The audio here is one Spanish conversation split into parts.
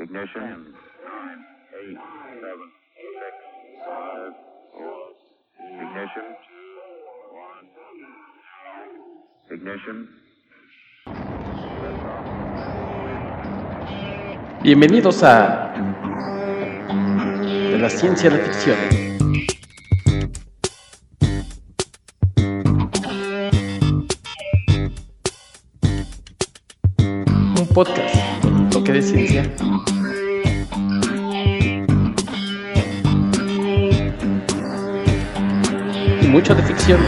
Ignition. 10, 9, 8, 7, 6, 5, 4. Ignition. 1. Ignition. Bienvenidos a De la Ciencia a la Ficción. Un podcast con un toque de ciencia y mucho de ficción.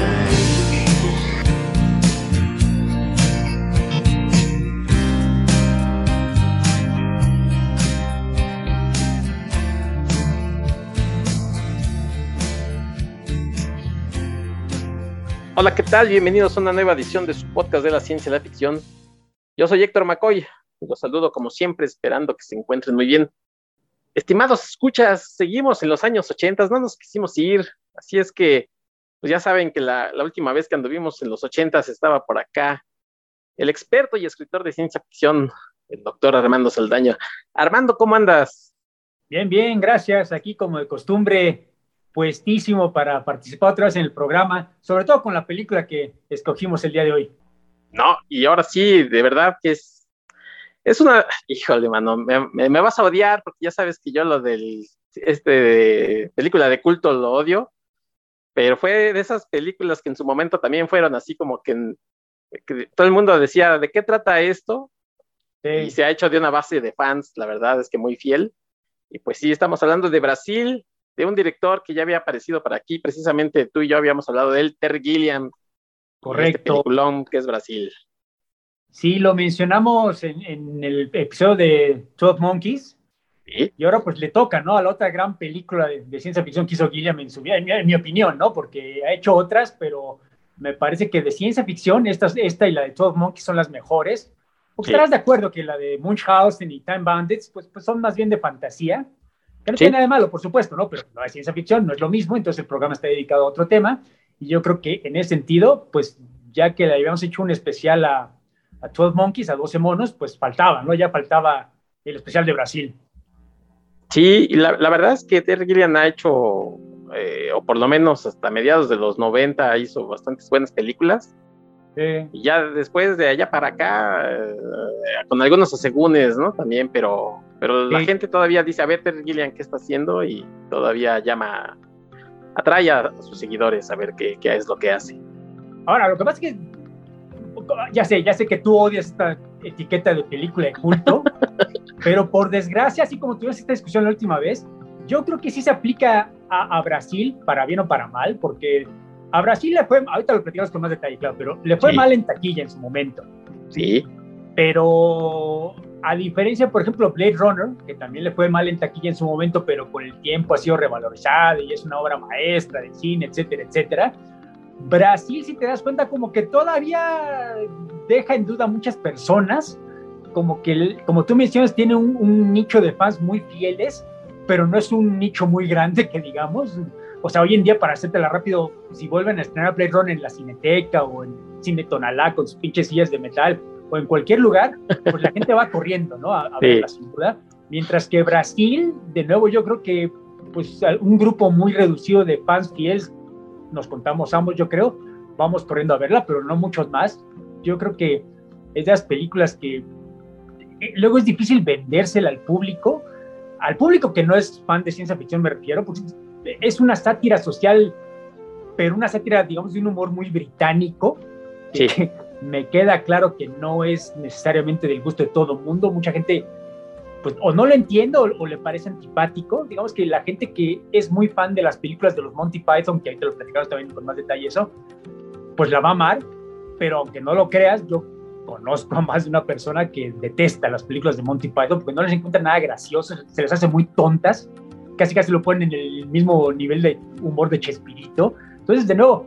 Hola, ¿qué tal? Bienvenidos a una nueva edición de su podcast de la ciencia y la ficción. Yo soy Héctor McCoy y los saludo como siempre, esperando que se encuentren muy bien. Estimados escuchas, seguimos en los años 80, no nos quisimos ir, así es que pues ya saben que la última vez que anduvimos en los 80 estaba por acá el experto y escritor de ciencia ficción, el doctor Armando Saldaña. Armando, ¿cómo andas? Bien, bien, gracias. Aquí como de costumbre, puestísimo para participar otra vez en el programa, sobre todo con la película que escogimos el día de hoy. No, y ahora sí, de verdad que es una, híjole, mano, me vas a odiar porque ya sabes que yo lo del, película de culto lo odio, pero fue de esas películas que en su momento también fueron así como que todo el mundo decía, ¿de qué trata esto? Sí. Y se ha hecho de una base de fans, la verdad es que muy fiel. Y pues sí, estamos hablando de Brasil, de un director que ya había aparecido por aquí, precisamente tú y yo habíamos hablado de él, Terry Gilliam. Correcto. Este peliculón que es Brasil. Sí, lo mencionamos en el episodio de 12 Monkeys. ¿Sí? Y ahora pues le toca, ¿no? A la otra gran película de ciencia ficción que hizo Gilliam en su vida, en mi opinión, ¿no? Porque ha hecho otras, pero me parece que de ciencia ficción, esta y la de 12 Monkeys son las mejores. Porque Sí. estarás de acuerdo que la de Munchausen y Time Bandits, pues son más bien de fantasía. Que no Sí. tiene nada de malo, por supuesto, ¿no? Pero no es ciencia ficción, no es lo mismo, entonces el programa está dedicado a otro tema. Y yo creo que en ese sentido, pues ya que le habíamos hecho un especial a 12 Monkeys, a 12 monos, pues faltaba, ¿no? Ya faltaba el especial de Brasil. Sí, y la verdad es que Terry Gilliam ha hecho, o por lo menos hasta mediados de los 90 hizo bastantes buenas películas. Y ya después de allá para acá, con algunos asegúnes, ¿no? También, pero la gente todavía dice, a ver, Terry Gilliam, ¿qué está haciendo? Y todavía atrae a sus seguidores a ver qué es lo que hace. Ahora, lo que pasa es que ya sé que tú odias esta etiqueta de película de culto, pero por desgracia, así como tuvimos esta discusión la última vez, yo creo que sí se aplica a Brasil, para bien o para mal, porque a Brasil le fue, ahorita lo platicamos con más detalle, claro, pero le fue mal en taquilla en su momento. Sí. Pero a diferencia, por ejemplo, Blade Runner, que también le fue mal en taquilla en su momento, pero con el tiempo ha sido revalorizada y es una obra maestra de cine, etcétera, etcétera. Brasil, si te das cuenta, como que todavía deja en duda a muchas personas, como que, como tú mencionas, tiene un nicho de fans muy fieles, pero no es un nicho muy grande, que digamos. O sea, hoy en día, para hacértela rápido, si vuelven a estrenar Blade Runner en la Cineteca o en Cine Tonalá con sus pinches sillas de metal o en cualquier lugar, pues la gente va corriendo, ¿no? A verla, sin duda. Mientras que Brasil, de nuevo, yo creo que pues un grupo muy reducido de fans fieles, nos contamos ambos, yo creo, vamos corriendo a verla, pero no muchos más. Yo creo que es de las películas que luego es difícil vendérsela al público que no es fan de ciencia ficción, me refiero, porque es una sátira social, pero una sátira, digamos, de un humor muy británico. Sí. Que me queda claro que no es necesariamente del gusto de todo el mundo. Mucha gente, pues, o no lo entiende o le parece antipático. Digamos que la gente que es muy fan de las películas de los Monty Python, que ahorita lo platicamos también con más detalle eso, pues la va a amar, pero aunque no lo creas, yo conozco a más de una persona que detesta las películas de Monty Python porque no les encuentra nada gracioso, se les hace muy tontas, casi lo ponen en el mismo nivel de humor de Chespirito. Entonces, de nuevo,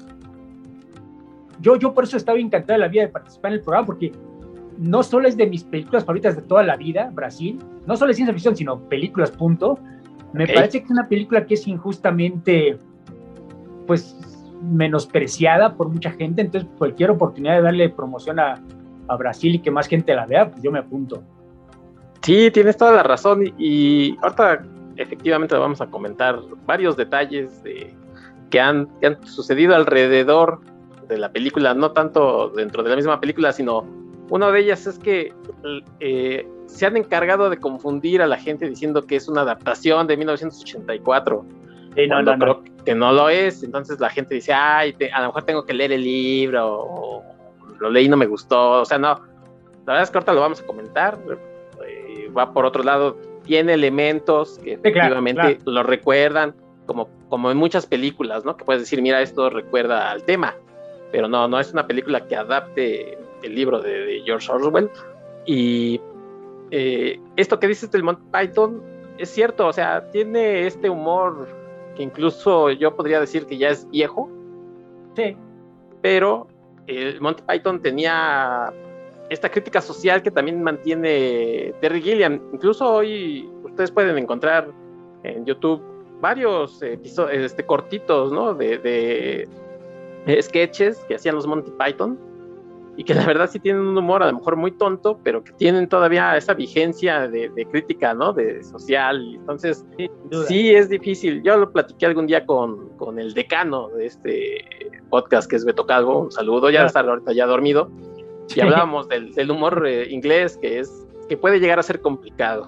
yo por eso estaba encantado de la vida de participar en el programa, porque no solo es de mis películas favoritas de toda la vida, Brasil, no solo es ciencia ficción, sino películas, punto. Me parece que es una película que es injustamente, pues, menospreciada por mucha gente, entonces cualquier oportunidad de darle promoción a Brasil y que más gente la vea, pues yo me apunto. Sí, tienes toda la razón y ahorita efectivamente vamos a comentar varios detalles que han sucedido alrededor de la película, no tanto dentro de la misma película, sino una de ellas es que se han encargado de confundir a la gente diciendo que es una adaptación de 1984. Cuando creo que no lo es. Entonces la gente dice, ay, a lo mejor tengo que leer el libro, o lo leí y no me gustó. O sea, no, la verdad es que ahorita lo vamos a comentar. Va por otro lado, tiene elementos que efectivamente lo recuerdan, como en muchas películas, ¿no? Que puedes decir, mira, esto recuerda al tema, pero no es una película que adapte el libro de George Orwell. Y esto que dices del Monty Python es cierto, o sea, tiene este humor que incluso yo podría decir que ya es viejo. Sí. Pero el Monty Python tenía esta crítica social que también mantiene Terry Gilliam. Incluso hoy ustedes pueden encontrar en YouTube varios episodios, cortitos, ¿no? de sketches que hacían los Monty Python, y que la verdad sí tienen un humor a lo mejor muy tonto, pero que tienen todavía esa vigencia de crítica, ¿no? De social. Entonces, sí es difícil. Yo lo platiqué algún día con el decano de este podcast, que es Beto Calvo. Un saludo, ya está ahorita ya dormido. Y hablábamos del humor inglés, que puede llegar a ser complicado.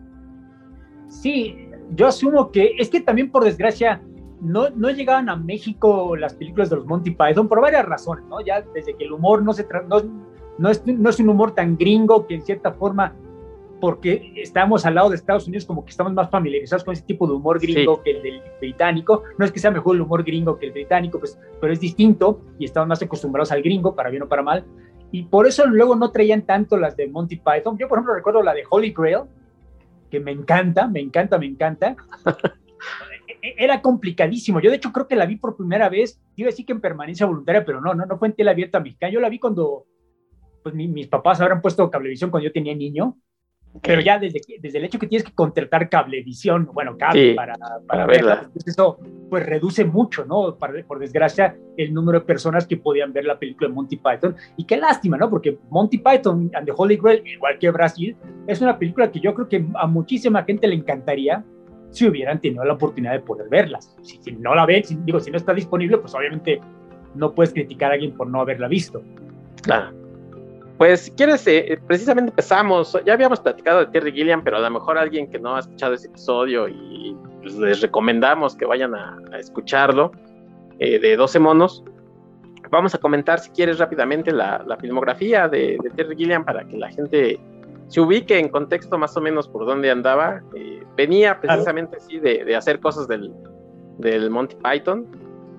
Sí, yo asumo que es que también, por desgracia, no llegaban a México las películas de los Monty Python por varias razones, ¿no? Ya desde que el humor no es un humor tan gringo, que en cierta forma, porque estamos al lado de Estados Unidos, como que estamos más familiarizados con ese tipo de humor gringo que el del británico. No es que sea mejor el humor gringo que el británico, pues, pero es distinto y estamos más acostumbrados al gringo, para bien o para mal. Y por eso luego no traían tanto las de Monty Python. Yo, por ejemplo, recuerdo la de Holy Grail, que me encanta. Era complicadísimo. Yo, de hecho, creo que la vi por primera vez, iba a decir que en permanencia voluntaria, pero no fue en tele abierta mexicana. Yo la vi cuando pues, mis papás habrán puesto Cablevisión cuando yo tenía niño, pero ya desde el hecho que tienes que contratar Cablevisión, cable, sí, para verla, pues eso pues reduce mucho, ¿no? Por desgracia, el número de personas que podían ver la película de Monty Python. Y qué lástima, ¿no? Porque Monty Python and the Holy Grail, igual que Brasil, es una película que yo creo que a muchísima gente le encantaría si hubieran tenido la oportunidad de poder verlas. Si no la ven, si no está disponible, pues obviamente no puedes criticar a alguien por no haberla visto. Claro. Pues si quieres, precisamente empezamos, ya habíamos platicado de Terry Gilliam, pero a lo mejor alguien que no ha escuchado ese episodio, y pues les recomendamos que vayan a escucharlo, de 12 monos. Vamos a comentar, si quieres, rápidamente la filmografía de Terry Gilliam para que la gente se ubique en contexto más o menos por dónde andaba. Venía precisamente así de hacer cosas del Monty Python,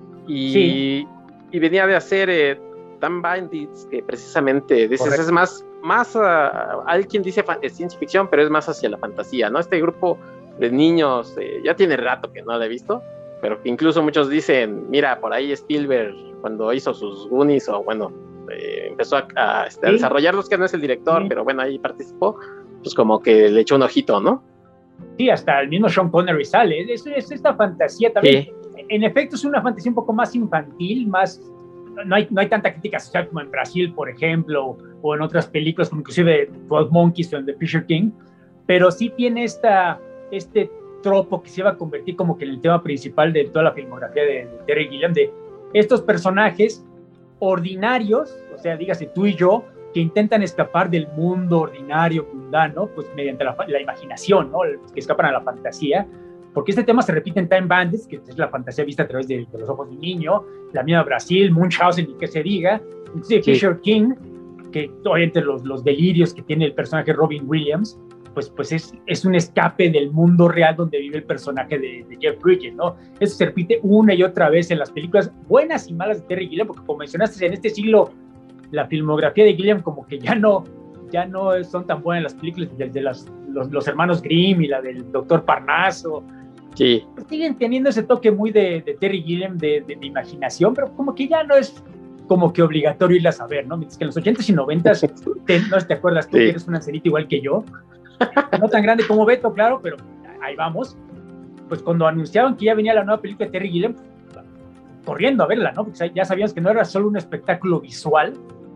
y venía de hacer Time Bandits, que precisamente es más alguien dice ciencia ficción, pero es más hacia la fantasía, ¿no? Este grupo de niños, ya tiene rato que no lo he visto, pero que incluso muchos dicen, mira, por ahí Spielberg, cuando hizo sus Goonies, o empezó a desarrollarlos, que no es el director, pero bueno, ahí participó, pues como que le echó un ojito, ¿no? Sí, hasta el mismo Sean Connery sale. Es esta fantasía también. Sí. En efecto, es una fantasía un poco más infantil, más... No hay tanta crítica social como en Brasil, por ejemplo, o en otras películas, como inclusive 12 Monkeys o en The Fisher King, pero sí tiene este tropo que se va a convertir como que en el tema principal de toda la filmografía de Terry Gilliam, de estos personajes ordinarios, o sea, dígase tú y yo, que intentan escapar del mundo ordinario, mundano, pues mediante la imaginación, ¿no? Que escapan a la fantasía, porque este tema se repite en Time Bandits, que es la fantasía vista a través de los ojos de un niño, la misma Brasil, Munchausen, y que se diga, inclusive Fisher King, que obviamente los delirios que tiene el personaje Robin Williams, pues es un escape del mundo real donde vive el personaje de Jeff Bridges, ¿no? Eso se repite una y otra vez en las películas buenas y malas de Terry Gilliam, porque como mencionaste, en este siglo la filmografía de Gilliam como que ya no son tan buenas las películas, desde los hermanos Grimm y la del Doctor Parnaso. Sí. Pues siguen teniendo ese toque muy de Terry Gilliam, de imaginación, pero como que ya no es como que obligatorio irlas a ver, ¿no? Mientras que en los 80s y 90s, no te acuerdas tú, que eres una angelita igual que yo, no tan grande como Beto, claro, pero ahí vamos. Pues cuando anunciaban que ya venía la nueva película de Terry Gilliam, corriendo a verla, ¿no? Porque ya sabíamos que no era solo un espectáculo visual,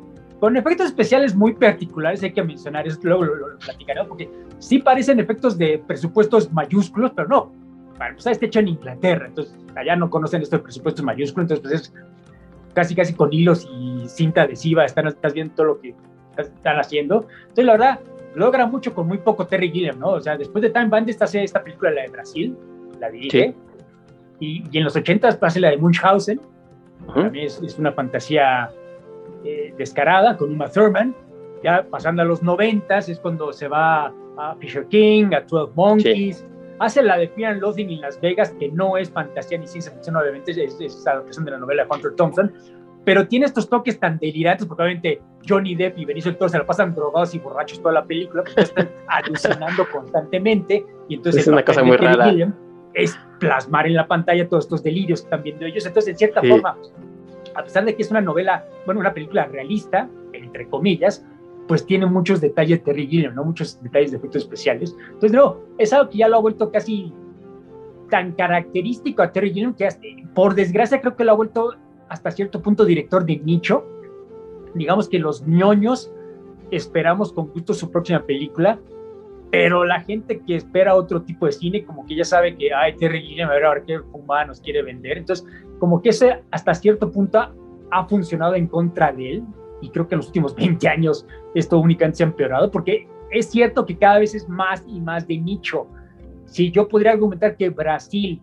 con efectos especiales muy particulares, hay que mencionar, eso luego lo platicaré, porque sí parecen efectos de presupuestos mayúsculos, pero no, para empezar está hecho en Inglaterra, entonces allá no conocen esto de presupuestos mayúsculos, entonces pues es casi con hilos y cinta adhesiva, estás viendo todo lo que están haciendo, entonces la verdad, logra mucho con muy poco Terry Gilliam, ¿no? O sea, después de Time Bandits hace esta película, la de Brasil, la dirige, sí. y en los 80s hace la de Munchausen, también es una fantasía descarada con Uma Thurman. Ya pasando a los 90s es cuando se va a Fisher King, a 12 Monkeys, sí. Hace la de Fear and Loathing en Las Vegas, que no es fantasía ni ciencia ficción, obviamente es adaptación de la novela de Hunter Thompson, pero tiene estos toques tan delirantes, porque obviamente Johnny Depp y Benicio del Toro se la pasan drogados y borrachos toda la película, porque están alucinando constantemente, y entonces es una cosa muy rara. Gilliam es plasmar en la pantalla todos estos delirios que están viendo ellos, entonces en cierta forma, a pesar de que es una novela, bueno, una película realista, entre comillas, pues tiene muchos detalles de Terry Gilliam, ¿no? Muchos detalles de efectos especiales. Entonces, no, es algo que ya lo ha vuelto casi tan característico a Terry Gilliam que por desgracia creo que lo ha vuelto hasta cierto punto director de nicho. Digamos que los ñoños esperamos con gusto su próxima película, pero la gente que espera otro tipo de cine, como que ya sabe que, Terry Gilliam, a ver qué fumada nos quiere vender. Entonces, como que ese hasta cierto punto ha funcionado en contra de él, y creo que en los últimos 20 años esto únicamente se ha empeorado, porque es cierto que cada vez es más y más de nicho. Si yo podría argumentar que Brasil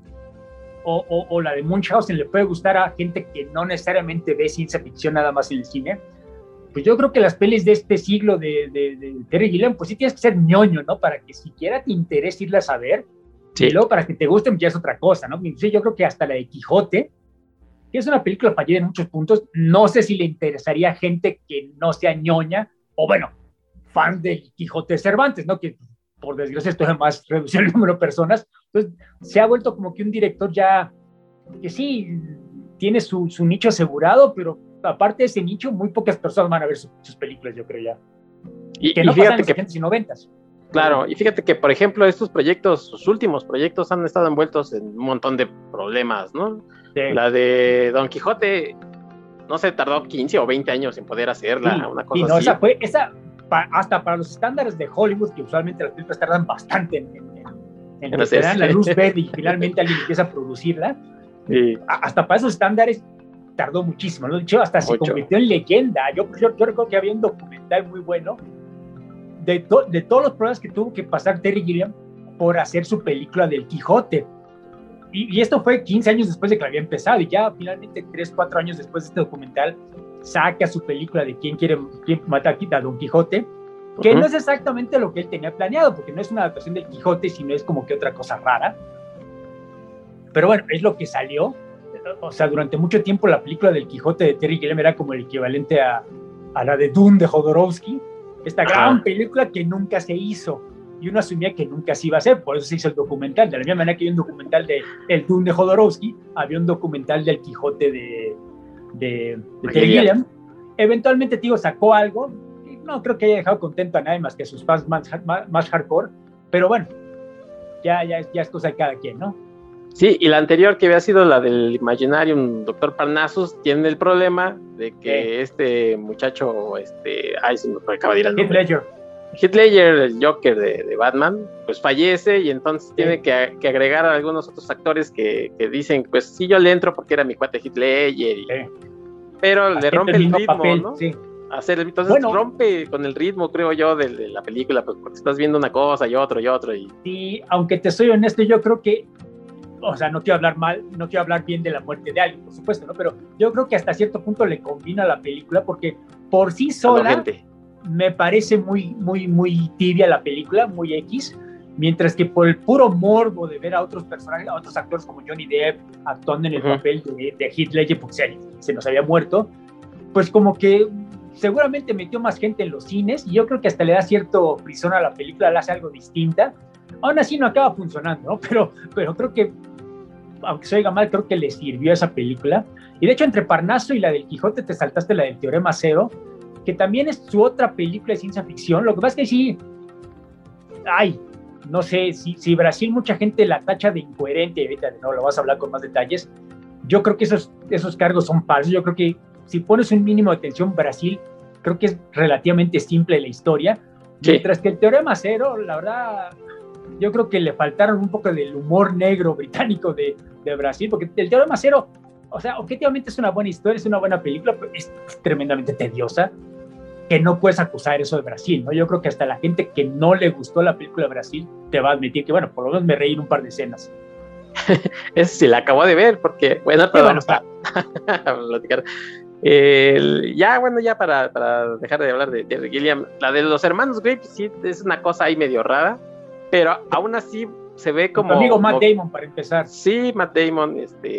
o la de Munchausen le puede gustar a gente que no necesariamente ve ciencia ficción nada más en el cine, pues yo creo que las pelis de este siglo de Terry Gilliam, pues sí tienes que ser ñoño, ¿no? Para que siquiera te interese irlas a ver, sí. Y luego para que te gusten ya es otra cosa, ¿no? Entonces yo creo que hasta la de Quijote, que es una película fallida en muchos puntos, no sé si le interesaría a gente que no sea ñoña, o bueno, fan del Quijote de Cervantes, ¿no? Que por desgracia esto además redució el número de personas. Entonces se ha vuelto como que un director ya, que sí, tiene su nicho asegurado, pero aparte de ese nicho, muy pocas personas van a ver sus películas, yo creo ya. Que no pasan en los 80s y 90s. Claro, y fíjate que, por ejemplo, estos proyectos, sus últimos proyectos han estado envueltos en un montón de problemas, ¿no? Sí. La de Don Quijote, no sé, tardó 15 o 20 años en poder hacerla, sí, una cosa así. Hasta para los estándares de Hollywood, que usualmente las películas tardan bastante en que te dan la luz verde y finalmente alguien empieza a producirla, sí. Hasta para esos estándares tardó muchísimo, ¿no? De hecho, hasta se convirtió en leyenda. Yo recuerdo que había un documental muy bueno de todos los problemas que tuvo que pasar Terry Gilliam por hacer su película del Quijote. Y esto fue 15 años después de que la había empezado, y ya finalmente 3-4 años después de este documental saca su película de quién mata a Don Quijote, que no es exactamente lo que él tenía planeado, porque no es una adaptación del Quijote, sino es como que otra cosa rara. Pero bueno, es lo que salió. O sea, durante mucho tiempo la película del Quijote de Terry Gilliam era como el equivalente a la de Dune de Jodorowsky, esta gran película que nunca se hizo, y uno asumía que nunca se iba a hacer, por eso se hizo el documental. De la misma manera que hay un documental de el Dune de Jodorowsky, había un documental del Quijote de Terry Gilliam. Eventualmente, tío, sacó algo, y no creo que haya dejado contento a nadie más que a sus fans más hardcore, pero bueno, ya es cosa de cada quien, ¿no? Sí, y la anterior, que había sido la del Imaginarium, Doctor Parnassus, tiene el problema de que este muchacho, se me acaba de ir el nombre. Heath Ledger, el Joker de Batman, pues fallece, y entonces tiene que agregar a algunos otros actores que dicen, pues sí, yo le entro porque era mi cuate Heath Ledger, pero le rompe el ritmo, papel, ¿no? Sí. Entonces rompe con el ritmo, creo yo, de la película, pues porque estás viendo una cosa y otro. Sí, aunque te soy honesto, yo creo que, o sea, no quiero hablar bien de la muerte de alguien, por supuesto, ¿no? Pero yo creo que hasta cierto punto le combina a la película, porque por sí sola me parece muy, muy, muy tibia la película, muy X, mientras que por el puro morbo de ver a otros personajes, a otros actores como Johnny Depp actuando en el papel de Heath Ledger, porque se nos había muerto, pues como que seguramente metió más gente en los cines, y yo creo que hasta le da cierto frisón a la película, la hace algo distinta. Aún así no acaba funcionando, ¿no? Pero creo que, aunque se oiga mal, creo que le sirvió a esa película. Y de hecho, entre Parnaso y la del Quijote te saltaste la del Teorema Cero, que también es su otra película de ciencia ficción. Lo que pasa es que sí, no sé, si Brasil mucha gente la tacha de incoherente, ahorita no lo vas a hablar con más detalles, yo creo que esos cargos son falsos. Yo creo que si pones un mínimo de atención, Brasil creo que es relativamente simple la historia, Sí. mientras que el Teorema Cero, la verdad, yo creo que le faltaron un poco del humor negro británico de Brasil, porque el Teorema Cero, o sea, objetivamente es una buena historia, es una buena película, pero es tremendamente tediosa, que no puedes acusar eso de Brasil, ¿no? Yo creo que hasta la gente que no le gustó la película de Brasil te va a admitir que, bueno, por lo menos me reí en un par de escenas. Ese sí la acabo de ver, porque, bueno, Sí, bueno, para platicar. Ya para dejar de hablar de Terry Gilliam, la de los hermanos Grimm sí es una cosa ahí medio rara, pero aún así se ve como... Tu amigo Matt como, Damon, para empezar. Sí, Matt Damon,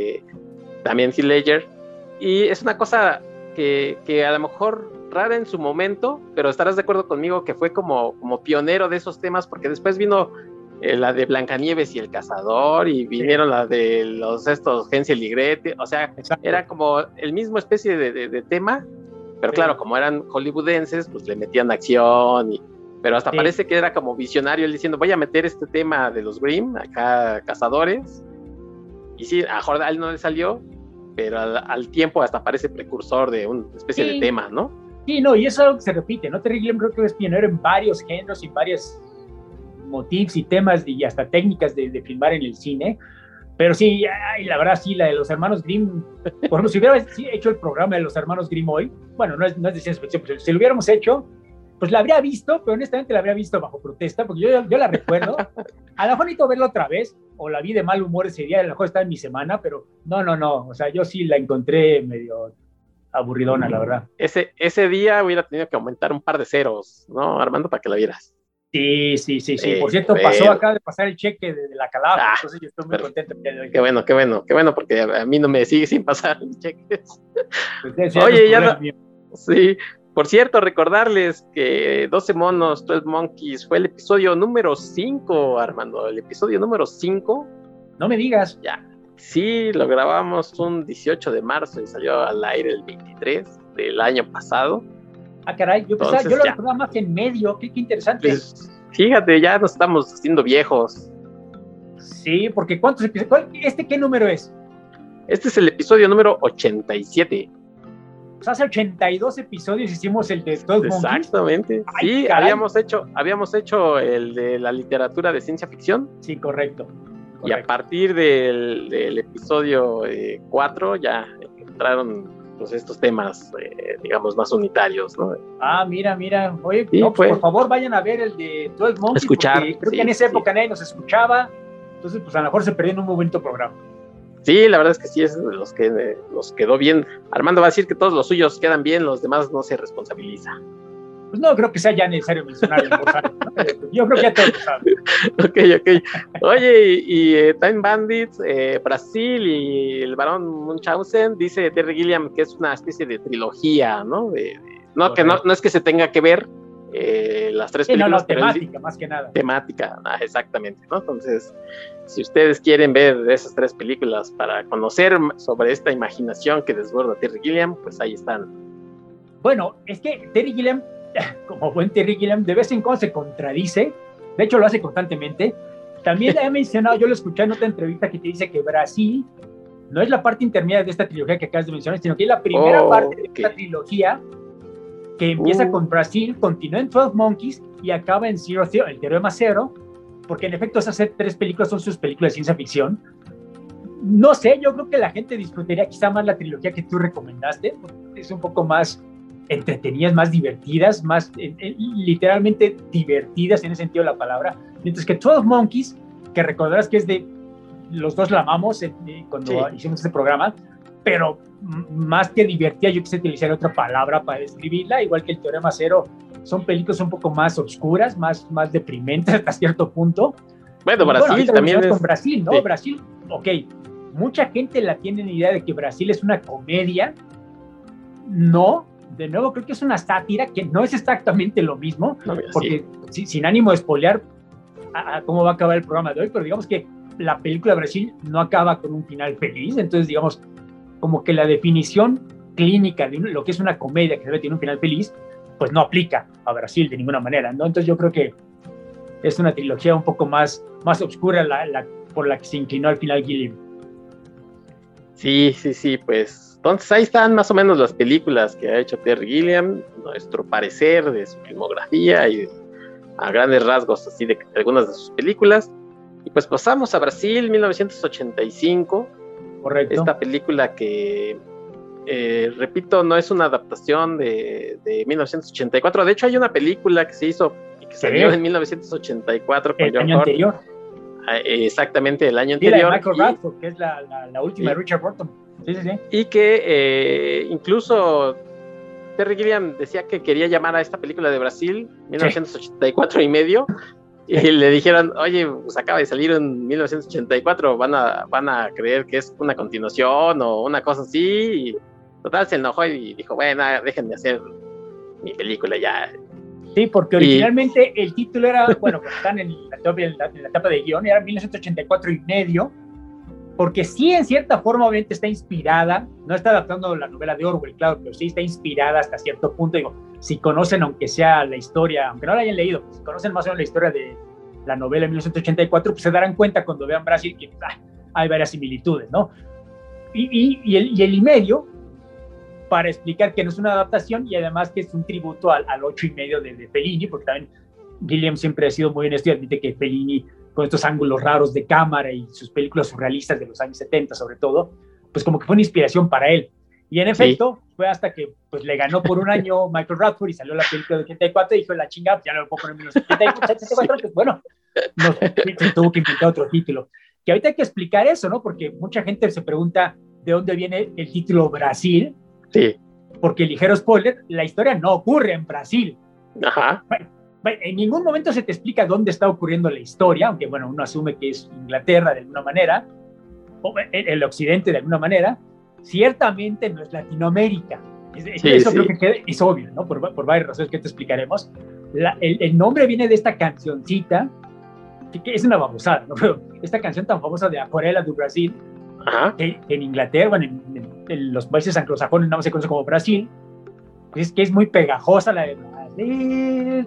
también Heath Ledger, y es una cosa que a lo mejor rara en su momento, pero estarás de acuerdo conmigo que fue como pionero de esos temas, porque después vino la de Blancanieves y el Cazador, y vinieron la de estos Hansel y Gretel, o sea, Exacto. era como el mismo especie de tema, pero claro, como eran hollywoodenses, pues le metían acción, pero hasta parece que era como visionario, él diciendo, voy a meter este tema de los Grimm, acá cazadores, y sí, a Jordal no le salió, pero al tiempo hasta parece precursor de una especie de tema, ¿no? Sí, no, y eso es algo que se repite, ¿no? Terry Gilliam creo que es pionero en varios géneros y varios motivos y temas y hasta técnicas de filmar en el cine, pero sí, la verdad sí, la de los hermanos Grimm, por ejemplo, si hubiera hecho el programa de los hermanos Grimm hoy, bueno, no es de ciencia ficción, pero si lo hubiéramos hecho, pues la habría visto, pero honestamente la habría visto bajo protesta, porque yo la recuerdo, a lo mejor necesito verla otra vez, o la vi de mal humor ese día, a lo mejor estaba en mi semana, pero no, o sea, yo sí la encontré medio aburridona, la verdad. Ese día hubiera tenido que aumentar un par de ceros, ¿no, Armando, para que la vieras? Sí. Por cierto, acaba de pasar el cheque de la Calabria, entonces yo estoy muy contento el día de hoy. Qué bueno, porque a mí no me sigue sin pasar el cheque. Pues oye, ya no, sí, por cierto, recordarles que 12 monos, 12 monkeys fue el episodio número 5, Armando, el episodio número 5. No me digas. Ya, sí, lo grabamos un 18 de marzo y salió al aire el 23 del año pasado. Ah, caray, yo lo recordaba más en medio, qué interesante. Pues, fíjate, ya nos estamos haciendo viejos. Sí, porque ¿cuántos episodios? ¿Qué número es? Este es el episodio número 87. Pues hace 82 episodios hicimos el de 12 Monkeys. Exactamente. Ay, sí, caray. habíamos hecho el de la literatura de ciencia ficción. Sí, correcto. Y a partir del episodio 4 ya entraron pues, estos temas, digamos, más unitarios, ¿no? Ah, mira. Oye, sí, pues, por favor vayan a ver el de 12 Monkeys. Escuchar. Creo que en esa época nadie nos escuchaba. Entonces, pues a lo mejor se perdió en un muy bonito programa. Sí, la verdad es que sí, es de los que los quedó bien. Armando va a decir que todos los suyos quedan bien, los demás no se responsabiliza. Pues no creo que sea ya necesario mencionarlo en voz alta, ¿no? Yo creo que ya todos lo saben. Ok. Oye, y Time Bandits, Brasil y el Barón Munchausen, dice Terry Gilliam que es una especie de trilogía, ¿no? Que no es que se tenga que ver las tres películas. No, temática, más que nada. Temática, exactamente, ¿no? Entonces, si ustedes quieren ver esas tres películas para conocer sobre esta imaginación que desborda Terry Gilliam, pues ahí están. Bueno, es que Terry Gilliam, como buen Terry Gilliam, de vez en cuando se contradice, de hecho lo hace constantemente. También he mencionado, yo lo escuché en otra entrevista que te dice que Brasil no es la parte intermedia de esta trilogía que acabas de mencionar, sino que es la primera parte de esta trilogía que empieza con Brasil, continúa en 12 Monkeys y acaba en Zero, el Teorema Cero, porque en efecto esas tres películas son sus películas de ciencia ficción. No sé, yo creo que la gente disfrutaría quizá más la trilogía que tú recomendaste, es un poco más entretenidas, más divertidas, más literalmente divertidas en ese sentido de la palabra, mientras que 12 Monkeys, que recordarás que es de los dos la amamos cuando hicimos este programa, pero más que divertida, yo quise utilizar otra palabra para describirla, igual que el Teorema Cero, son películas un poco más oscuras, más deprimentes hasta cierto punto. Bueno, Brasil también es... con Brasil, ¿no? Sí. Brasil, ok, mucha gente la tiene en idea de que Brasil es una comedia, no, de nuevo creo que es una sátira, que no es exactamente lo mismo, porque sin ánimo de spoilear a cómo va a acabar el programa de hoy, pero digamos que la película de Brasil no acaba con un final feliz, entonces digamos como que la definición clínica de lo que es una comedia que debe tener un final feliz, pues no aplica a Brasil de ninguna manera, ¿no? Entonces yo creo que es una trilogía un poco más oscura por la que se inclinó al final Gilliam. Sí, pues entonces ahí están más o menos las películas que ha hecho Terry Gilliam, nuestro parecer de su filmografía y a grandes rasgos así de algunas de sus películas. Y pues pasamos a Brasil, 1985, Correcto. esta película que, repito, no es una adaptación de 1984, de hecho hay una película que se hizo y que salió en 1984 con el John año Hurt, anterior. exactamente el año Sí, la de anterior. Michael Radford, que es la última de Richard Burton. Sí. Y que incluso Terry Gilliam decía que quería llamar a esta película de Brasil 1984 y medio, y le dijeron, oye, pues acaba de salir en 1984, van a creer que es una continuación o una cosa así, y total se enojó y dijo, bueno, déjenme hacer mi película ya. Sí, porque originalmente el título era, bueno, cuando están en la etapa de guión, era 1984 y medio, porque sí, en cierta forma, obviamente está inspirada, no está adaptando la novela de Orwell, claro, pero sí está inspirada hasta cierto punto. Digo, si conocen, aunque sea la historia, aunque no la hayan leído, si conocen más o menos la historia de la novela de 1984, pues se darán cuenta cuando vean Brasil que hay varias similitudes, ¿no? Y el y medio, para explicar que no es una adaptación y además que es un tributo al 8 y medio de Fellini, porque también Gilliam siempre ha sido muy honesto y admite que Fellini, con estos ángulos raros de cámara y sus películas surrealistas de los años 70 sobre todo, pues como que fue una inspiración para él. Y en efecto, fue hasta que pues, le ganó por un año Michael Radford y salió la película de 84 y dijo, la chingada, ya no lo puedo poner en 1974, pues bueno, no, se tuvo que inventar otro título. Que ahorita hay que explicar eso, ¿no? Porque mucha gente se pregunta de dónde viene el título Brasil. Sí. Porque, ligero spoiler, la historia no ocurre en Brasil. Ajá. Bueno, en ningún momento se te explica dónde está ocurriendo la historia, aunque bueno, uno asume que es Inglaterra de alguna manera, o el occidente de alguna manera. Ciertamente no es Latinoamérica. Eso creo que es obvio, ¿no? Por varias razones que te explicaremos. El nombre viene de esta cancioncita, que es una babosada, ¿no? Pero esta canción tan famosa de Acuarela do Brasil, que en Inglaterra, bueno, en los países anglosajones no se conoce como Brasil, pues, que es muy pegajosa la de Brasil,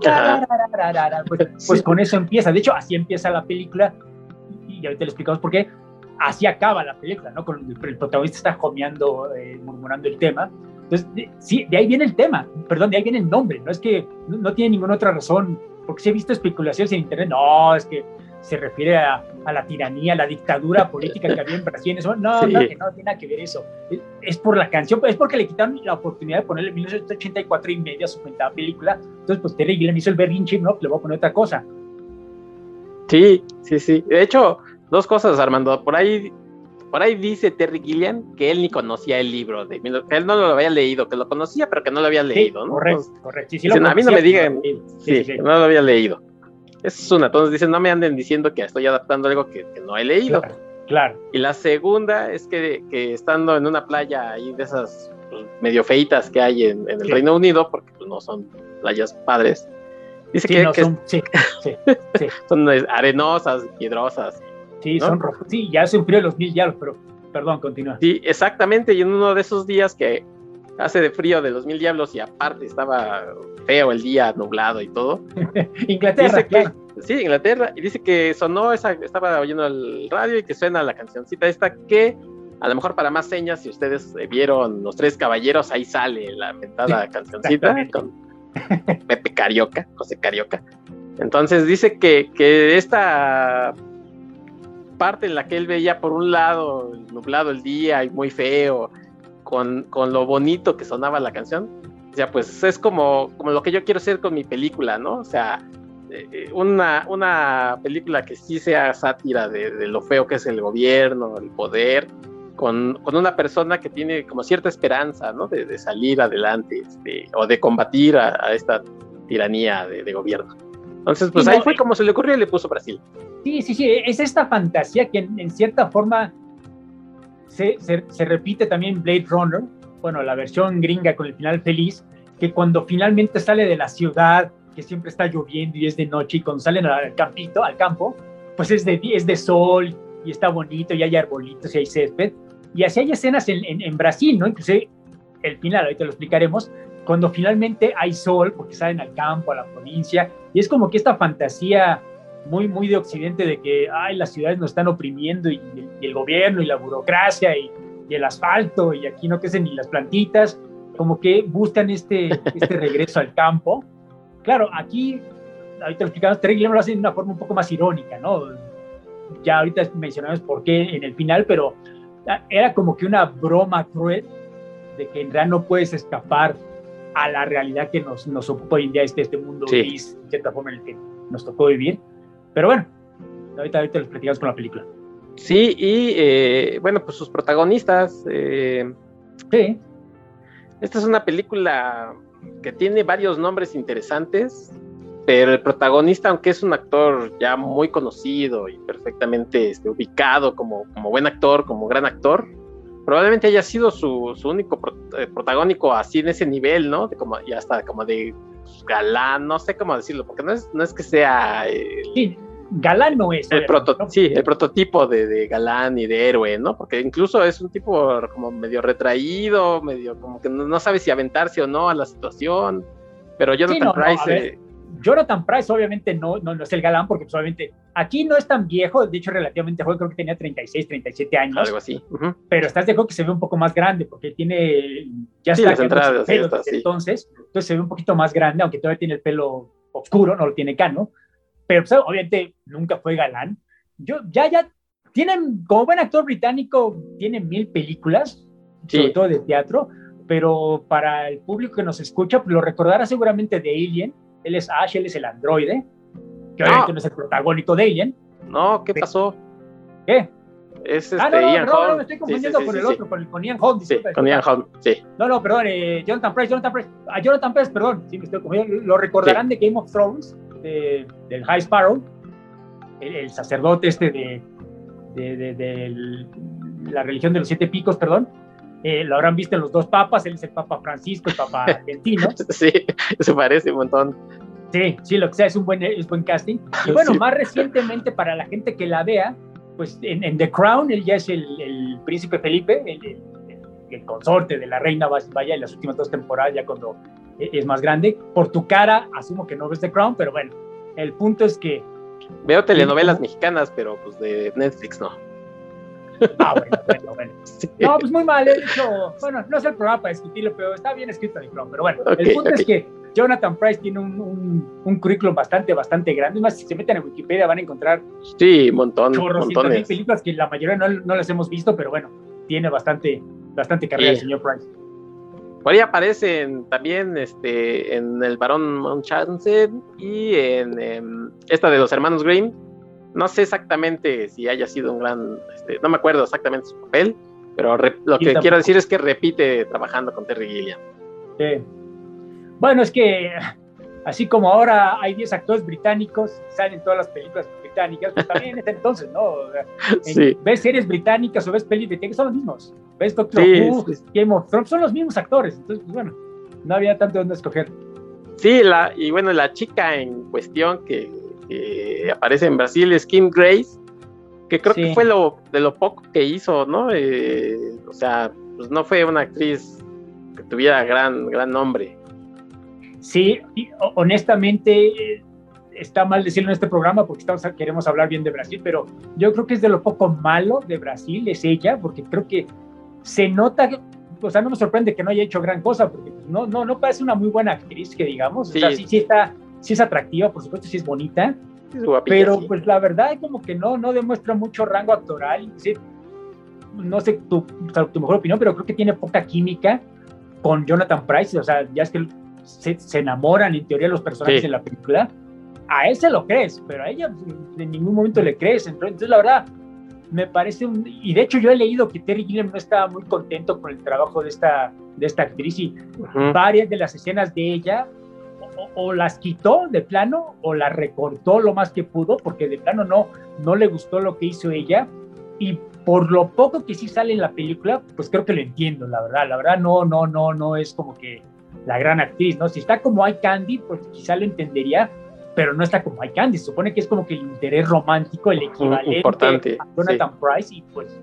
pues con eso empieza. De hecho, así empieza la película y ahorita le explicamos por qué. Así acaba la película, ¿no? Con el protagonista está jomeando, murmurando el tema. Entonces, sí, de ahí viene el tema, perdón, de ahí viene el nombre, no es que no tiene ninguna otra razón, porque sí he visto especulaciones en internet, no, es que se refiere a la tiranía, a la dictadura política que había en Brasil. Eso, no, que no tiene nada que ver eso. Es por la canción, es porque le quitaron la oportunidad de ponerle 1984 y medio a su mentada película. Entonces, pues Terry Gilliam hizo el berrinche, ¿no? Le voy a poner otra cosa. Sí. De hecho, dos cosas, Armando. Por ahí dice Terry Gilliam que él ni conocía el libro, que él no lo había leído, que lo conocía, pero que no lo había leído, ¿no? Correcto. Sí, dicen, a mí no me digan, que no lo había leído. Esa es una. Entonces dicen, no me anden diciendo que estoy adaptando algo que no he leído. Claro. Y la segunda es que estando en una playa ahí de esas pues, medio feitas que hay en el Reino Unido, porque pues, no son playas padres, dice son arenosas, piedrosas. Sí, ¿no? Son rojos. Sí, ya hace un frío de los 1000 diablos, pero perdón, continúa. Sí, exactamente. Y en uno de esos días que hace de frío de los 1000 diablos y aparte estaba feo el día, nublado y todo. Inglaterra, sí, Inglaterra. Y dice que sonó estaba oyendo el radio y que suena la cancioncita esta que a lo mejor para más señas, si ustedes vieron Los Tres Caballeros, ahí sale la mentada cancioncita con Pepe Carioca, José Carioca. Entonces dice que esta parte en la que él veía por un lado nublado el día y muy feo, con lo bonito que sonaba la canción, o sea, pues es como lo que yo quiero hacer con mi película, ¿no? O sea, una película que sí sea sátira de lo feo que es el gobierno, el poder, con una persona que tiene como cierta esperanza, ¿no? De salir adelante, o de combatir a esta tiranía de gobierno. Entonces, pues ahí fue como se le ocurrió y le puso Brasil. Sí, es esta fantasía que en cierta forma se repite también en Blade Runner, bueno, la versión gringa con el final feliz, que cuando finalmente sale de la ciudad, que siempre está lloviendo y es de noche, y cuando salen al campo, pues es de sol y está bonito y hay arbolitos y hay césped, y así hay escenas en Brasil, ¿no? Incluso el final, ahorita lo explicaremos, cuando finalmente hay sol, porque salen al campo, a la provincia, y es como que esta fantasía muy, muy de Occidente de que las ciudades nos están oprimiendo y el gobierno y la burocracia y y el asfalto, y aquí no crecen ni las plantitas, como que buscan este regreso al campo. Claro, aquí, ahorita lo explicamos, Terry Gilliam lo hace de una forma un poco más irónica, ¿no? Ya ahorita mencionamos por qué en el final, pero era como que una broma cruel de que en realidad no puedes escapar a la realidad que nos ocupa hoy en día, este mundo gris, de cierta forma, en el que nos tocó vivir. Pero bueno, ahorita los platicamos con la película. Sí, y bueno, pues sus protagonistas. Sí. Esta es una película que tiene varios nombres interesantes, pero el protagonista, aunque es un actor ya muy conocido y perfectamente ubicado como buen actor, como gran actor, probablemente haya sido su único protagónico así en ese nivel, ¿no? Y hasta como de galán, no sé cómo decirlo, porque no es que sea... Sí, galán no es. ¿no? Sí, el prototipo de galán y de héroe, ¿no? Porque incluso es un tipo como medio retraído, medio como que no sabe si aventarse o no a la situación, pero Jonathan Pryce... Jonathan Pryce obviamente no es el galán, porque pues, obviamente aquí no es tan viejo, de hecho relativamente joven, creo que tenía 36, 37 años. Algo así. Uh-huh. Pero estás de acuerdo que se ve un poco más grande, porque tiene, ya sí, está, entradas, pelo está, desde entonces se ve un poquito más grande, aunque todavía tiene el pelo oscuro, no lo tiene cano, pero pues, obviamente nunca fue galán. Ya tienen, como buen actor británico, tiene 1000 películas, sobre todo de teatro, pero para el público que nos escucha, pues, lo recordará seguramente de Alien. Él es Ash, él es el androide, que obviamente no es el protagónico de Alien. No, ¿qué pasó? ¿Qué? Es Ian Holm. No, me estoy confundiendo con el otro, con Ian Holm. Sí, con Ian Holm, sí. No, perdón, Jonathan Pryce, perdón, sí, me estoy confundiendo. Lo recordarán de Game of Thrones, del High Sparrow, el sacerdote de la religión de los 7 picos, perdón. Lo habrán visto en Los Dos Papas, él es el Papa Francisco, el Papa argentino. Sí, se parece un montón. Sí, lo que sea, es buen casting. Y bueno, más recientemente, para la gente que la vea, pues en The Crown, él ya es el príncipe Felipe, el consorte de la reina, vaya, en las últimas 2 temporadas, ya cuando es más grande. Por tu cara, asumo que no ves The Crown, pero bueno, el punto es que... Veo telenovelas mexicanas, pero pues de Netflix no. Bueno. Sí. No, pues muy mal, de hecho, bueno, no es el programa para discutirlo, pero está bien escrito el Crown, pero bueno, el punto es que Jonathan Pryce tiene un currículum bastante grande. Es más, si se meten en Wikipedia van a encontrar montones películas que la mayoría no las hemos visto, pero bueno, tiene bastante carrera el señor Pryce. Por ahí aparecen también en El Barón Munchausen y en esta de los hermanos Grimm. No sé exactamente si haya sido un gran... no me acuerdo exactamente su papel, pero lo que quiero decir es que repite trabajando con Terry Gilliam. Bueno, es que así como ahora hay 10 actores británicos que salen en todas las películas británicas, pues también es entonces, ¿no? Sí. Ves series británicas o ves pelis británicas, son los mismos. Ves Doctor Who, Game of Thrones, son los mismos actores. Entonces, pues bueno, no había tanto donde escoger. Sí, y bueno, la chica en cuestión que aparece en Brasil es Kim Grace, que creo que fue de lo poco que hizo, ¿no? O sea, pues no fue una actriz que tuviera gran nombre. Sí, y honestamente está mal decirlo en este programa porque queremos hablar bien de Brasil, pero yo creo que es de lo poco malo de Brasil, es ella, porque creo que se nota, o sea, no me sorprende que no haya hecho gran cosa, porque no parece una muy buena actriz, que digamos, o sea, sí es atractiva, por supuesto, sí es bonita, pero pues la verdad como que no demuestra mucho rango actoral. Sí, no sé tu mejor opinión, pero creo que tiene poca química con Jonathan Pryce. O sea, ya es que se enamoran en teoría los personajes de la película. A él se lo crees, pero a ella en ningún momento le crees. Entonces la verdad me parece y de hecho yo he leído que Terry Gilliam no estaba muy contento con el trabajo de esta actriz, y varias de las escenas de ella o las quitó de plano o las recortó lo más que pudo, porque de plano no le gustó lo que hizo ella. Y por lo poco que sí sale en la película, pues creo que lo entiendo, la verdad no es como que la gran actriz, ¿no? Si está como Eye Candy, pues quizá lo entendería, pero no está como Eye Candy. Se supone que es como que el interés romántico, el equivalente importante, a Jonathan Pryce, y pues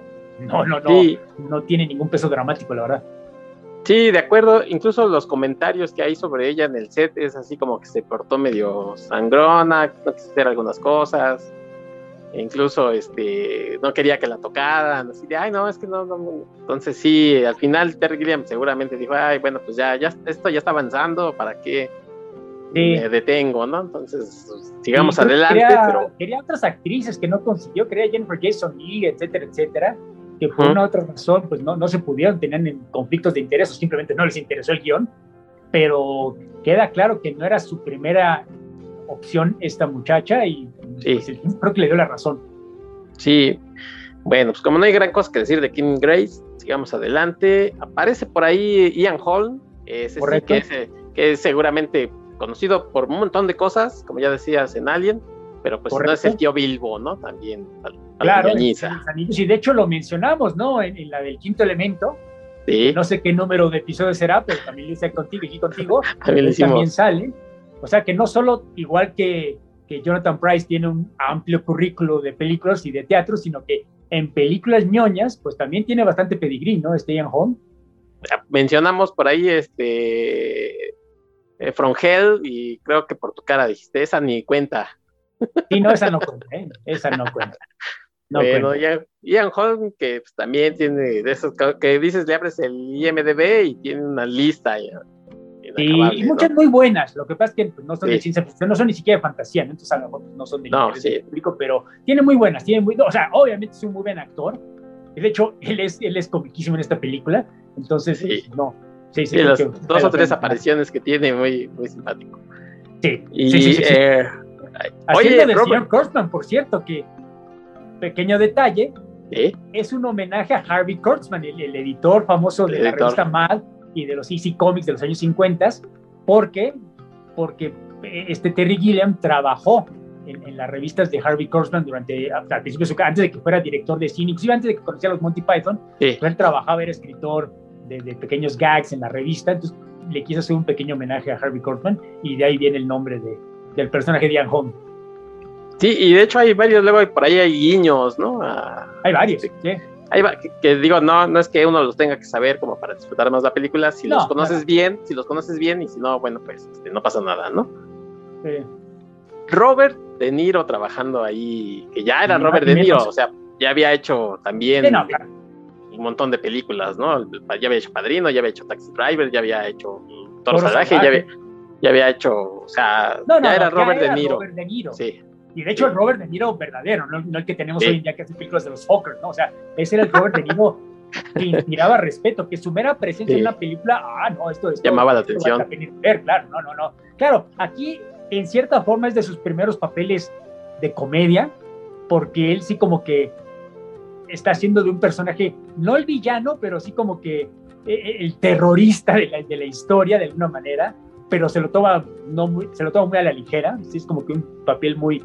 no tiene ningún peso dramático, la verdad. Sí, de acuerdo. Incluso los comentarios que hay sobre ella en el set es así como que se portó medio sangrona, no quiso hacer algunas cosas. E incluso no quería que la tocaran, así de, ay, no, es que no. Entonces sí, al final Terry Gilliam seguramente dijo, ay, bueno, pues ya esto ya está avanzando, ¿para qué me detengo, no? Entonces, sigamos adelante, pero... Quería otras actrices que no consiguió, quería Jennifer Jason Leigh, etcétera, etcétera, que por una u otra razón, pues no se pudieron, tenían conflictos de interés, o simplemente no les interesó el guión, pero queda claro que no era su primera opción esta muchacha y pues, creo que le dio la razón. Sí, bueno, pues como no hay gran cosa que decir de Kim Grace, sigamos adelante. Aparece por ahí Ian Holm, ese sí, que es seguramente conocido por un montón de cosas, como ya decías en Alien, pero pues no es el tío Bilbo, ¿no? También claro, y de hecho lo mencionamos, ¿no? En la del Quinto Elemento. Sí. No sé qué número de episodios será, pero también lo hice contigo, también sale. O sea que no solo, igual que Jonathan Pryce tiene un amplio currículo de películas y de teatro, sino que en películas ñoñas, pues también tiene bastante pedigrí, ¿no? Ian Holm. Mencionamos por ahí From Hell, y creo que por tu cara dijiste, esa ni cuenta. Sí, no, esa no cuenta, esa no cuenta. No, bueno, Ian Holm, que pues, también tiene de esos que dices, le abres el IMDb y tiene una lista y muchas, ¿no? Muy buenas. Lo que pasa es que pues, no son de ciencia ficción, no son ni siquiera de fantasía, ¿no? Entonces a lo mejor no son del público, pero tiene muy buenas, o sea, obviamente es un muy buen actor. De hecho, él es comiquísimo en esta película, entonces no. Sí, las 2 o 3 apariciones que tiene, muy, muy simpático. Sí. Oye, de señor Kurtzman, por cierto, que pequeño detalle, es un homenaje a Harvey Kurtzman, el editor famoso de la revista Mad y de los EC Comics de los años 50, porque Terry Gilliam trabajó en las revistas de Harvey Kurtzman al principio, antes de que fuera director de cine, inclusive antes de que conociera a los Monty Python, pues él trabajaba, era escritor de pequeños gags en la revista, entonces le quiso hacer un pequeño homenaje a Harvey Kurtzman, y de ahí viene el nombre del personaje de Ian Holm. Sí, y de hecho hay varios, luego por ahí hay guiños, ¿no? Hay varios, sí. Que digo, no es que uno los tenga que saber como para disfrutar más la película, si los conoces bien, y si no, bueno, pues no pasa nada, ¿no? Sí. Robert De Niro trabajando ahí, que ya era Robert De Niro, o sea, ya había hecho también un montón de películas, ¿no? Ya había hecho Padrino, ya había hecho Taxi Driver, ya había hecho Toro Salvaje, ya había hecho, o sea, era Robert De Niro. Robert De Niro. Sí. Y de hecho el Robert De Niro verdadero, no el que tenemos hoy en día que hace películas de los Fokker, ¿no? O sea, ese era el Robert De Niro que inspiraba respeto, que su mera presencia en una película, esto llamaba la atención. Claro, no. Claro, aquí en cierta forma es de sus primeros papeles de comedia, porque él sí como que está haciendo de un personaje, no el villano, pero sí como que el terrorista de la historia de alguna manera, pero se lo toma muy a la ligera. Sí, es como que un papel muy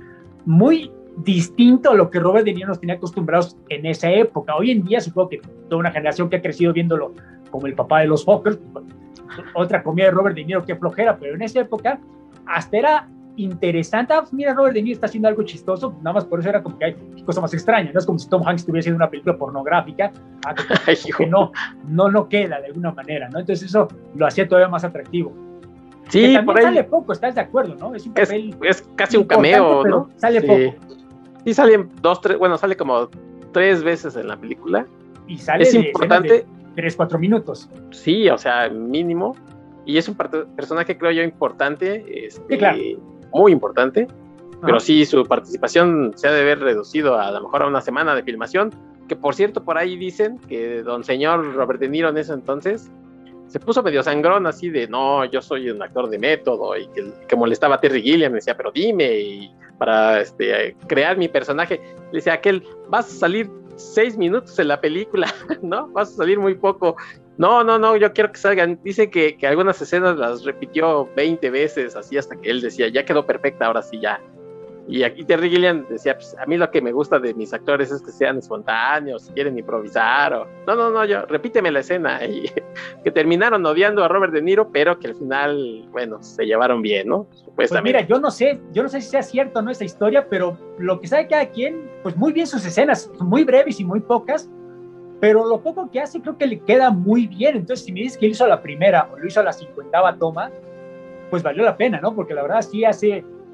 distinto a lo que Robert De Niro nos tenía acostumbrados en esa época. Hoy en día supongo que toda una generación que ha crecido viéndolo como el papá de los Fokker, otra comida de Robert De Niro que flojera, pero en esa época hasta era interesante. Mira, Robert De Niro está haciendo algo chistoso, nada más por eso era como que hay cosa más extraña, no es como si Tom Hanks estuviera haciendo una película pornográfica, que no queda de alguna manera, ¿no? Entonces eso lo hacía todavía más atractivo. Sí, por ahí sale poco, ¿estás de acuerdo, no? Es un papel es casi un cameo, ¿no? Sale poco. Sí, salen 2, 3, bueno, sale como 3 veces en la película. Y sale es importante. 3-4 minutos. Sí, o sea, mínimo. Y es un personaje, creo yo, importante, sí, claro. Muy importante. Pero sí, su participación se ha de ver reducido a lo mejor a una semana de filmación. Que por cierto, por ahí dicen que don señor Robert De Niro en ese entonces se puso medio sangrón, así de, no, yo soy un actor de método, y que molestaba a Terry Gilliam, me decía, pero dime, y para crear mi personaje, le decía, vas a salir 6 minutos en la película, ¿no? Vas a salir muy poco. No, yo quiero que salgan. Dice que algunas escenas las repitió 20 veces, así hasta que él decía, ya quedó perfecta, ahora sí, ya. Y aquí Terry Gilliam decía, pues a mí lo que me gusta de mis actores es que sean espontáneos, si quieren improvisar, o no, repíteme la escena, y que terminaron odiando a Robert De Niro, pero que al final, bueno, se llevaron bien, ¿no? Supuestamente. Pues mira, yo no sé si sea cierto o no esa historia, pero lo que sabe cada quien, pues muy bien sus escenas, son muy breves y muy pocas, pero lo poco que hace creo que le queda muy bien. Entonces, si me dices que lo hizo a la primera o lo hizo a la 50ª toma, pues valió la pena, ¿no? Porque la verdad sí hace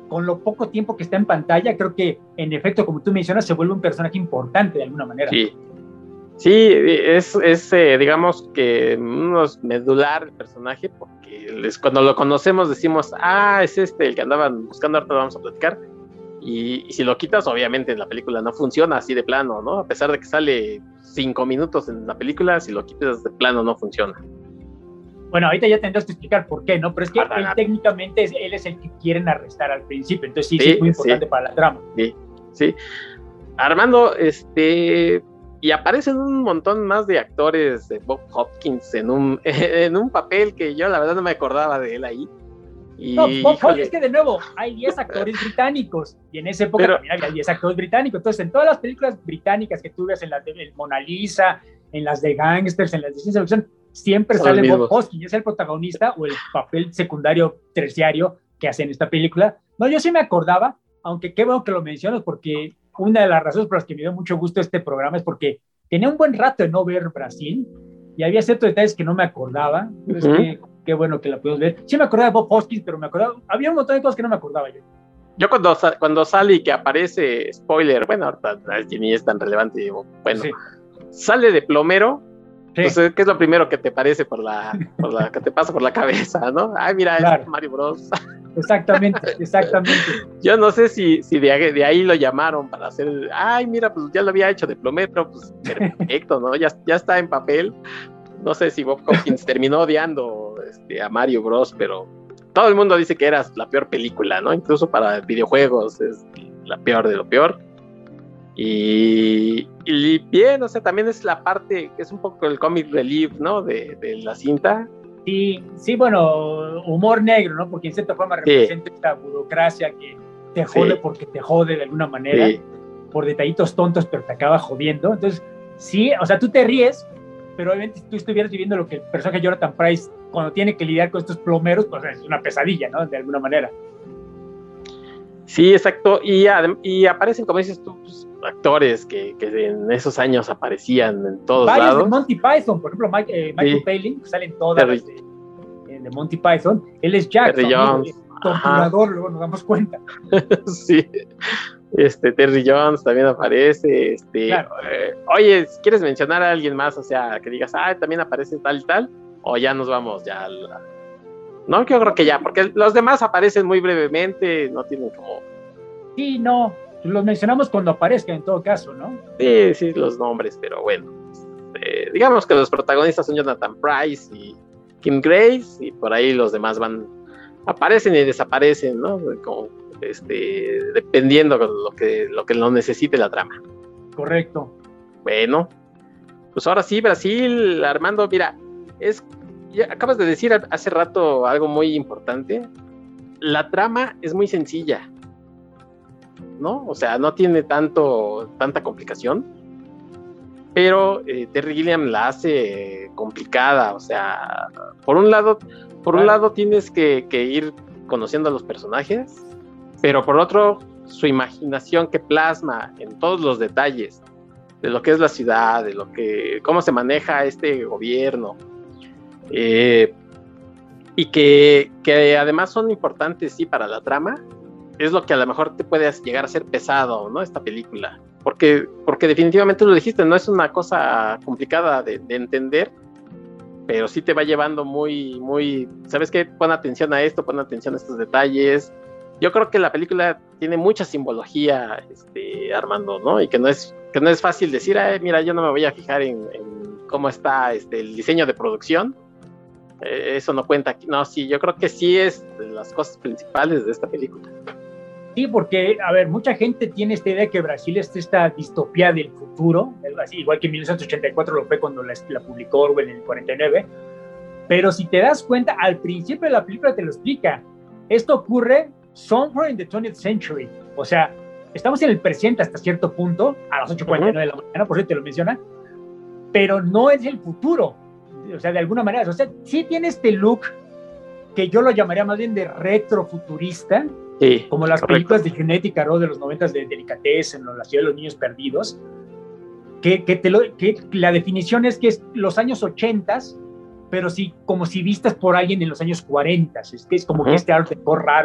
con lo poco tiempo que está en pantalla, creo que en efecto, como tú mencionas, se vuelve un personaje importante de alguna manera. Sí, sí, digamos que unos medular el personaje, porque cuando lo conocemos decimos, es el que andaban buscando, ahorita lo vamos a platicar, y si lo quitas, obviamente en la película no funciona así de plano, ¿no? A pesar de que sale 5 minutos en la película, si lo quitas de plano no funciona. Bueno, ahorita ya tendrás que explicar por qué, ¿no? Pero es que él técnicamente él es el que quieren arrestar al principio, entonces sí es muy importante para la trama. Sí. Armando, y aparecen un montón más de actores de Bob Hopkins en un papel que yo la verdad no me acordaba de él ahí. Bob Hopkins, es que de nuevo hay 10 actores británicos, y en esa época también había 10 actores británicos, entonces en todas las películas británicas que tú ves, en las de Mona Lisa, en las de Gangsters, en las de ciencia ficción, siempre sale Bob Hoskins, es el protagonista o el papel secundario, terciario que hace en esta película. No, yo sí me acordaba, aunque qué bueno que lo mencionas, porque una de las razones por las que me dio mucho gusto este programa es porque tenía un buen rato de no ver Brasil y había ciertos detalles que no me acordaba. Entonces, qué bueno que la pudimos ver. Sí me acordaba de Bob Hoskins, pero había un montón de cosas que no me acordaba yo. Yo cuando sale y que aparece, spoiler, bueno, ahorita ni es tan relevante, bueno, sí. Sale de plomero. Sí. Entonces, ¿qué es lo primero que te parece que te pasa por la cabeza, no? Mira, claro. Es Mario Bros. Exactamente. Yo no sé si de ahí lo llamaron para hacer, mira, pues ya lo había hecho de plomero, pues perfecto, ¿no? Ya está en papel. No sé si Bob Hopkins terminó odiando a Mario Bros, pero todo el mundo dice que era la peor película, ¿no? Incluso para videojuegos es la peor de lo peor. Y bien, o sea, también es la parte, es un poco el comic relief, ¿no? De la cinta. Sí, bueno, humor negro, ¿no? Porque en cierta forma representa esta burocracia que te jode porque te jode de alguna manera, por detallitos tontos, pero te acaba jodiendo. Entonces, sí, o sea, tú te ríes, pero obviamente si tú estuvieras viviendo lo que el personaje de Jonathan Pryce, cuando tiene que lidiar con estos plomeros, pues es una pesadilla, ¿no? De alguna manera. Sí, exacto, y aparecen, como dices tú, pues, actores que en esos años aparecían en todos lados. Varios de Monty Python, por ejemplo, Michael Palin, que salen todas las de Monty Python. Él es Jack, torturador, luego nos damos cuenta. Sí, Terry Jones también aparece. Claro. Oye, si quieres mencionar a alguien más, o sea, que digas, también aparece tal y tal, o ya nos vamos ya No, yo creo que ya, porque los demás aparecen muy brevemente, no tienen como... Sí, no, los mencionamos cuando aparezcan en todo caso, ¿no? Sí, los nombres, pero bueno. Digamos que los protagonistas son Jonathan Pryce y Kim Grace, y por ahí los demás aparecen y desaparecen, ¿no? Como, dependiendo de lo que lo necesite la trama. Correcto. Bueno, pues ahora sí, Brasil, Armando, mira, ya acabas de decir hace rato algo muy importante. La trama es muy sencilla, ¿no? O sea, no tiene tanta complicación, pero Terry Gilliam la hace complicada. O sea, por un lado tienes que ir conociendo a los personajes, pero por otro, su imaginación que plasma en todos los detalles de lo que es la ciudad, de cómo se maneja este gobierno. Y que además son importantes, sí, para la trama, es lo que a lo mejor te puede llegar a ser pesado, ¿no? Esta película, porque definitivamente lo dijiste, no es una cosa complicada de entender, pero sí te va llevando muy, muy, ¿sabes qué? Pon atención a esto, pon atención a estos detalles. Yo creo que la película tiene mucha simbología, Armando, ¿no? Y que no es fácil decir, mira, yo no me voy a fijar en cómo está el diseño de producción. Eso no cuenta aquí. No, sí, yo creo que sí es de las cosas principales de esta película. Sí, porque, a ver, mucha gente tiene esta idea de que Brasil es esta distopía del futuro, así, igual que en 1984 lo fue cuando la publicó Orwell en el 49, pero si te das cuenta, al principio de la película te lo explica. Esto ocurre somewhere in the 20th century, o sea, estamos en el presente hasta cierto punto, a las 8:49 de la mañana, por eso te lo menciona, pero no es el futuro. O sea, de alguna manera, o sea, sí tiene este look que yo lo llamaría más bien de retrofuturista, sí, como las películas de Genetic Caro de los 90s de Delicatessen, La ciudad de los niños perdidos, que la definición es que es los años 80s, pero sí, como si vistas por alguien en los años 40s, es como que este art deco raro,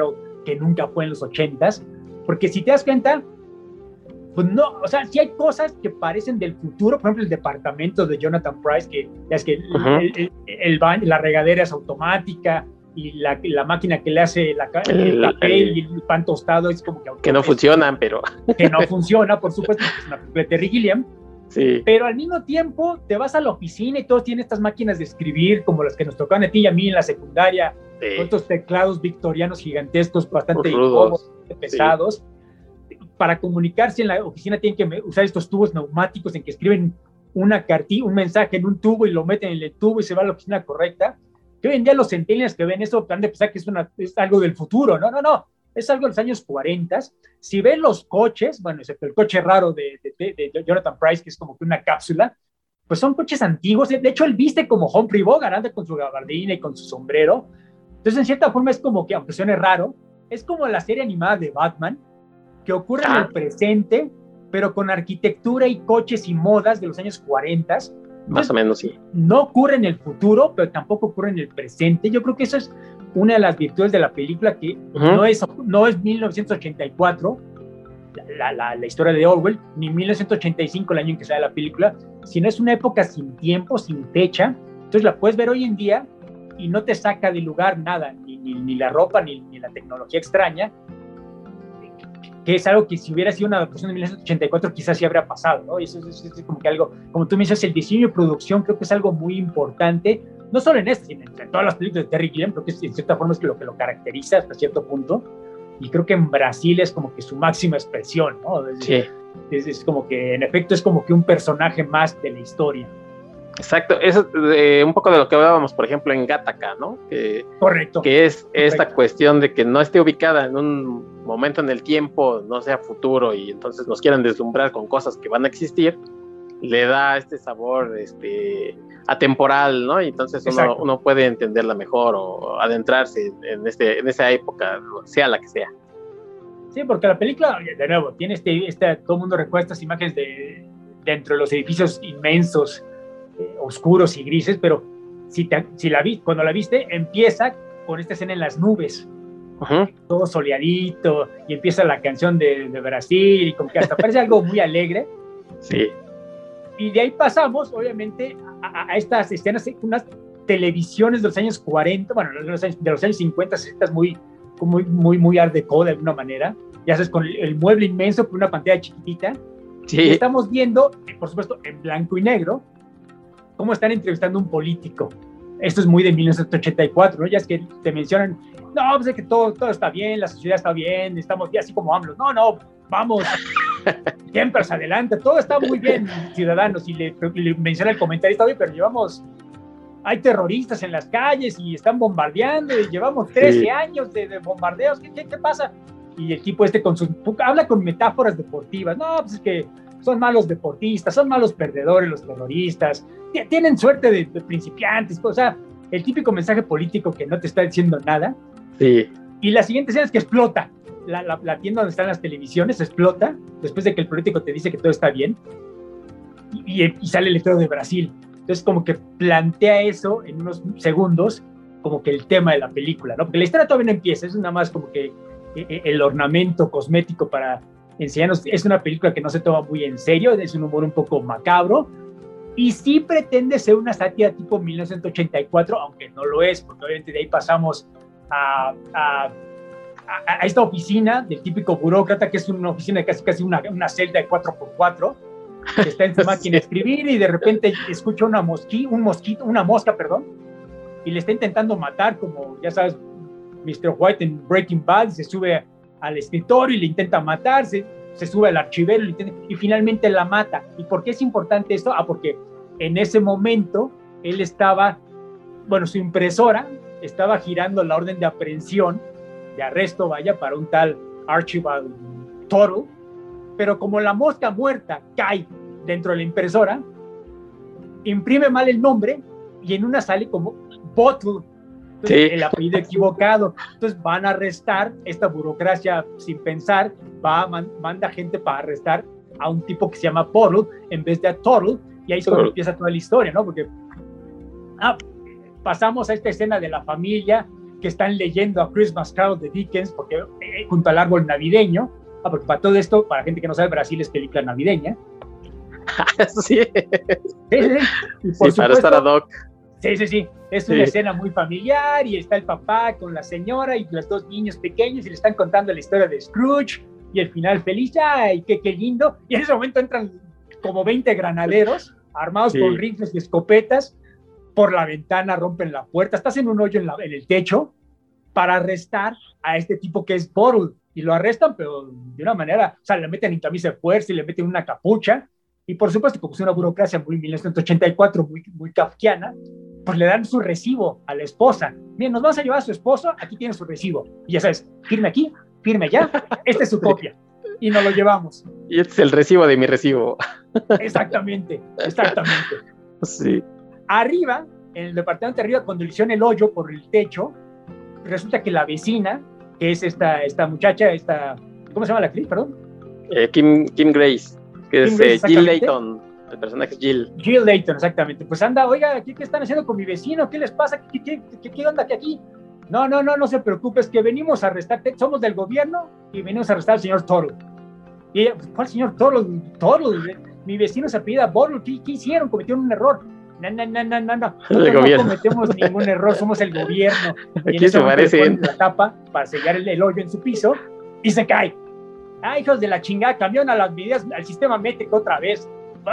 que nunca fue en los 80s, porque si te das cuenta, pues no, o sea, sí hay cosas que parecen del futuro, por ejemplo, el departamento de Jonathan Pryce, que ya es que el baño, la regadera es automática, y la máquina que le hace el café y el pan tostado es como que no funcionan, pero... Que no funciona, por supuesto, es una película de Terry Gilliam. Sí. Pero al mismo tiempo te vas a la oficina y todos tienen estas máquinas de escribir como las que nos tocaban a ti y a mí en la secundaria, con estos teclados victorianos gigantescos, bastante incómodos, pesados. Sí. Para comunicarse en la oficina tienen que usar estos tubos neumáticos en que escriben un mensaje en un tubo y lo meten en el tubo y se va a la oficina correcta. Que hoy en día los centennials que ven eso han de pensar que es algo del futuro. No. Es algo de los años 40. Si ven los coches, bueno, excepto el coche raro de Jonathan Pryce, que es como que una cápsula, pues son coches antiguos. De hecho, él viste como Humphrey Bogart, anda con su gabardina y con su sombrero. Entonces, en cierta forma, es como que, aunque suene raro, es como la serie animada de Batman, que ocurre en el presente, pero con arquitectura y coches y modas de los años 40. Más o menos, sí. No ocurre en el futuro, pero tampoco ocurre en el presente. Yo creo que eso es una de las virtudes de la película, que no es 1984, la historia de Orwell, ni 1985, el año en que sale la película, sino es una época sin tiempo, sin fecha. Entonces la puedes ver hoy en día y no te saca de lugar nada, ni la ropa, ni la tecnología extraña, que es algo que si hubiera sido una adaptación de 1984 quizás sí habría pasado, ¿no? Y eso es como que algo, como tú me dices, el diseño y producción creo que es algo muy importante, no solo en esta, sino en todas las películas de Terry Gilliam. Creo que en cierta forma es lo que lo caracteriza hasta cierto punto, y creo que en Brasil es como que su máxima expresión, ¿no? Es como que, en efecto, es como que un personaje más de la historia. Exacto, es un poco de lo que hablábamos, por ejemplo, en Gattaca, ¿no? Correcto. Que es esta cuestión de que no esté ubicada en un momento en el tiempo, no sea futuro, y entonces nos quieran deslumbrar con cosas que van a existir, le da este sabor atemporal, ¿no? Y entonces uno puede entenderla mejor o adentrarse en esa época, sea la que sea. Sí, porque la película, de nuevo, tiene todo el mundo recuerda estas imágenes dentro de los edificios inmensos, oscuros y grises, pero cuando la viste, empieza con esta escena en las nubes, todo soleadito, y empieza la canción de Brasil, y como que hasta parece algo muy alegre. Sí. Y de ahí pasamos, obviamente, a estas escenas, unas televisiones de los años 40, bueno, de los años 50, 60, muy art deco de alguna manera, ya sabes, con el mueble inmenso, con una pantalla chiquitita. Sí. Y estamos viendo, por supuesto, en blanco y negro, cómo están entrevistando a un político. Esto es muy de 1984, ¿no? Ya es que te mencionan, no, pues es que todo está bien, la sociedad está bien, estamos bien, así como AMLO. No, vamos, siempre hacia adelante, todo está muy bien, ciudadanos. Y le menciona el comentarista, oye, pero hay terroristas en las calles y están bombardeando, y llevamos 13 años de bombardeos, ¿qué pasa? Y el tipo habla con metáforas deportivas. No, pues es que son malos deportistas, son malos perdedores los terroristas, tienen suerte de principiantes, o sea, el típico mensaje político que no te está diciendo nada. Sí. Y la siguiente escena es que explota. La tienda donde están las televisiones explota después de que el político te dice que todo está bien, y sale el letrero de Brasil. Entonces como que plantea eso en unos segundos como que el tema de la película, ¿no? Porque la historia todavía no empieza, es nada más como que el ornamento cosmético para enseñarnos. Es una película que no se toma muy en serio, es un humor un poco macabro, y sí pretende ser una sátira tipo 1984, aunque no lo es, porque obviamente de ahí pasamos a esta oficina del típico burócrata, que es una oficina de casi una celda de 4x4, que está en su máquina de escribir, y de repente escucha una mosca, y le está intentando matar, como ya sabes, Mr. White en Breaking Bad, se sube al escritorio y le intenta matar, se sube al archivero y finalmente la mata. ¿Y por qué es importante esto? Porque en ese momento él estaba, su impresora estaba girando la orden de aprehensión, de arresto, para un tal Archibald Tuttle, pero como la mosca muerta cae dentro de la impresora, imprime mal el nombre y en una sale como Bottle. Entonces, el apellido equivocado. Entonces van a arrestar, esta burocracia sin pensar, manda gente para arrestar a un tipo que se llama Bottle en vez de a Tuttle, y ahí es cuando empieza toda la historia, ¿no? Porque pasamos a esta escena de la familia que están leyendo A Christmas Carol de Dickens porque, junto al árbol navideño, porque para todo esto, para gente que no sabe, Brasil es película navideña. Sí. Y por Sí, supuesto, para estar ad hoc. Sí. Es una escena muy familiar y está el papá con la señora y los dos niños pequeños y le están contando la historia de Scrooge y el final feliz. ¡Ay, qué lindo! Y en ese momento entran como 20 granaderos armados con rifles y escopetas por la ventana, rompen la puerta. Estás en un hoyo en el techo para arrestar a este tipo que es Bottle. Y lo arrestan, pero de una manera, o sea, le meten en camisa de fuerza y le meten una capucha. Y por supuesto, como es una burocracia muy 1984, muy kafkiana, pues le dan su recibo a la esposa. Miren, nos vamos a llevar a su esposo, aquí tiene su recibo. Y ya sabes, firme aquí, firme allá, esta es su copia. Y nos lo llevamos. Y este es el recibo de mi recibo. Exactamente. Sí. Arriba, en el departamento de arriba, cuando le hicieron el hoyo por el techo, resulta que la vecina, que es esta muchacha, ¿cómo se llama la actriz, perdón? Kim Grace, que Kim es Grace, Jill Layton, el personaje Jill. Jill Layton, exactamente. Pues anda, oiga, ¿qué están haciendo con mi vecino? ¿Qué les pasa? ¿Qué onda que aquí? No se preocupe, es que venimos a arrestarte, somos del gobierno y venimos a arrestar al señor Toro. Y ella, ¿cuál señor Toro? Mi vecino se apellida Bottle, ¿qué hicieron? Cometieron un error. No. Nosotros no cometemos ningún error, somos el gobierno. Y Aquí se parece la tapa para sellar el hoyo en su piso y se cae. Hijos de la chingada, cambiaron a las medidas, al sistema métrico otra vez.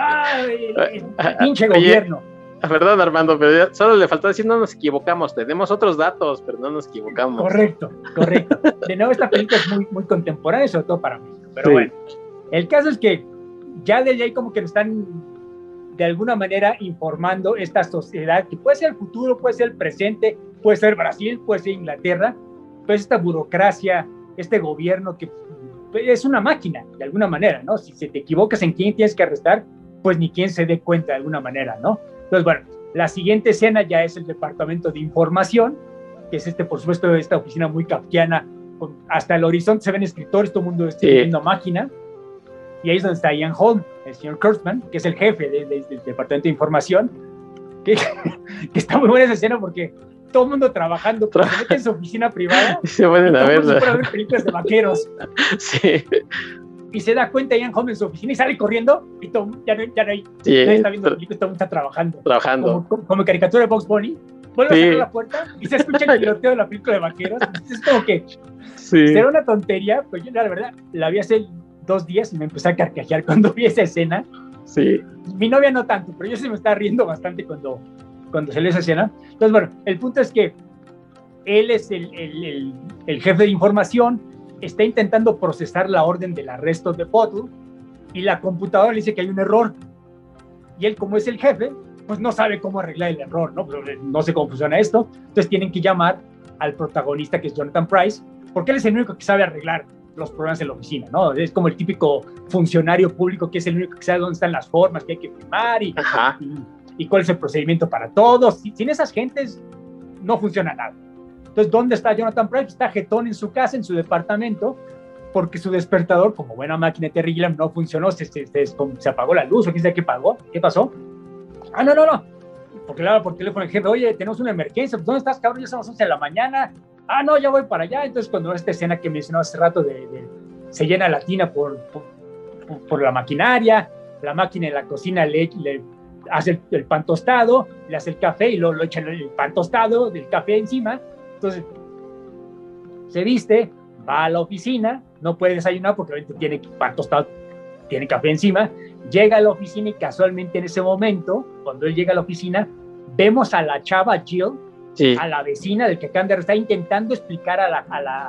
El pinche gobierno. Perdón, Armando, pero ya solo le faltó decir: no nos equivocamos, tenemos otros datos, pero no nos equivocamos. Correcto. De nuevo, esta película es muy contemporánea, sobre todo para México. Pero bueno, el caso es que ya desde ahí como que nos están de alguna manera informando esta sociedad, que puede ser el futuro, puede ser el presente, puede ser Brasil, puede ser Inglaterra, pues esta burocracia, este gobierno que es una máquina, de alguna manera, ¿no? Si te equivocas en quién tienes que arrestar, pues ni quien se dé cuenta de alguna manera, ¿no? Entonces, bueno, la siguiente escena ya es el departamento de información, que es por supuesto, esta oficina muy kafkiana, hasta el horizonte se ven escritores, todo el mundo está viendo máquina, y ahí es donde está Ian Holm, el señor Kurtzman, que es el jefe del departamento de información, que está muy buena esa escena porque todo el mundo trabajando, se mete en su oficina privada, se pueden a ver películas de vaqueros. Sí. Y se da cuenta Ian Holm en su oficina y sale corriendo y todo, ya no hay, nadie está viendo películas, todo el mundo está trabajando. Como caricatura de Bugs Bunny. Vuelve a cerrar la puerta y se escucha el tiroteo de la película de vaqueros. Entonces es como que será una tontería, pero yo la verdad la vi hace 2 días y me empecé a carcajear cuando vi esa escena. Sí. Mi novia no tanto, pero yo sí me estaba riendo bastante cuando salió esa escena. Entonces, bueno, el punto es que él es el jefe de información, está intentando procesar la orden del arresto de Bottle y la computadora le dice que hay un error. Y él, como es el jefe, pues no sabe cómo arreglar el error, ¿no? Pues no sé cómo funciona esto. Entonces tienen que llamar al protagonista, que es Jonathan Pryce, porque él es el único que sabe arreglar los problemas en la oficina, ¿no? Es como el típico funcionario público que es el único que sabe dónde están las formas que hay que firmar y cuál es el procedimiento para todos. Sin esas gentes no funciona nada. Entonces, ¿dónde está Jonathan Pryce? Está jetón en su casa, en su departamento, porque su despertador, como buena máquina de Terry Gilliam, no funcionó, se apagó la luz, o quién sabe qué pasó. No. Porque le habla por teléfono el jefe: oye, tenemos una emergencia, ¿dónde estás, cabrón? Ya son las 11 de la mañana. No, ya voy para allá. Entonces, cuando esta escena que mencionó hace rato se llena la tina por la maquinaria, la máquina en la cocina le hace el pan tostado, le hace el café y lo echa el pan tostado del café encima. Entonces, se viste, va a la oficina, no puede desayunar porque obviamente tiene pan tostado, tiene café encima, llega a la oficina y casualmente en ese momento, cuando él llega a la oficina, vemos a la chava Jill, a la vecina del que acaban de arrestar, intentando explicar al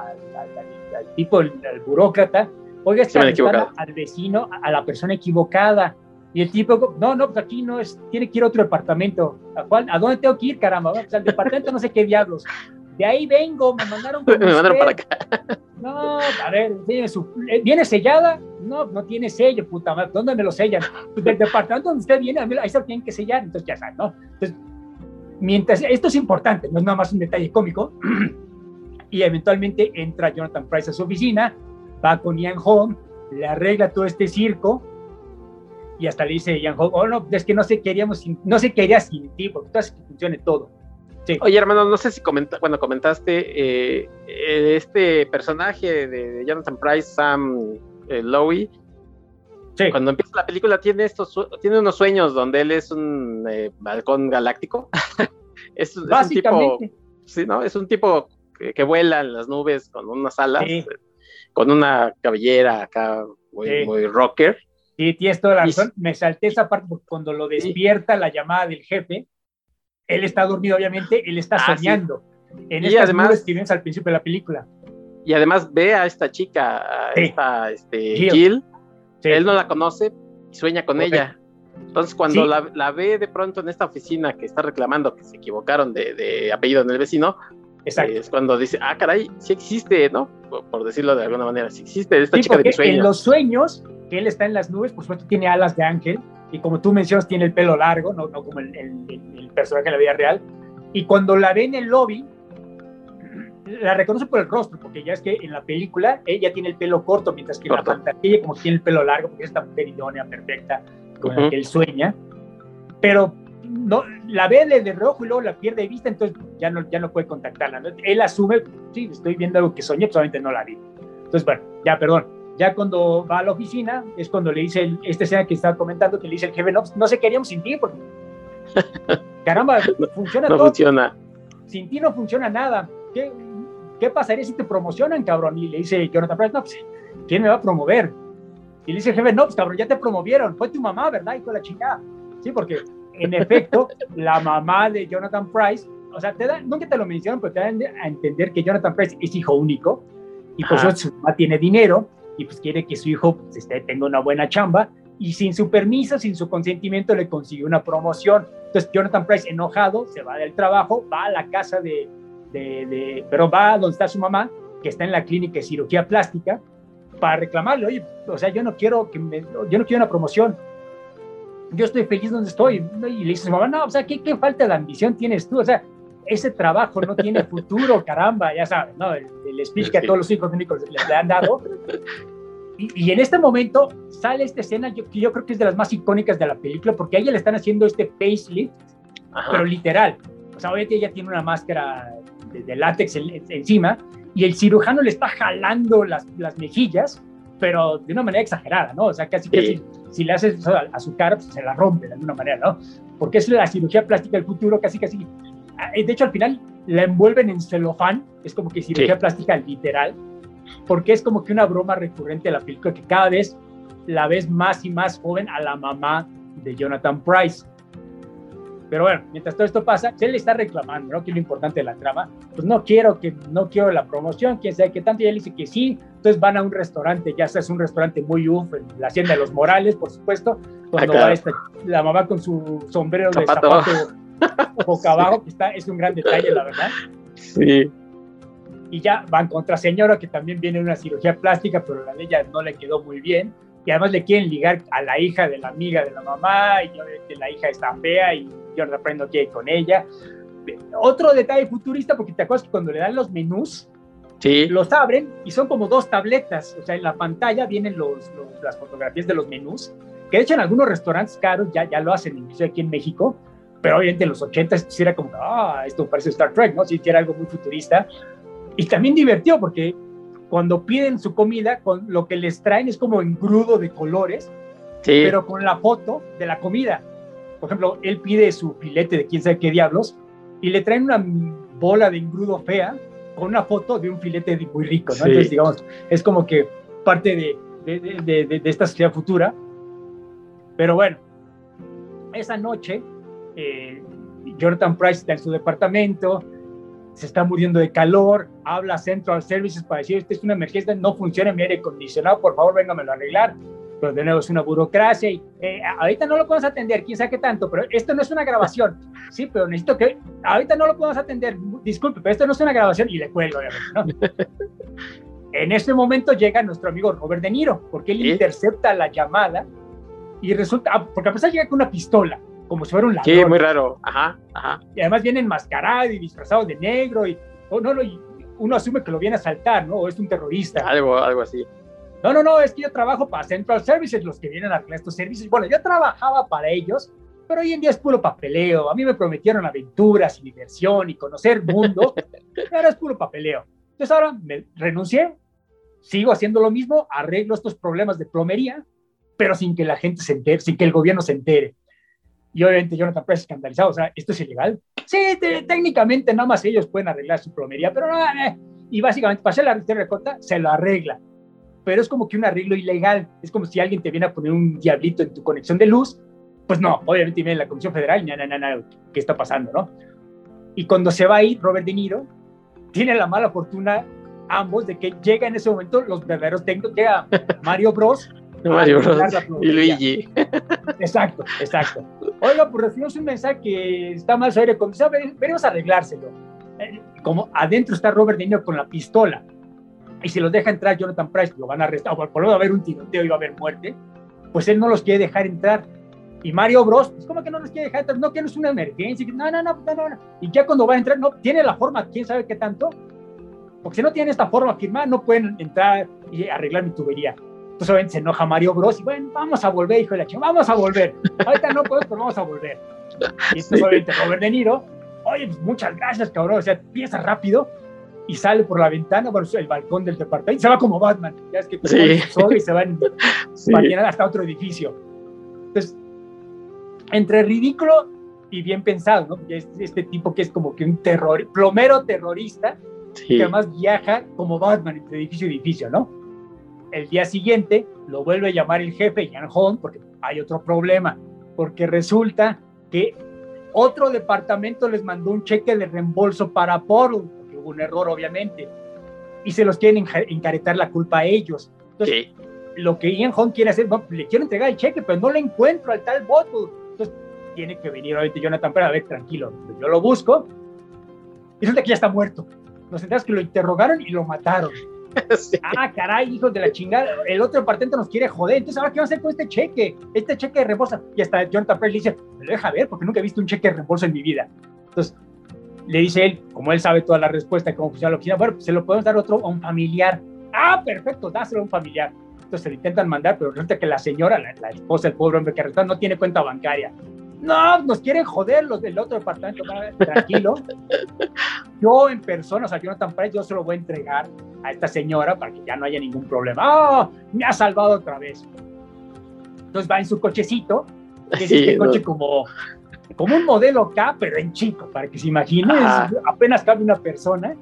tipo, al burócrata: oiga, está arrestando al vecino, a la persona equivocada. Y el tipo: no, pues aquí no es, tiene que ir a otro departamento. ¿A dónde tengo que ir, caramba? Pues al departamento no sé qué diablos. De ahí vengo, me mandaron para acá. No, a ver, ¿viene sellada? No tiene sello, puta madre. ¿Dónde me lo sellan? Pues del departamento donde usted viene, ahí se lo tienen que sellar. Entonces ya saben, ¿no? Entonces, mientras, esto es importante, no es nada más un detalle cómico. Y eventualmente entra Jonathan Pryce a su oficina, va con Ian Holm, le arregla todo este circo. Y hasta le dice Ian Holm: no, es que no se quería sin ti, porque tú haces que funcione todo. Sí. Oye, hermano, no sé si comentaste este personaje de Jonathan Pryce, Sam Lowe. Sí. Cuando empieza la película tiene unos sueños donde él es un halcón galáctico. es un tipo, sí, ¿no? Es un tipo que vuela en las nubes con unas alas, sí. Con una cabellera acá muy rocker. Sí, tienes toda la razón. Me salté esa parte porque cuando lo despierta la llamada del jefe, él está dormido, obviamente, él está soñando. Sí. En estas además, nubes que vienes al principio de la película. Y además ve a esta chica, a esta Jill. Sí. Él no la conoce y sueña con ella. Entonces, cuando la ve de pronto en esta oficina que está reclamando que se equivocaron de apellido en el vecino, es cuando dice, caray, sí existe, ¿no? Por decirlo de alguna manera, sí existe esta chica de mis sueños. En los sueños, que él está en las nubes, por supuesto tiene alas de ángel, y como tú mencionas, tiene el pelo largo, no como el personaje en la vida real. Y cuando la ve en el lobby, la reconoce por el rostro, porque ya es que en la película ella tiene el pelo corto, mientras que en la pantalla como que tiene el pelo largo, porque es esta mujer idónea, perfecta, con la que él sueña. Pero no, la ve de reojo y luego la pierde de vista, entonces ya no puede contactarla, ¿no? Él asume, sí, estoy viendo algo que soñé, solamente no la vi. Entonces, bueno, ya cuando va a la oficina, es cuando le dice, esta escena que estaba comentando, que le dice el jefe, no se queríamos sin ti, porque caramba, funciona no todo. Funciona. Sin ti no funciona nada. ¿Qué pasaría si te promocionan, cabrón? Y le dice Jonathan Pryce, no, pues, ¿quién me va a promover? Y le dice el jefe, no, pues, cabrón, ya te promovieron, fue tu mamá, ¿verdad? Hijo de la chingada. Sí, porque, en efecto, la mamá de Jonathan Pryce, o sea, nunca te lo mencionan, pero te dan a entender que Jonathan Pryce es hijo único, y por eso su mamá tiene dinero, y pues quiere que su hijo pues, tenga una buena chamba, y sin su permiso, sin su consentimiento, le consiguió una promoción. Entonces, Jonathan Pryce, enojado, se va del trabajo, va a la casa pero va a donde está su mamá, que está en la clínica de cirugía plástica, para reclamarle, oye, o sea, yo no quiero una promoción, yo estoy feliz donde estoy. Y le dice a su mamá, no, o sea, ¿qué falta de ambición tienes tú? O sea, ese trabajo no tiene futuro, caramba, ya sabes, ¿no? El speech que a todos los hijos únicos le han dado. Y en este momento sale esta escena, que yo creo que es de las más icónicas de la película, porque a ella le están haciendo este facelift, pero literal. O sea, obviamente ella tiene una máscara de látex encima, y el cirujano le está jalando las mejillas, pero de una manera exagerada, ¿no? O sea, casi si le haces a su cara, pues se la rompe de alguna manera, ¿no? Porque es la cirugía plástica del futuro, casi. De hecho, al final la envuelven en celofán, es como que cirugía plástica literal, porque es como que una broma recurrente de la película, que cada vez la ves más y más joven a la mamá de Jonathan Pryce. Pero bueno, mientras todo esto pasa, él le está reclamando, ¿no? Que es lo importante de la trama. Pues no quiero la promoción, quién sabe qué tanto. Y él dice que sí. Entonces van a un restaurante, ya sea es un restaurante muy en la Hacienda de los Morales, por supuesto, cuando va la mamá con su sombrero de zapato boca abajo, que es un gran detalle, la verdad. Sí. Y ya van contra señora, que también viene una cirugía plástica, pero la de ella no le quedó muy bien. Y además le quieren ligar a la hija de la amiga de la mamá, y obviamente la hija está fea, y Jonathan Pryce no quiere ir con ella. Otro detalle futurista, porque te acuerdas que cuando le dan los menús, los abren y son como 2 tabletas. O sea, en la pantalla vienen las fotografías de los menús, que de hecho en algunos restaurantes caros ya lo hacen, incluso aquí en México, pero obviamente en los 80s era como, esto parece Star Trek, ¿no? Sí, era algo muy futurista. Y también divertido, porque cuando piden su comida, con lo que les traen es como engrudo de colores, pero con la foto de la comida. Por ejemplo, él pide su filete de quién sabe qué diablos, y le traen una bola de engrudo fea con una foto de un filete muy rico, ¿no? Entonces, digamos, es como que parte de esta sociedad futura. Pero bueno, esa noche, Jonathan Pryce está en su departamento, se está muriendo de calor, habla a Central Services para decir, esta es una emergencia, no funciona mi aire acondicionado, por favor, véngamelo a arreglar. Pero de nuevo es una burocracia y ahorita no lo podemos atender, quién sabe qué tanto, pero esto no es una grabación. Sí, pero necesito que, ahorita no lo podemos atender, disculpe, pero esto no es una grabación, y le cuelgo, obviamente, ¿no? En este momento llega nuestro amigo Robert De Niro, porque él intercepta la llamada y resulta, porque a pesar llega con una pistola, como si fuera un ladrón. Sí, muy raro. Ajá. Y además viene enmascarado y disfrazado de negro y uno asume que lo viene a asaltar, ¿no? O es un terrorista. Algo así. No, es que yo trabajo para Central Services, los que vienen a arreglar estos servicios. Bueno, yo trabajaba para ellos, pero hoy en día es puro papeleo. A mí me prometieron aventuras y diversión y conocer mundo, pero ahora es puro papeleo. Entonces ahora me renuncié, sigo haciendo lo mismo, arreglo estos problemas de plomería, pero sin que la gente se entere, sin que el gobierno se entere. Y obviamente Jonathan Pryce escandalizado, o sea, ¿esto es ilegal? Sí, técnicamente nada más ellos pueden arreglar su plomería, pero no, y básicamente para hacer la historia corta, se lo arregla. Pero es como que un arreglo ilegal, es como si alguien te viene a poner un diablito en tu conexión de luz, pues no, obviamente viene la Comisión Federal, ¿qué está pasando, no? Y cuando se va a ir Robert De Niro, tiene la mala fortuna ambos de que llega en ese momento los verdaderos técnicos, llega Mario Bros. Mario Bros. Y Luigi. Exacto. Oiga, pues recibimos un mensaje que está mal su aire acondicionado, venimos a arreglárselo. Como adentro está Robert De Niro con la pistola, y si los deja entrar Jonathan Pryce, lo van a arrestar, o por lo menos va a haber un tiroteo y va a haber muerte, pues él no los quiere dejar entrar. Y Mario Bros, pues ¿cómo que no los quiere dejar entrar? No, que no es una emergencia. No. Y ya cuando va a entrar, no, tiene la forma, quién sabe qué tanto, porque si no tienen esta forma firmada, no pueden entrar y arreglar mi tubería. Entonces obviamente se enoja Mario Bros y bueno, vamos a volver, hijo de la chica, vamos a volver. Ahorita no podemos, pero vamos a volver. Y entonces obviamente Robert De Niro, oye, pues muchas gracias, cabrón, o sea, piensa rápido y sale por la ventana, por el balcón del departamento, y se va como Batman, ya es que solo y se van hasta otro edificio. Entonces, entre ridículo y bien pensado, ¿no? Porque este tipo que es como que un plomero terrorista, que además viaja como Batman entre edificio y edificio, ¿no? El día siguiente lo vuelve a llamar el jefe, Ian Holm, porque hay otro problema, porque resulta que otro departamento les mandó un cheque de reembolso para Portland, porque hubo un error obviamente, y se los quieren encaretar la culpa a ellos. Entonces, lo que Ian Holm quiere hacer, bueno, le quiero entregar el cheque, pero no le encuentro al tal Botwood. Entonces, tiene que venir ahorita Jonathan Pryce, a ver, tranquilo, yo lo busco, y resulta que ya está muerto. Nos enteramos que lo interrogaron y lo mataron. Sí. Ah, caray, hijos de la chingada, el otro departamento nos quiere joder, entonces ahora qué vamos a hacer con este cheque de reembolso. Y hasta Jonathan Pryce le dice, me lo deja ver porque nunca he visto un cheque de reembolso en mi vida. Entonces le dice él, como él sabe toda la respuesta, cómo funciona la oficina, bueno, pues se lo podemos dar a un familiar. Ah, perfecto, dáselo a un familiar. Entonces se lo intentan mandar, pero resulta que la señora, la esposa del pobre hombre que arrestaron, no tiene cuenta bancaria. No, nos quieren joder los del otro departamento, tranquilo. Yo en persona, o sea, Jonathan Pryce, yo se lo voy a entregar a esta señora para que ya no haya ningún problema. ¡Oh! Me ha salvado otra vez. Entonces va en su cochecito, que es este coche como un modelo K, pero en chico, para que se imagine, apenas cabe una persona,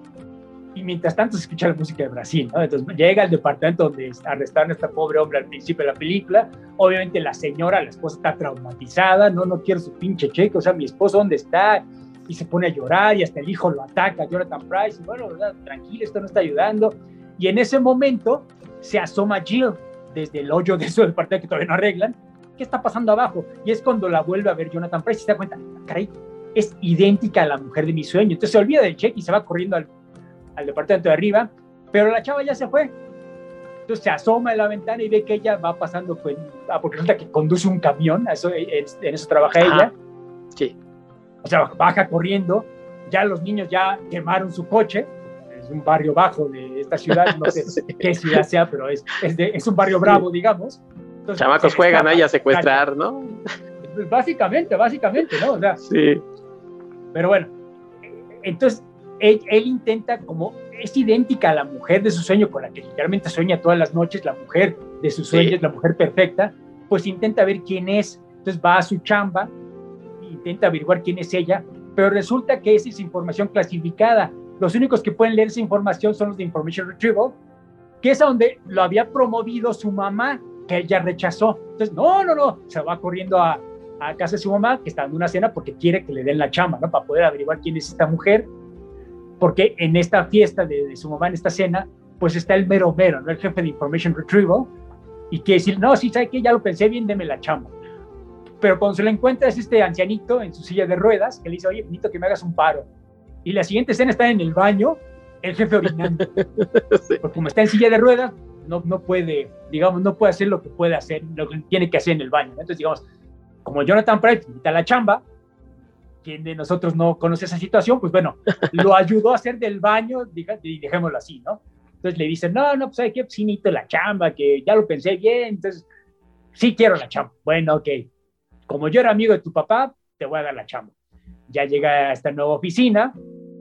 y mientras tanto se escucha la música de Brasil, ¿no? Entonces llega al departamento donde arrestaron a este pobre hombre al principio de la película. Obviamente la señora, la esposa, está traumatizada, no quiere su pinche cheque, o sea, mi esposo, ¿dónde está? Y se pone a llorar, y hasta el hijo lo ataca, Jonathan Pryce, y bueno, ¿verdad? Tranquilo, esto no está ayudando. Y en ese momento se asoma Jill desde el hoyo de su departamento que todavía no arreglan. ¿Qué está pasando abajo? Y es cuando la vuelve a ver Jonathan Pryce y se da cuenta, caray, es idéntica a la mujer de mi sueño. Entonces se olvida del cheque y se va corriendo al departamento de arriba, pero la chava ya se fue. Entonces se asoma en la ventana y ve que ella va pasando, porque resulta que conduce un camión, en eso trabaja ella. Sí. O sea, baja corriendo, ya los niños ya quemaron su coche, es un barrio bajo de esta ciudad, no sé qué ciudad sea, pero es un barrio bravo, digamos. Entonces, chamacos juegan ahí a secuestrar, ¿no? Básicamente, ¿no? O sea, sí. Pero bueno, entonces él intenta, como es idéntica a la mujer de su sueño, con la que literalmente sueña todas las noches, la mujer de sus sueños, la mujer perfecta, pues intenta ver quién es. Entonces va a su chamba, intenta averiguar quién es ella, pero resulta que esa es información clasificada. Los únicos que pueden leer esa información son los de Information Retrieval, que es a donde lo había promovido su mamá, que ella rechazó. Entonces, no, se va corriendo a casa de su mamá, que está dando una cena porque quiere que le den la chamba, ¿no? Para poder averiguar quién es esta mujer, porque en esta fiesta de su mamá, en esta cena, pues está el mero, ¿no? El jefe de Information Retrieval, y quiere decir, no, sí, ¿sabe qué? Ya lo pensé bien, deme la chamba. Pero cuando se lo encuentra es este ancianito en su silla de ruedas, que le dice, oye, necesito que me hagas un paro. Y la siguiente escena está en el baño, el jefe orinando. Sí. Porque como está en silla de ruedas, no puede, digamos, no puede hacer lo que puede hacer, lo que tiene que hacer en el baño. Entonces, digamos, como Jonathan Pryce invita a la chamba, quien de nosotros no conoce esa situación, pues bueno, lo ayudó a hacer del baño, y dejémoslo así, ¿no? Entonces le dicen, no, pues ¿sabe qué? Pues sí necesito la chamba, que ya lo pensé bien, entonces sí quiero la chamba. Bueno, ok. como yo era amigo de tu papá, te voy a dar la chamba. Ya llega a esta nueva oficina,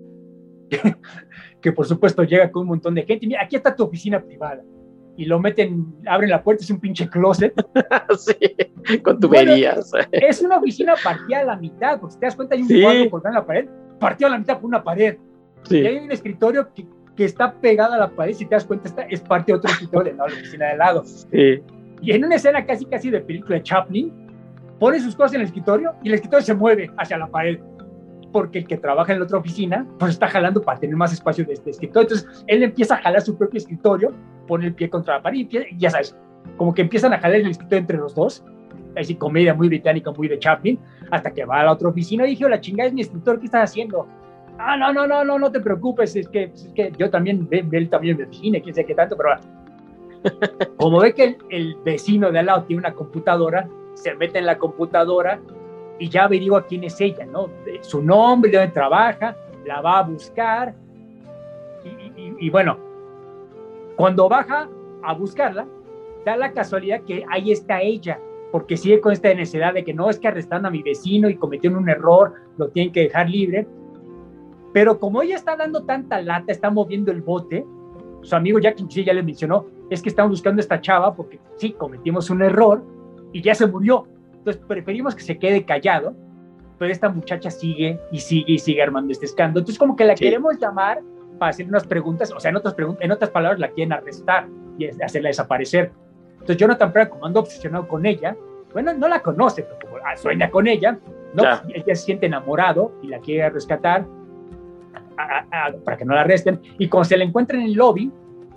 que por supuesto llega con un montón de gente. Mira, aquí está tu oficina privada. Y lo meten, abren la puerta, es un pinche closet. Sí, con tuberías. Bueno, es una oficina partida a la mitad, porque si te das cuenta hay un cuadro colgado en la pared, partido a la mitad por una pared. Sí. Y hay un escritorio que está pegado a la pared, si te das cuenta es parte de otro escritorio de la oficina de al lado. Sí. Y en una escena casi de película de Chaplin, pone sus cosas en el escritorio y el escritorio se mueve hacia la pared, porque el que trabaja en la otra oficina pues está jalando para tener más espacio de este escritorio. Entonces él empieza a jalar su propio escritorio, pone el pie contra la pared y ya sabes, como que empiezan a jalar el escritorio entre los dos. Así comedia muy británica, muy de Chaplin, hasta que va a la otra oficina y dije, la chingada, es mi escritor, ¿qué estás haciendo? Ah, no te preocupes, es que yo también, él también me oficina, quién sabe qué tanto, pero como ve que el vecino de al lado tiene una computadora, se mete en la computadora y ya averigua quién es ella, ¿no? Su nombre, de dónde trabaja, la va a buscar y bueno, cuando baja a buscarla, da la casualidad que ahí está ella, porque sigue con esta necesidad de que no, es que arrestaron a mi vecino y cometieron un error, lo tienen que dejar libre. Pero como ella está dando tanta lata, está moviendo el bote, su amigo Jack inclusive ya le mencionó, es que estamos buscando a esta chava porque sí, cometimos un error y ya se murió. Entonces preferimos que se quede callado, pero esta muchacha sigue armando este escándalo. Entonces como que la queremos llamar para hacer unas preguntas, o sea, en otras palabras la quieren arrestar y hacerla desaparecer. Entonces Jonathan Pryce, como anda obsesionado con ella, bueno, no la conoce, pero como sueña con ella, ¿no? Ella se siente enamorado y la quiere rescatar para que no la arresten, y cuando se la encuentran en el lobby,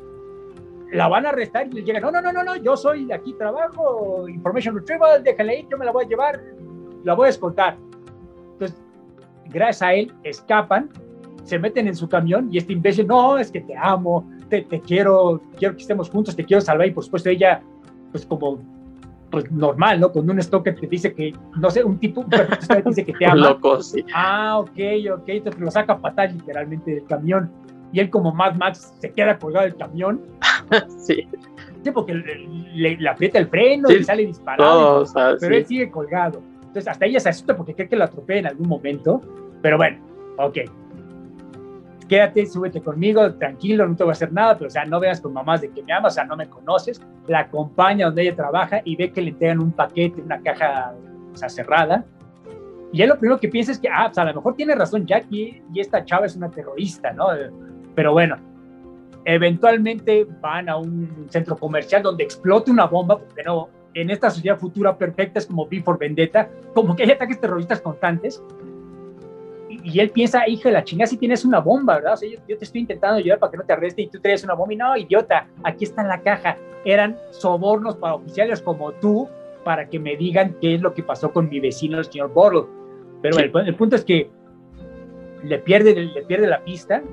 la van a arrestar y le llegan, no, yo soy de aquí, trabajo, Information Retrieval, déjala ir, yo me la voy a llevar, la voy a escoltar. Entonces, gracias a él, escapan, se meten en su camión y este imbécil, no, es que te amo, te quiero que estemos juntos, te quiero salvar, y por supuesto ella, pues como pues normal, ¿no? Con un stalker que te dice que, no sé, un perfecto stalker dice que te ama. Loco, sí. Ah, ok, entonces lo saca a patar literalmente del camión, y él como Mad Max se queda colgado del camión. Sí. Sí, porque le aprieta el freno y sale disparado, pero él sigue colgado. Entonces hasta ella se asusta porque cree que lo atropella en algún momento, pero bueno, ok. Quédate, súbete conmigo, tranquilo, no te voy a hacer nada, pero o sea, no veas con mamás de que me amas, o sea, no me conoces. La acompaña donde ella trabaja y ve que le entregan un paquete, una caja, o sea, cerrada. Y él lo primero que piensa es que, pues a lo mejor tiene razón Jackie y esta chava es una terrorista, ¿no? Pero bueno, eventualmente van a un centro comercial donde explota una bomba, porque no, en esta sociedad futura perfecta es como V for Vendetta, como que hay ataques terroristas constantes. Y él piensa, hijo de la chingada, si tienes una bomba, ¿verdad? O sea, yo te estoy intentando ayudar para que no te arreste y tú traes una bomba. Y no, idiota, aquí está en la caja. Eran sobornos para oficiales como tú para que me digan qué es lo que pasó con mi vecino, el señor Bottle. Pero sí. el punto es que le pierde la pista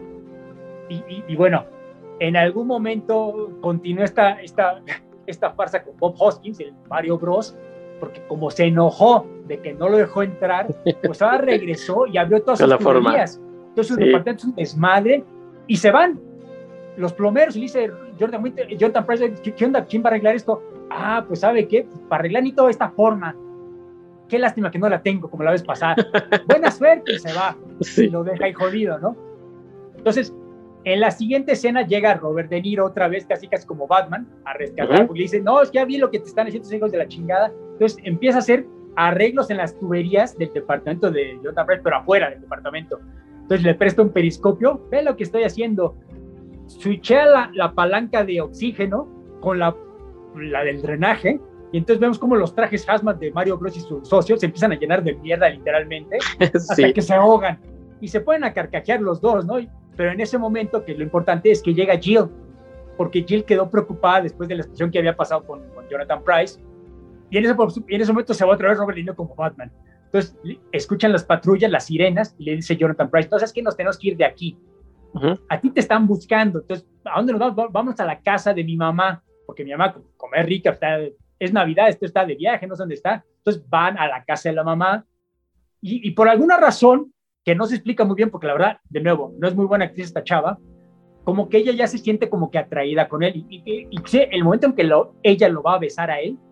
y bueno, en algún momento continúa esta farsa con Bob Hoskins, el Mario Bros, porque como se enojó de que no lo dejó entrar, pues ahora regresó y abrió todas sus tuberías. Entonces su departamento es un desmadre y se van los plomeros y dice Jonathan Pryce, ¿qué onda? ¿Quién va a arreglar esto? Pues ¿sabe qué? Para arreglar ni toda esta forma. Qué lástima que no la tengo como la vez pasada. Buena suerte, y se va. Sí. Y lo deja ahí jodido, ¿no? Entonces, en la siguiente escena llega Robert De Niro otra vez, casi como Batman, a rescatar, porque le dice, no, es que ya vi lo que te están haciendo esos hijos de la chingada. Entonces empieza a hacer arreglos en las tuberías del departamento de Jonathan Pryce, pero afuera del departamento. Entonces le presta un periscopio, ve lo que estoy haciendo. Switchea la palanca de oxígeno con la del drenaje, y entonces vemos como los trajes hazmat de Mario Bros y sus socios se empiezan a llenar de mierda literalmente, hasta que se ahogan y se ponen a carcajear los dos, ¿no? Pero en ese momento, que lo importante es que llega Jill, porque Jill quedó preocupada después de la situación que había pasado con Jonathan Pryce, y en ese momento se va otra vez Robert De Niro como Batman. Entonces escuchan las patrullas, las sirenas, y le dice Jonathan Pryce, entonces es que nos tenemos que ir de aquí. A ti te están buscando. Entonces, ¿a dónde nos vamos? Vamos a la casa de mi mamá, porque mi mamá, como es rica, es Navidad, esto está de viaje, no sé dónde está. Entonces van a la casa de la mamá y por alguna razón que no se explica muy bien, porque la verdad, de nuevo, no es muy buena actriz esta chava, como que ella ya se siente como que atraída con él y el momento en que ella lo va a besar a él,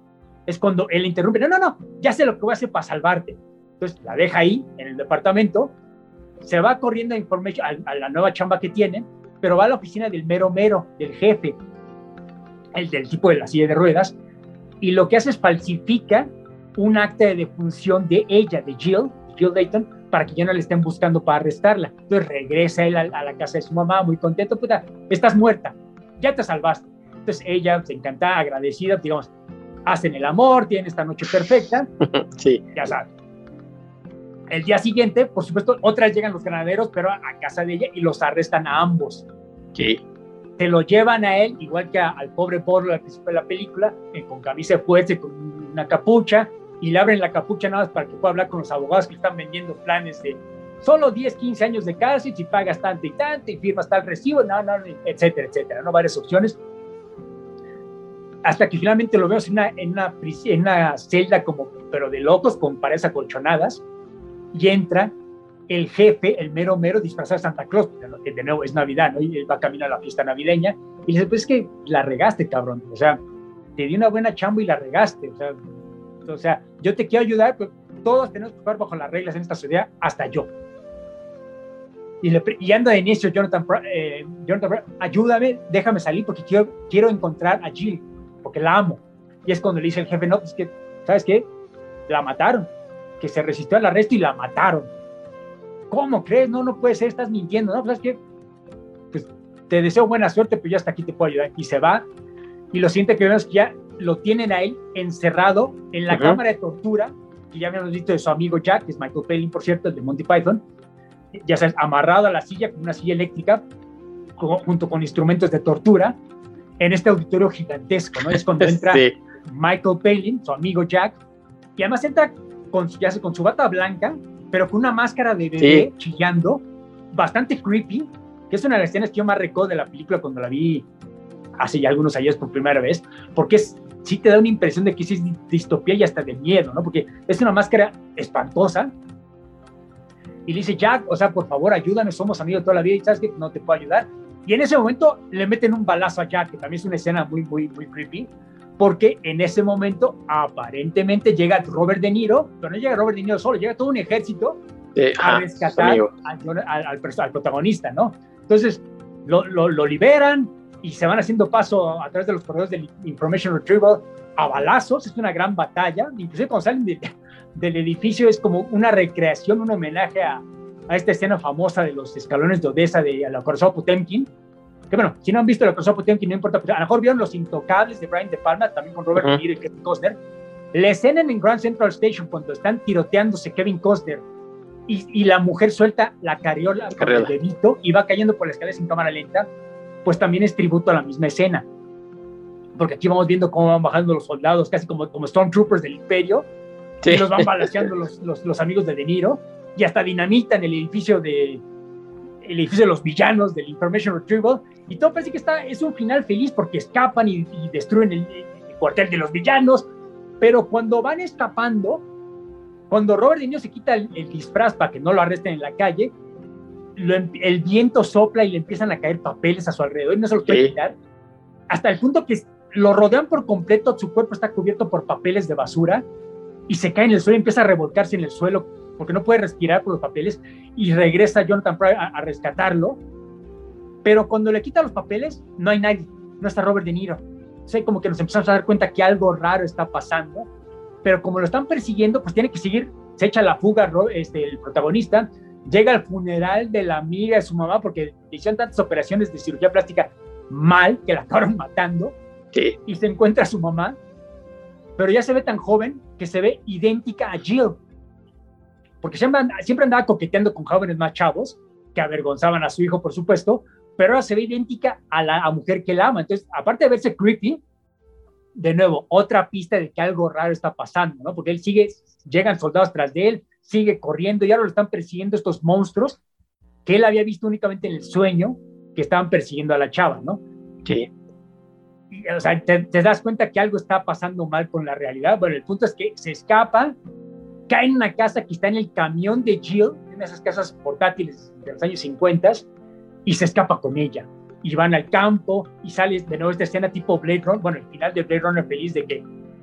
es cuando él interrumpe, no, ya sé lo que voy a hacer para salvarte. Entonces la deja ahí, en el departamento, se va corriendo a la nueva chamba que tiene, pero va a la oficina del mero, del jefe, el del tipo de la silla de ruedas, y lo que hace es falsifica un acta de defunción de ella, de Jill Layton, para que ya no le estén buscando para arrestarla. Entonces regresa él a la casa de su mamá, muy contento, puta, estás muerta, ya te salvaste. Entonces ella se encanta, agradecida, digamos, hacen el amor, tienen esta noche perfecta, sí. Ya sabes. El día siguiente, por supuesto, otras llegan los granaderos, pero a casa de ella y los arrestan a ambos. Sí. Se lo llevan a él, igual que al pobre Borlo al principio de la película, con camisa de fuerza, con una capucha, y le abren la capucha nada más para que pueda hablar con los abogados que están vendiendo planes de solo 10, 15 años de cárcel, si pagas tanto y firmas tal recibo, etcétera, etcétera, ¿no? Varias opciones. Hasta que finalmente lo vemos en una celda como, pero de locos, con paredes acolchonadas, y entra el jefe, el mero, disfrazado de Santa Claus, que de nuevo es Navidad, ¿no? Y él va camino a la fiesta navideña, y le dice, pues es que la regaste, cabrón, o sea, te di una buena chamba y la regaste, o sea, yo te quiero ayudar, pero todos tenemos que jugar bajo las reglas en esta sociedad, hasta yo. Y anda de inicio Jonathan, ayúdame, déjame salir, porque quiero encontrar a Jill, porque la amo. Y es cuando le dice el jefe, no, pues que, ¿sabes qué? La mataron, que se resistió al arresto y la mataron. ¿Cómo crees? No puede ser, estás mintiendo. No, pues, ¿sabes qué? Pues te deseo buena suerte, pero yo hasta aquí te puedo ayudar. Y se va, y lo siguiente que vemos es que ya lo tienen a él encerrado en la cámara de tortura, que ya habíamos visto de su amigo Jack, que es Michael Palin, por cierto, el de Monty Python, ya sabes, amarrado a la silla, con una silla eléctrica, junto con instrumentos de tortura, en este auditorio gigantesco, ¿no? Es cuando entra Michael Palin, su amigo Jack, y además entra con su bata blanca, pero con una máscara de bebé chillando, bastante creepy, que es una de las escenas que yo más recuerdo de la película cuando la vi hace ya algunos años por primera vez, porque sí te da una impresión de que sí es distopía y hasta de miedo, ¿no? Porque es una máscara espantosa, y le dice, Jack, o sea, por favor, ayúdame, somos amigos toda la vida, y sabes que no te puedo ayudar. Y en ese momento le meten un balazo a Jack, que también es una escena muy creepy, porque en ese momento aparentemente llega Robert De Niro, pero no llega Robert De Niro solo, llega todo un ejército a rescatar al protagonista, ¿no? Entonces lo liberan y se van haciendo paso a través de los corredores del Information Retrieval a balazos. Es una gran batalla, inclusive cuando salen del edificio es como una recreación, un homenaje a esta escena famosa de los escalones de Odessa de la Corazón Potemkin, que bueno, si no han visto la Corazón Potemkin no importa, pues a lo mejor vieron Los Intocables de Brian De Palma, también con Robert De Niro y Kevin Costner. La escena en Grand Central Station cuando están tiroteándose Kevin Costner y la mujer suelta la carriola con el dedito y va cayendo por la escalera en cámara lenta, pues también es tributo a la misma escena, porque aquí vamos viendo cómo van bajando los soldados casi como Stormtroopers del Imperio, y los van balaceando los amigos de Niro, y hasta dinamitan el edificio de los villanos del Information Retrieval, y todo parece que es un final feliz porque escapan y destruyen el cuartel de los villanos. Pero cuando van escapando, cuando Robert De Niro se quita el disfraz para que no lo arresten en la calle, el viento sopla y le empiezan a caer papeles a su alrededor y no se los puede quitar, hasta el punto que lo rodean por completo, su cuerpo está cubierto por papeles de basura y se cae en el suelo y empieza a revolcarse en el suelo porque no puede respirar por los papeles, y regresa Jonathan Pryce a rescatarlo, pero cuando le quita los papeles no hay nadie, no está Robert De Niro. O sea, como que nos empezamos a dar cuenta que algo raro está pasando, pero como lo están persiguiendo, pues tiene que seguir, se echa la fuga el protagonista, llega al funeral de la amiga de su mamá porque le hicieron tantas operaciones de cirugía plástica mal que la acabaron matando, y se encuentra a su mamá, pero ya se ve tan joven que se ve idéntica a Jill, porque siempre andaba coqueteando con jóvenes más chavos que avergonzaban a su hijo, por supuesto, pero ahora se ve idéntica a la mujer que la ama. Entonces, aparte de verse creepy, de nuevo, otra pista de que algo raro está pasando, ¿no? Porque llegan soldados tras de él, sigue corriendo y ahora lo están persiguiendo estos monstruos que él había visto únicamente en el sueño, que estaban persiguiendo a la chava, ¿no? Sí. Y, o sea, te das cuenta que algo está pasando mal con la realidad. Bueno, el punto es que se escapa, cae en una casa que está en el camión de Jill, en esas casas portátiles de los años 50, y se escapa con ella. Y van al campo y sale de nuevo esta escena tipo Blade Runner, bueno, el final de Blade Runner feliz de que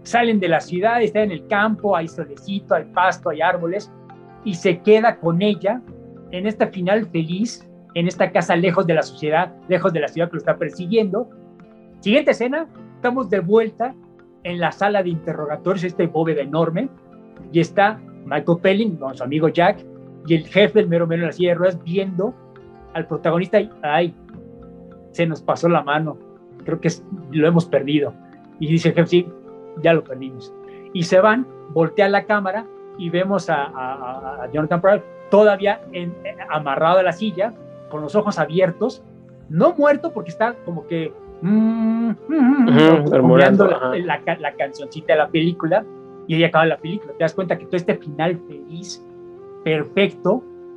Salen de la ciudad, están en el campo, hay solecito, hay pasto, hay árboles, y se queda con ella en esta final feliz, en esta casa lejos de la sociedad, lejos de la ciudad que lo está persiguiendo. Siguiente escena, estamos de vuelta en la sala de interrogatorios, esta bóveda enorme, y está Michael Palin, con su amigo Jack, y el jefe, el mero mero en la silla de ruedas, viendo al protagonista y, ay, se nos pasó la mano, creo que lo hemos perdido. Y dice el jefe, sí, ya lo perdimos. Y se van, voltea la cámara y vemos a Jonathan Pryce todavía amarrado a la silla, con los ojos abiertos, no muerto porque está como que murmurando la cancioncita de la película, y ahí acaba la película. Te das cuenta que todo este final feliz, perfecto,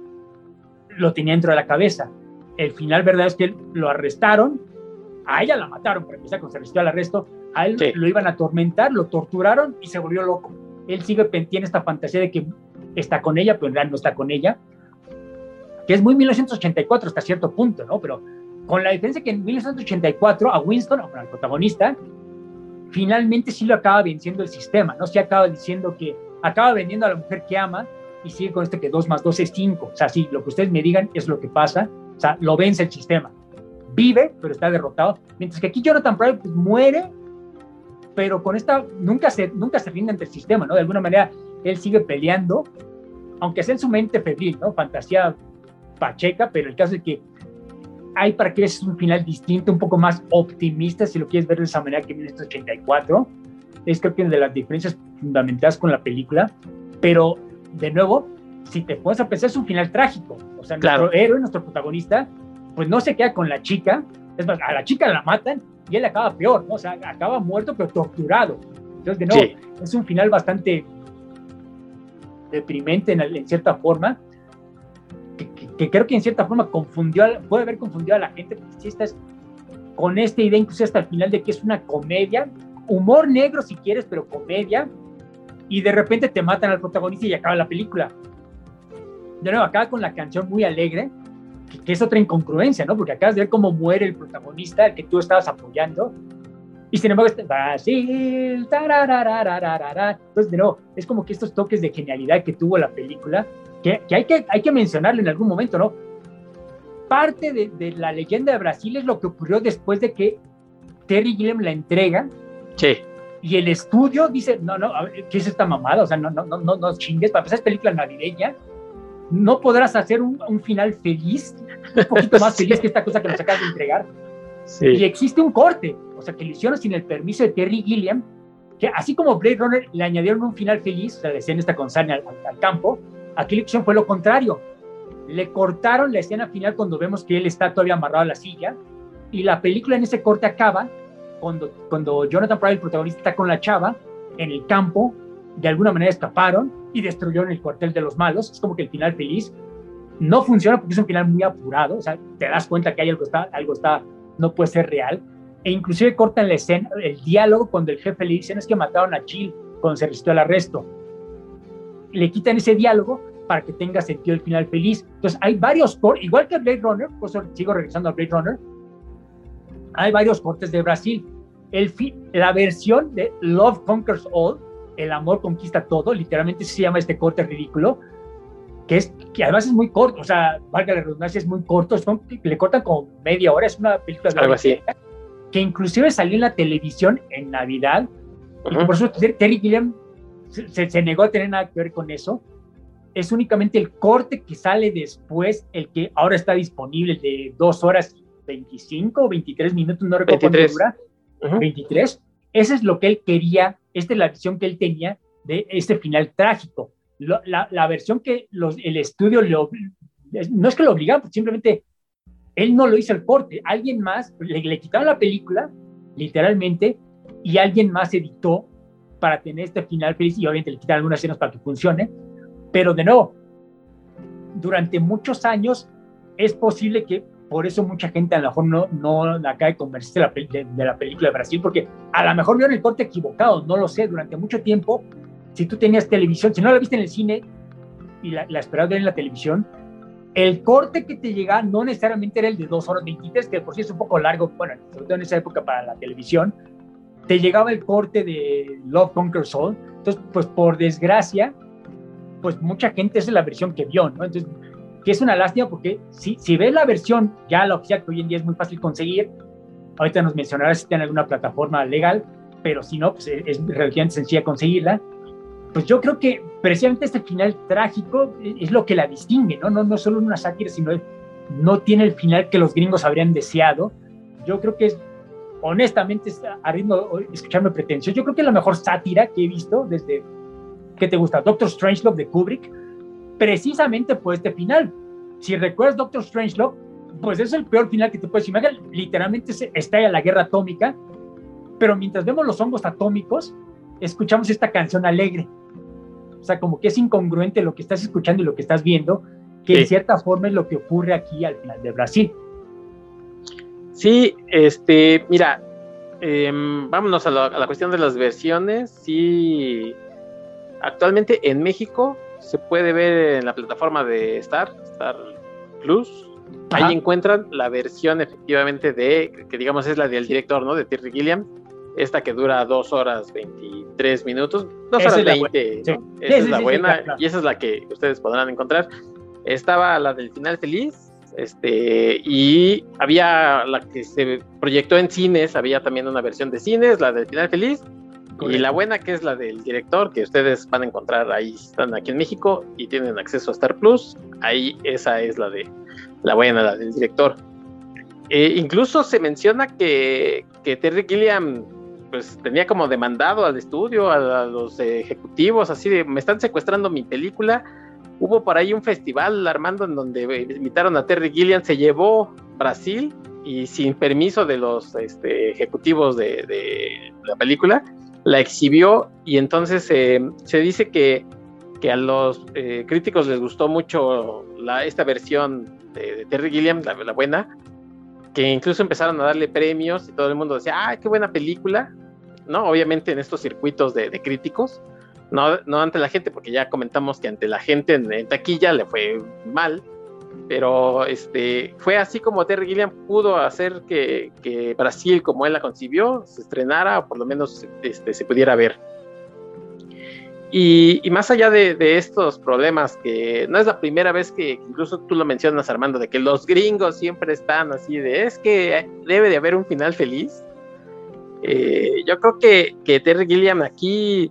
lo tenía dentro de la cabeza. El final verdadero es que lo arrestaron, a ella la mataron, para empezar, cuando se resistió al arresto, a él lo iban a atormentar, lo torturaron y se volvió loco. Él tiene esta fantasía de que está con ella, pero en realidad no está con ella, que es muy 1984 hasta cierto punto, ¿no? Pero con la diferencia que en 1984 a Winston, o al protagonista, finalmente sí lo acaba venciendo el sistema, ¿no? Sí acaba diciendo que acaba vendiendo a la mujer que ama y sigue con que 2 más 2 es 5. O sea, sí, lo que ustedes me digan es lo que pasa. O sea, lo vence el sistema. Vive, pero está derrotado. Mientras que aquí Jonathan Pryce pues, muere, pero con esta nunca se rinde ante el sistema, ¿no? De alguna manera él sigue peleando, aunque sea en su mente febril, ¿no? Fantasía pacheca, pero el caso es que hay para que es un final distinto, un poco más optimista, si lo quieres ver de esa manera que en 1984. Es creo que una de las diferencias fundamentales con la película, pero de nuevo, si te pones a pensar, es un final trágico. O sea, nuestro héroe, nuestro protagonista, pues no se queda con la chica, es más, a la chica la matan y él acaba peor, ¿no? O sea, acaba muerto pero torturado. Entonces, de nuevo, es un final bastante deprimente en cierta forma, que creo que en cierta forma puede haber confundido a la gente, porque si estás con esta idea incluso hasta el final de que es una comedia, humor negro si quieres, pero comedia, y de repente te matan al protagonista y acaba la película. De nuevo, acaba con la canción muy alegre, que es otra incongruencia, ¿no? Porque acabas de ver cómo muere el protagonista, el que tú estabas apoyando, y sin embargo, Brasil, entonces, de nuevo, es como que estos toques de genialidad que tuvo la película, que hay que mencionarlo en algún momento, ¿no? Parte de la leyenda de Brasil es lo que ocurrió después de que Terry Gilliam la entrega. Sí. Y el estudio dice, no, a ver, ¿qué es esta mamada? O sea, no chingues, para empezar es película navideña, no podrás hacer un final feliz, un poquito más feliz que esta cosa que nos acabas de entregar. Sí. Y existe un corte, o sea, que lo hicieron sin el permiso de Terry Gilliam, que así como Blade Runner le añadieron un final feliz, o sea, la escena esta con Sunny al campo, aquí la acción fue lo contrario. Le cortaron la escena final cuando vemos que él está todavía amarrado a la silla, y la película en ese corte acaba cuando Jonathan Pryce, el protagonista, está con la chava en el campo, de alguna manera escaparon y destruyeron el cuartel de los malos. Es como que el final feliz no funciona porque es un final muy apurado, o sea, te das cuenta que hay algo está no puede ser real, e inclusive cortan la escena, el diálogo cuando el jefe le dice, no, es que mataron a Chill cuando se resistió al arresto. Le quitan ese diálogo para que tenga sentido el final feliz. Entonces hay varios cortes, igual que Blade Runner, por eso sigo regresando a Blade Runner, hay varios cortes de Brasil. La versión de Love Conquers All, el amor conquista todo, literalmente se llama este corte ridículo, que además es muy corto, o sea, valga la redundancia, es muy corto, le cortan como media hora, es una película de algo así, que inclusive salió en la televisión en Navidad, y por eso Terry Gilliam se negó a tener nada que ver con eso. Es únicamente el corte que sale después, el que ahora está disponible, de 2 horas 25 o 23 minutos, no recuerdo cuánto dura, 23. Ese es lo que él quería, esta es la visión que él tenía de este final trágico. La versión que el estudio no es que lo obligaban, simplemente él no lo hizo el corte, alguien más, le quitaron la película, literalmente, y alguien más editó para tener este final feliz, y obviamente le quitaron algunas escenas para que funcione, pero de nuevo, durante muchos años es posible que por eso mucha gente a lo mejor no acaba de convencerse de la película de Brasil, porque a lo mejor vieron el corte equivocado, no lo sé. Durante mucho tiempo, si tú tenías televisión, si no la viste en el cine y la esperabas ver en la televisión, el corte que te llegaba no necesariamente era el de 2 horas 23, que por sí es un poco largo, bueno, sobre todo en esa época para la televisión, te llegaba el corte de Love Conquers All. Entonces, pues por desgracia, pues mucha gente esa es la versión que vio, ¿no? Entonces, que es una lástima porque si ves la versión ya la oficial, que hoy en día es muy fácil conseguir, ahorita nos mencionarás si está en alguna plataforma legal, pero si no, pues es relativamente sencilla conseguirla. Pues yo creo que precisamente este final trágico es lo que la distingue, ¿no? No solo una sátira, sino no tiene el final que los gringos habrían deseado. Yo creo que es, honestamente, a ritmo, escucharme pretencioso, yo creo que es la mejor sátira que he visto desde, ¿qué te gusta? Doctor Strangelove de Kubrick, precisamente por este final. Si recuerdas Doctor Strangelove, pues es el peor final que te puedes imaginar. Literalmente estalla la guerra atómica, pero mientras vemos los hongos atómicos, escuchamos esta canción alegre. O sea, como que es incongruente lo que estás escuchando y lo que estás viendo, que sí, en cierta forma es lo que ocurre aquí al final de Brasil. Sí, mira, vámonos a la cuestión de las versiones. Sí, actualmente en México se puede ver en la plataforma de Star Plus. Ahí encuentran la versión efectivamente que digamos es la del director, ¿no? De Terry Gilliam. Esta que dura 2 horas 23 minutos, 2 horas 20, ¿no? Sí. Esa es la buena, claro. Y esa es la que ustedes podrán encontrar. Estaba la del final feliz, y había la que se proyectó en cines, había también una versión de cines, la del final feliz, correcto, y la buena que es la del director, que ustedes van a encontrar ahí, están aquí en México y tienen acceso a Star Plus, ahí esa es la buena, la del director. Incluso se menciona que Terry Gilliam pues tenía como demandado al estudio, a los ejecutivos, así de, me están secuestrando mi película. Hubo por ahí un festival, Armando, en donde invitaron a Terry Gilliam, se llevó Brasil y sin permiso de los ejecutivos de la película, la exhibió, y entonces se dice que a los críticos les gustó mucho esta versión de Terry Gilliam, la buena, que incluso empezaron a darle premios y todo el mundo decía, ¡ay, qué buena película! ¿No? Obviamente en estos circuitos de críticos, no ante la gente, porque ya comentamos que ante la gente en taquilla le fue mal, pero fue así como Terry Gilliam pudo hacer que Brasil, como él la concibió, se estrenara, o por lo menos se pudiera ver. Y más allá de estos problemas, que no es la primera vez que incluso tú lo mencionas, Armando, de que los gringos siempre están así de, es que debe de haber un final feliz. Yo creo que Terry Gilliam aquí,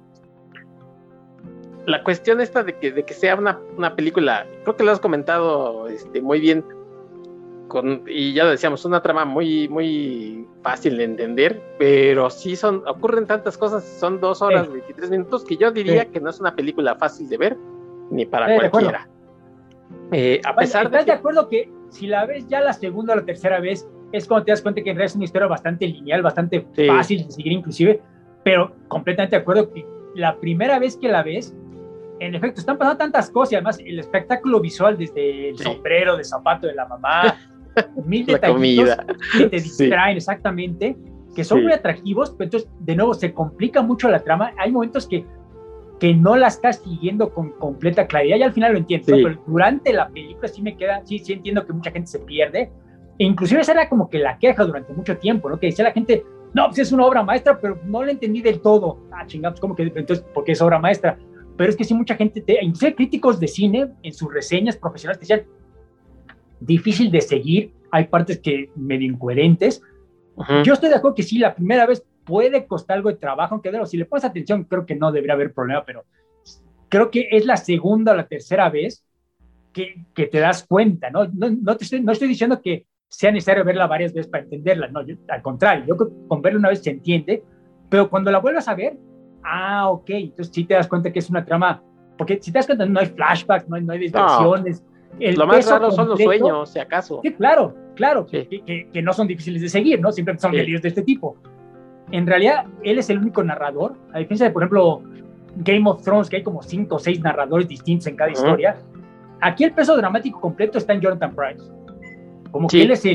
la cuestión esta de que sea una película, creo que lo has comentado muy bien, y ya lo decíamos, una trama muy, muy fácil de entender, pero sí ocurren tantas cosas, son 2 horas 23 minutos, que yo diría que no es una película fácil de ver, ni para cualquiera. A pesar ¿Estás de acuerdo que si la ves ya la segunda o la tercera vez, es cuando te das cuenta que en realidad es una historia bastante lineal, bastante fácil de seguir inclusive, pero completamente de acuerdo que la primera vez que la ves, en efecto, están pasando tantas cosas, y además el espectáculo visual, desde el sombrero de zapato de la mamá, 1000 detallitos que te distraen, exactamente, que son muy atractivos, pero entonces, de nuevo, se complica mucho la trama. Hay momentos que no la estás siguiendo con completa claridad, y al final lo entiendo, ¿no? Pero durante la película sí entiendo que mucha gente se pierde, e inclusive esa era como que la queja durante mucho tiempo, ¿no? Que decía la gente, no, pues es una obra maestra, pero no la entendí del todo. Chingados, ¿cómo que entonces por qué es obra maestra? Pero es que sí, mucha gente, inclusive críticos de cine, en sus reseñas profesionales, te decían, difícil de seguir, hay partes que medio incoherentes. Yo estoy de acuerdo que sí, la primera vez puede costar algo de trabajo, aunque si le pones atención, creo que no debería haber problema, pero creo que es la segunda o la tercera vez que te das cuenta, ¿no? No estoy diciendo que sea necesario verla varias veces para entenderla, no, al contrario, yo creo que con verla una vez se entiende, pero cuando la vuelvas a ver, ok, entonces sí te das cuenta que es una trama, porque si te das cuenta no hay flashbacks, no hay desviaciones. Lo más raro son los sueños, si acaso. Sí, claro, sí. Que no son difíciles de seguir, ¿no? Siempre son delirios de este tipo. En realidad, él es el único narrador, a diferencia de, por ejemplo, Game of Thrones, que hay como 5 o 6 narradores distintos en cada historia. Aquí el peso dramático completo está en Jonathan Pryce. Como que él es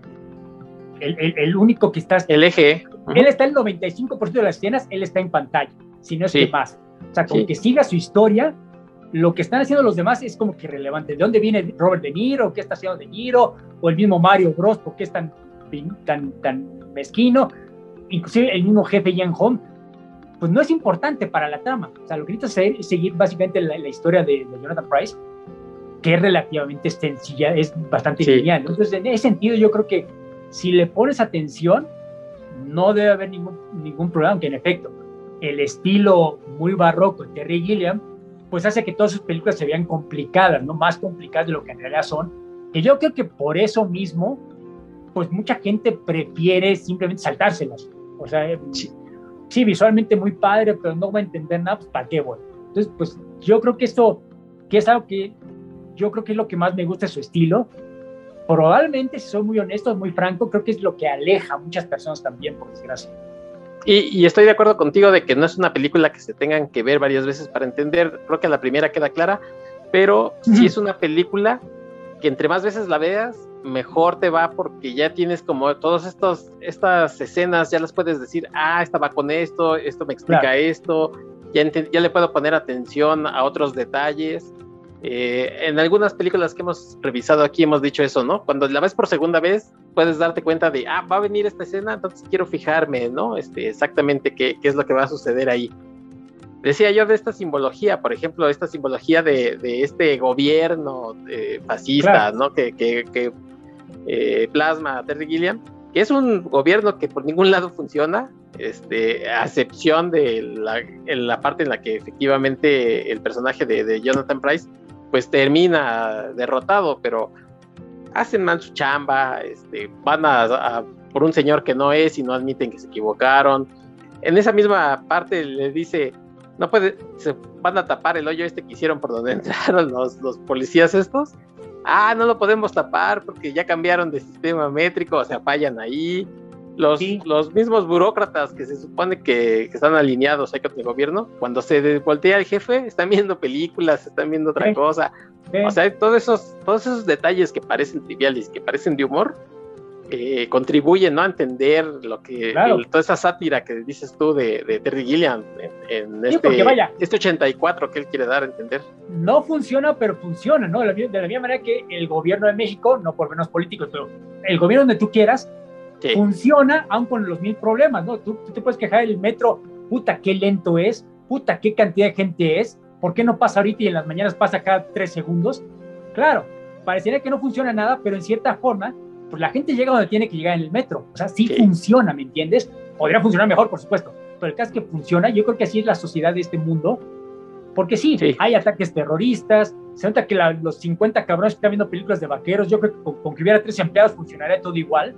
el único que está... El eje. Él está el 95% de las escenas, él está en pantalla, si no es que más. O sea, como que siga su historia, lo que están haciendo los demás es como que irrelevante. ¿De dónde viene Robert De Niro? ¿Qué está haciendo De Niro? O el mismo Mario Bros, ¿por qué es tan mezquino? inclusive el mismo jefe Ian Holm, pues no es importante para la trama. O sea, lo que necesita es seguir básicamente la historia de Jonathan Pryce, que es relativamente sencilla, es bastante lineal. Entonces, en ese sentido, yo creo que si le pones atención, no debe haber ningún problema, aunque en efecto, el estilo muy barroco de Terry Gilliam, pues hace que todas sus películas se vean complicadas, ¿no? Más complicadas de lo que en realidad son, que yo creo que por eso mismo, pues mucha gente prefiere simplemente saltárselas. O sea, sí, visualmente muy padre, pero no va a entender nada, pues ¿para qué voy? Entonces, pues yo creo que esto, que es algo que yo creo que es lo que más me gusta de su estilo. Probablemente, si soy muy honesto, muy franco, creo que es lo que aleja a muchas personas también, por desgracia. Y estoy de acuerdo contigo de que no es una película que se tengan que ver varias veces para entender. Creo que la primera queda clara, pero sí es una película que entre más veces la veas, mejor te va, porque ya tienes como todas estas escenas, ya las puedes decir, esta va con esto me explica esto, ya le puedo poner atención a otros detalles. En algunas películas que hemos revisado aquí hemos dicho eso, ¿no? Cuando la ves por segunda vez, puedes darte cuenta de, va a venir esta escena, entonces quiero fijarme, ¿no? Exactamente qué es lo que va a suceder ahí. Decía yo de esta simbología, por ejemplo, esta simbología de este gobierno fascista, ¿no? Que plasma a Terry Gilliam, que es un gobierno que por ningún lado funciona, a excepción de la parte en la que efectivamente el personaje de Jonathan Pryce pues termina derrotado, pero hacen mal su chamba, van a por un señor que no es y no admiten que se equivocaron. En esa misma parte le dice, se van a tapar el hoyo que hicieron por donde entraron los policías estos. No lo podemos tapar porque ya cambiaron de sistema métrico, o sea, fallan ahí. Los mismos burócratas que se supone que están alineados ahí con el gobierno, cuando se voltea el jefe, están viendo películas, están viendo otra cosa. O sea, todos esos detalles que parecen triviales, que parecen de humor, contribuyen, ¿no? A entender lo que toda esa sátira que dices tú de Terry Gilliam en este 84 que él quiere dar a entender. No funciona, pero funciona, ¿no? De la misma manera que el gobierno de México, no por menos políticos, pero el gobierno donde tú quieras, funciona aún con los 1000 problemas, ¿no? Tú te puedes quejar del metro, puta, qué lento es, puta, qué cantidad de gente es, ¿por qué no pasa ahorita y en las mañanas pasa cada 3 segundos? Claro, parecería que no funciona nada, pero en cierta forma, pues la gente llega donde tiene que llegar en el metro, o sea, sí funciona, ¿me entiendes? Podría funcionar mejor, por supuesto, pero el caso es que funciona. Yo creo que así es la sociedad de este mundo, porque hay ataques terroristas, se nota que los 50 cabrones que están viendo películas de vaqueros, yo creo que con que hubiera 3 empleados funcionaría todo igual,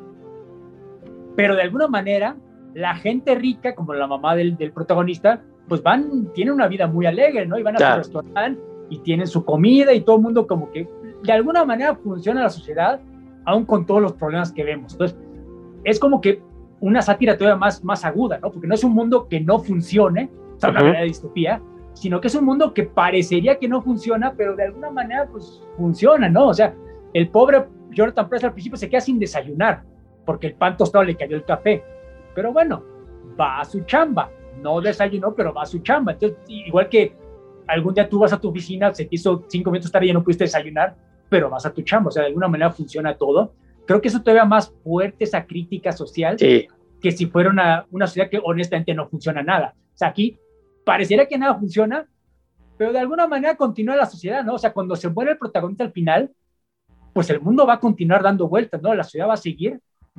pero de alguna manera la gente rica, como la mamá del protagonista, pues tienen una vida muy alegre, ¿no? Y van a su restaurante y tienen su comida y todo el mundo como que de alguna manera funciona la sociedad, aún con todos los problemas que vemos. Entonces, es como que una sátira todavía más aguda, ¿no? Porque no es un mundo que no funcione, o sea, una verdadera distopía, sino que es un mundo que parecería que no funciona, pero de alguna manera, pues, funciona, ¿no? O sea, el pobre Jonathan Pryce al principio se queda sin desayunar, porque el pan tostado le cayó el café. Pero bueno, va a su chamba. No desayunó, pero va a su chamba. Entonces, igual que algún día tú vas a tu oficina, se te hizo 5 minutos tarde y ya no pudiste desayunar, pero vas a tu chamba. O sea, de alguna manera funciona todo. Creo que eso todavía más fuerte, esa crítica social, que si fuera una sociedad que honestamente no funciona nada. O sea, aquí pareciera que nada funciona, pero de alguna manera continúa la sociedad, ¿no? O sea, cuando se muere el protagonista al final, pues el mundo va a continuar dando vueltas, ¿no? La ciudad va a seguir,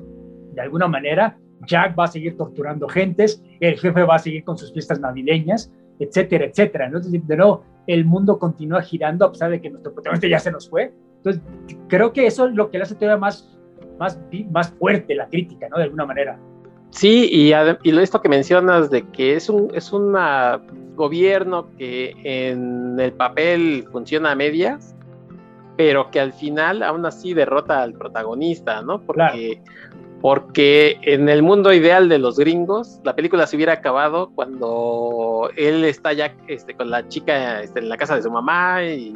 de alguna manera. Jack va a seguir torturando gentes, el jefe va a seguir con sus fiestas navideñas, etcétera, etcétera. Entonces, de nuevo, el mundo continúa girando a pesar de que nuestro protagonista ya se nos fue. Entonces, creo que eso es lo que le hace todavía más fuerte la crítica, ¿no? De alguna manera. Sí, y esto que mencionas de que es un gobierno que en el papel funciona a medias, pero que al final aún así derrota al protagonista, ¿no? Porque en el mundo ideal de los gringos, la película se hubiera acabado cuando él está ya con la chica en la casa de su mamá y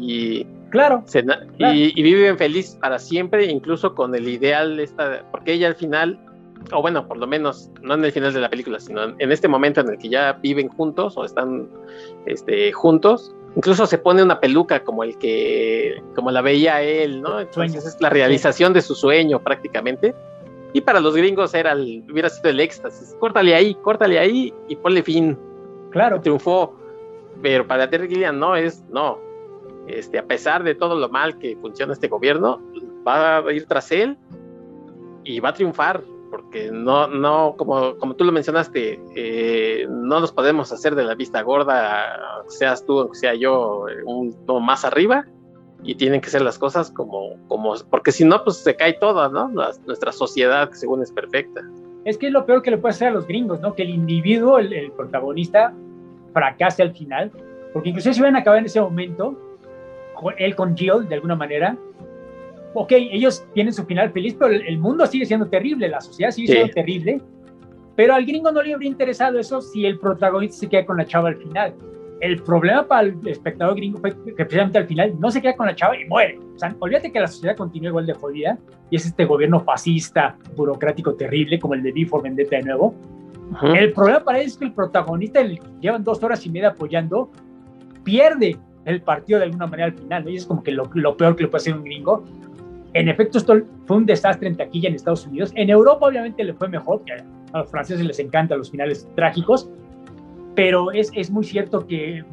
viven feliz para siempre, incluso con el ideal porque ella al final, o bueno, por lo menos no en el final de la película, sino en este momento en el que ya viven juntos o están juntos, incluso se pone una peluca como la veía él, ¿no? Entonces es la realización de su sueño prácticamente. Y para los gringos hubiera sido el éxtasis. Córtale ahí y ponle fin. Claro. Triunfó. Pero para Terry Gilliam no. A pesar de todo lo mal que funciona este gobierno, va a ir tras él y va a triunfar, porque no como tú lo mencionaste, no nos podemos hacer de la vista gorda, seas tú o sea yo, uno más arriba, y tienen que ser las cosas como porque si no, pues se cae todo, ¿no? Nuestra sociedad, que según es perfecta. Es que es lo peor que le puede hacer a los gringos, ¿no? Que el individuo, el protagonista, fracase al final, porque incluso si van a acabar en ese momento, él con Jill, de alguna manera, ok, ellos tienen su final feliz, pero el mundo sigue siendo terrible, la sociedad sigue siendo terrible, pero al gringo no le habría interesado eso si el protagonista se queda con la chava al final. El problema para el espectador gringo fue que precisamente al final no se queda con la chava y muere. O sea, olvídate que la sociedad continúa igual de jodida y es este gobierno fascista, burocrático, terrible, como el de V for Vendetta de nuevo. Uh-huh. El problema para él es que el protagonista, llevan 2 horas y media apoyando, pierde el partido de alguna manera al final, ¿no? Y es como que lo peor que le puede hacer un gringo. En efecto, esto fue un desastre en taquilla en Estados Unidos. En Europa obviamente le fue mejor, que a los franceses les encantan los finales trágicos, pero es muy cierto que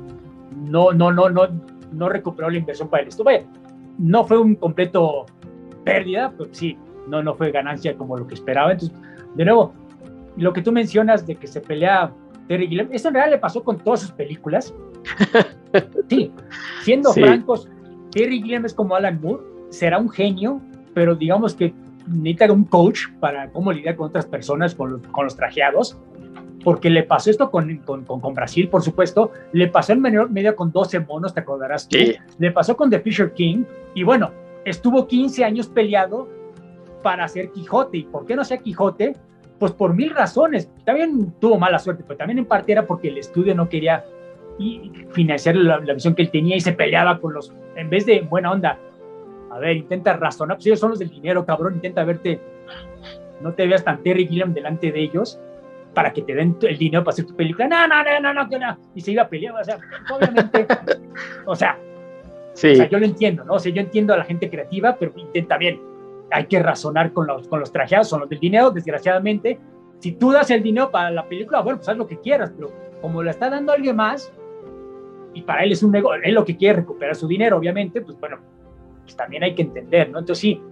no recuperó la inversión para el estudio. Vaya, no fue un completo pérdida, pero sí, no fue ganancia como lo que esperaba. Entonces, de nuevo, lo que tú mencionas de que se pelea Terry Gilliam, eso en realidad le pasó con todas sus películas. Sí, siendo francos, Terry Gilliam es como Alan Moore, será un genio, pero digamos que necesita un coach para cómo lidiar con otras personas, con los trajeados, porque le pasó esto con Brasil, por supuesto, le pasó en medio con 12 monos, te acordarás tú, le pasó con The Fisher King, y bueno, estuvo 15 años peleado para ser Quijote. ¿Y por qué no sea Quijote? Pues por 1000 razones. También tuvo mala suerte, pero también en parte era porque el estudio no quería financiar la visión que él tenía y se peleaba con los, en vez de buena onda, a ver, intenta razonar, pues ellos son los del dinero, cabrón, intenta verte, no te veas tan Terry Gilliam delante de ellos para que te den el dinero para hacer tu película, no, y se iba a pelear, o sea, obviamente, o sea, yo lo entiendo, ¿no? O sea, yo entiendo a la gente creativa, pero intenta bien, hay que razonar con los trajeados, son los del dinero, desgraciadamente. Si tú das el dinero para la película, bueno, pues haz lo que quieras, pero como lo está dando alguien más, y para él es un negocio, él lo que quiere es recuperar su dinero, obviamente, pues bueno, pues también hay que entender, ¿no? Entonces sí,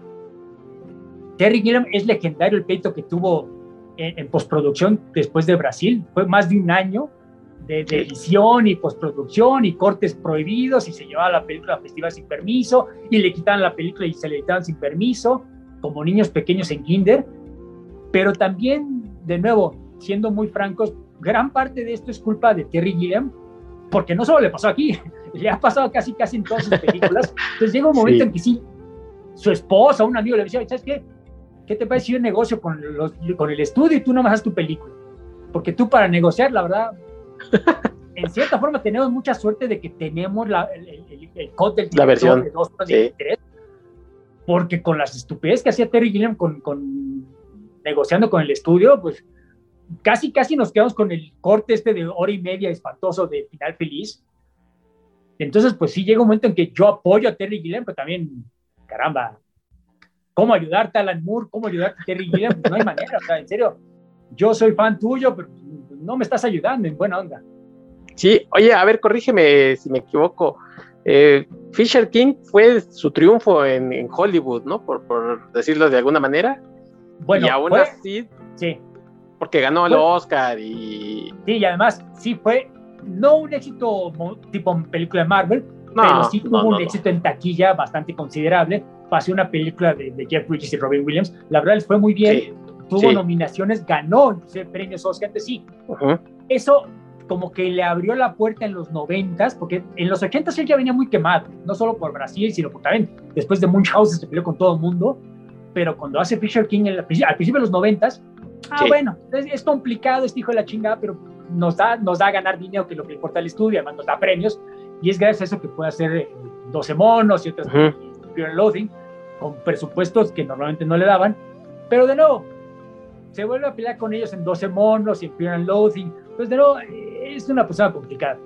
Terry Gilliam es legendario el pleito que tuvo en postproducción después de Brasil, fue más de un año de edición y postproducción y cortes prohibidos, y se llevaba la película a festivales sin permiso, y le quitaban la película y se le editaban sin permiso, como niños pequeños en kinder. Pero también, de nuevo, siendo muy francos, gran parte de esto es culpa de Terry Gilliam, porque no solo le pasó aquí, le ha pasado casi en todas sus películas. Entonces llega un momento en que sí, su esposa, un amigo le decía, ¿sabes qué? ¿Qué te parece si yo negocio con el estudio y tú no me haces tu película? Porque tú para negociar, la verdad, en cierta forma tenemos mucha suerte de que tenemos el code del la versión de 2 horas y 3, porque con las estupideces que hacía Terry Gilliam negociando con el estudio, pues casi nos quedamos con el corte de hora y media espantoso de final feliz. Entonces, pues sí llega un momento en que yo apoyo a Terry Gilliam, pero también, caramba, ¿cómo ayudarte, Alan Moore? ¿Cómo ayudarte, Terry Gilliam? Pues no hay manera, o sea, en serio, yo soy fan tuyo, pero no me estás ayudando en buena onda. Sí, oye, a ver, corrígeme si me equivoco. Fisher King fue su triunfo en Hollywood, ¿no? Por decirlo de alguna manera. Bueno, y aún así, sí, porque ganó el Oscar y... Sí, y además sí fue, no un éxito tipo película de Marvel, pero sí tuvo un éxito en taquilla bastante considerable. Pasó una película de Jeff Bridges y Robin Williams, la verdad les fue muy bien, tuvo nominaciones, ganó premios Oscar, entonces sí, eso como que le abrió la puerta en los 90s, porque en los 80s él ya venía muy quemado, no solo por Brasil, sino porque también después de Munchausen se peleó con todo el mundo, pero cuando hace Fisher King al principio de los 90s, bueno, es complicado este hijo de la chingada, pero nos da a ganar dinero, que es lo que le importa al estudio, además nos da premios, y es gracias a eso que puede hacer 12 monos y otras Fear and Loathing, con presupuestos que normalmente no le daban, pero de nuevo, se vuelve a pelear con ellos en 12 monos y en Fear and Loathing, pues de nuevo, es una persona complicada.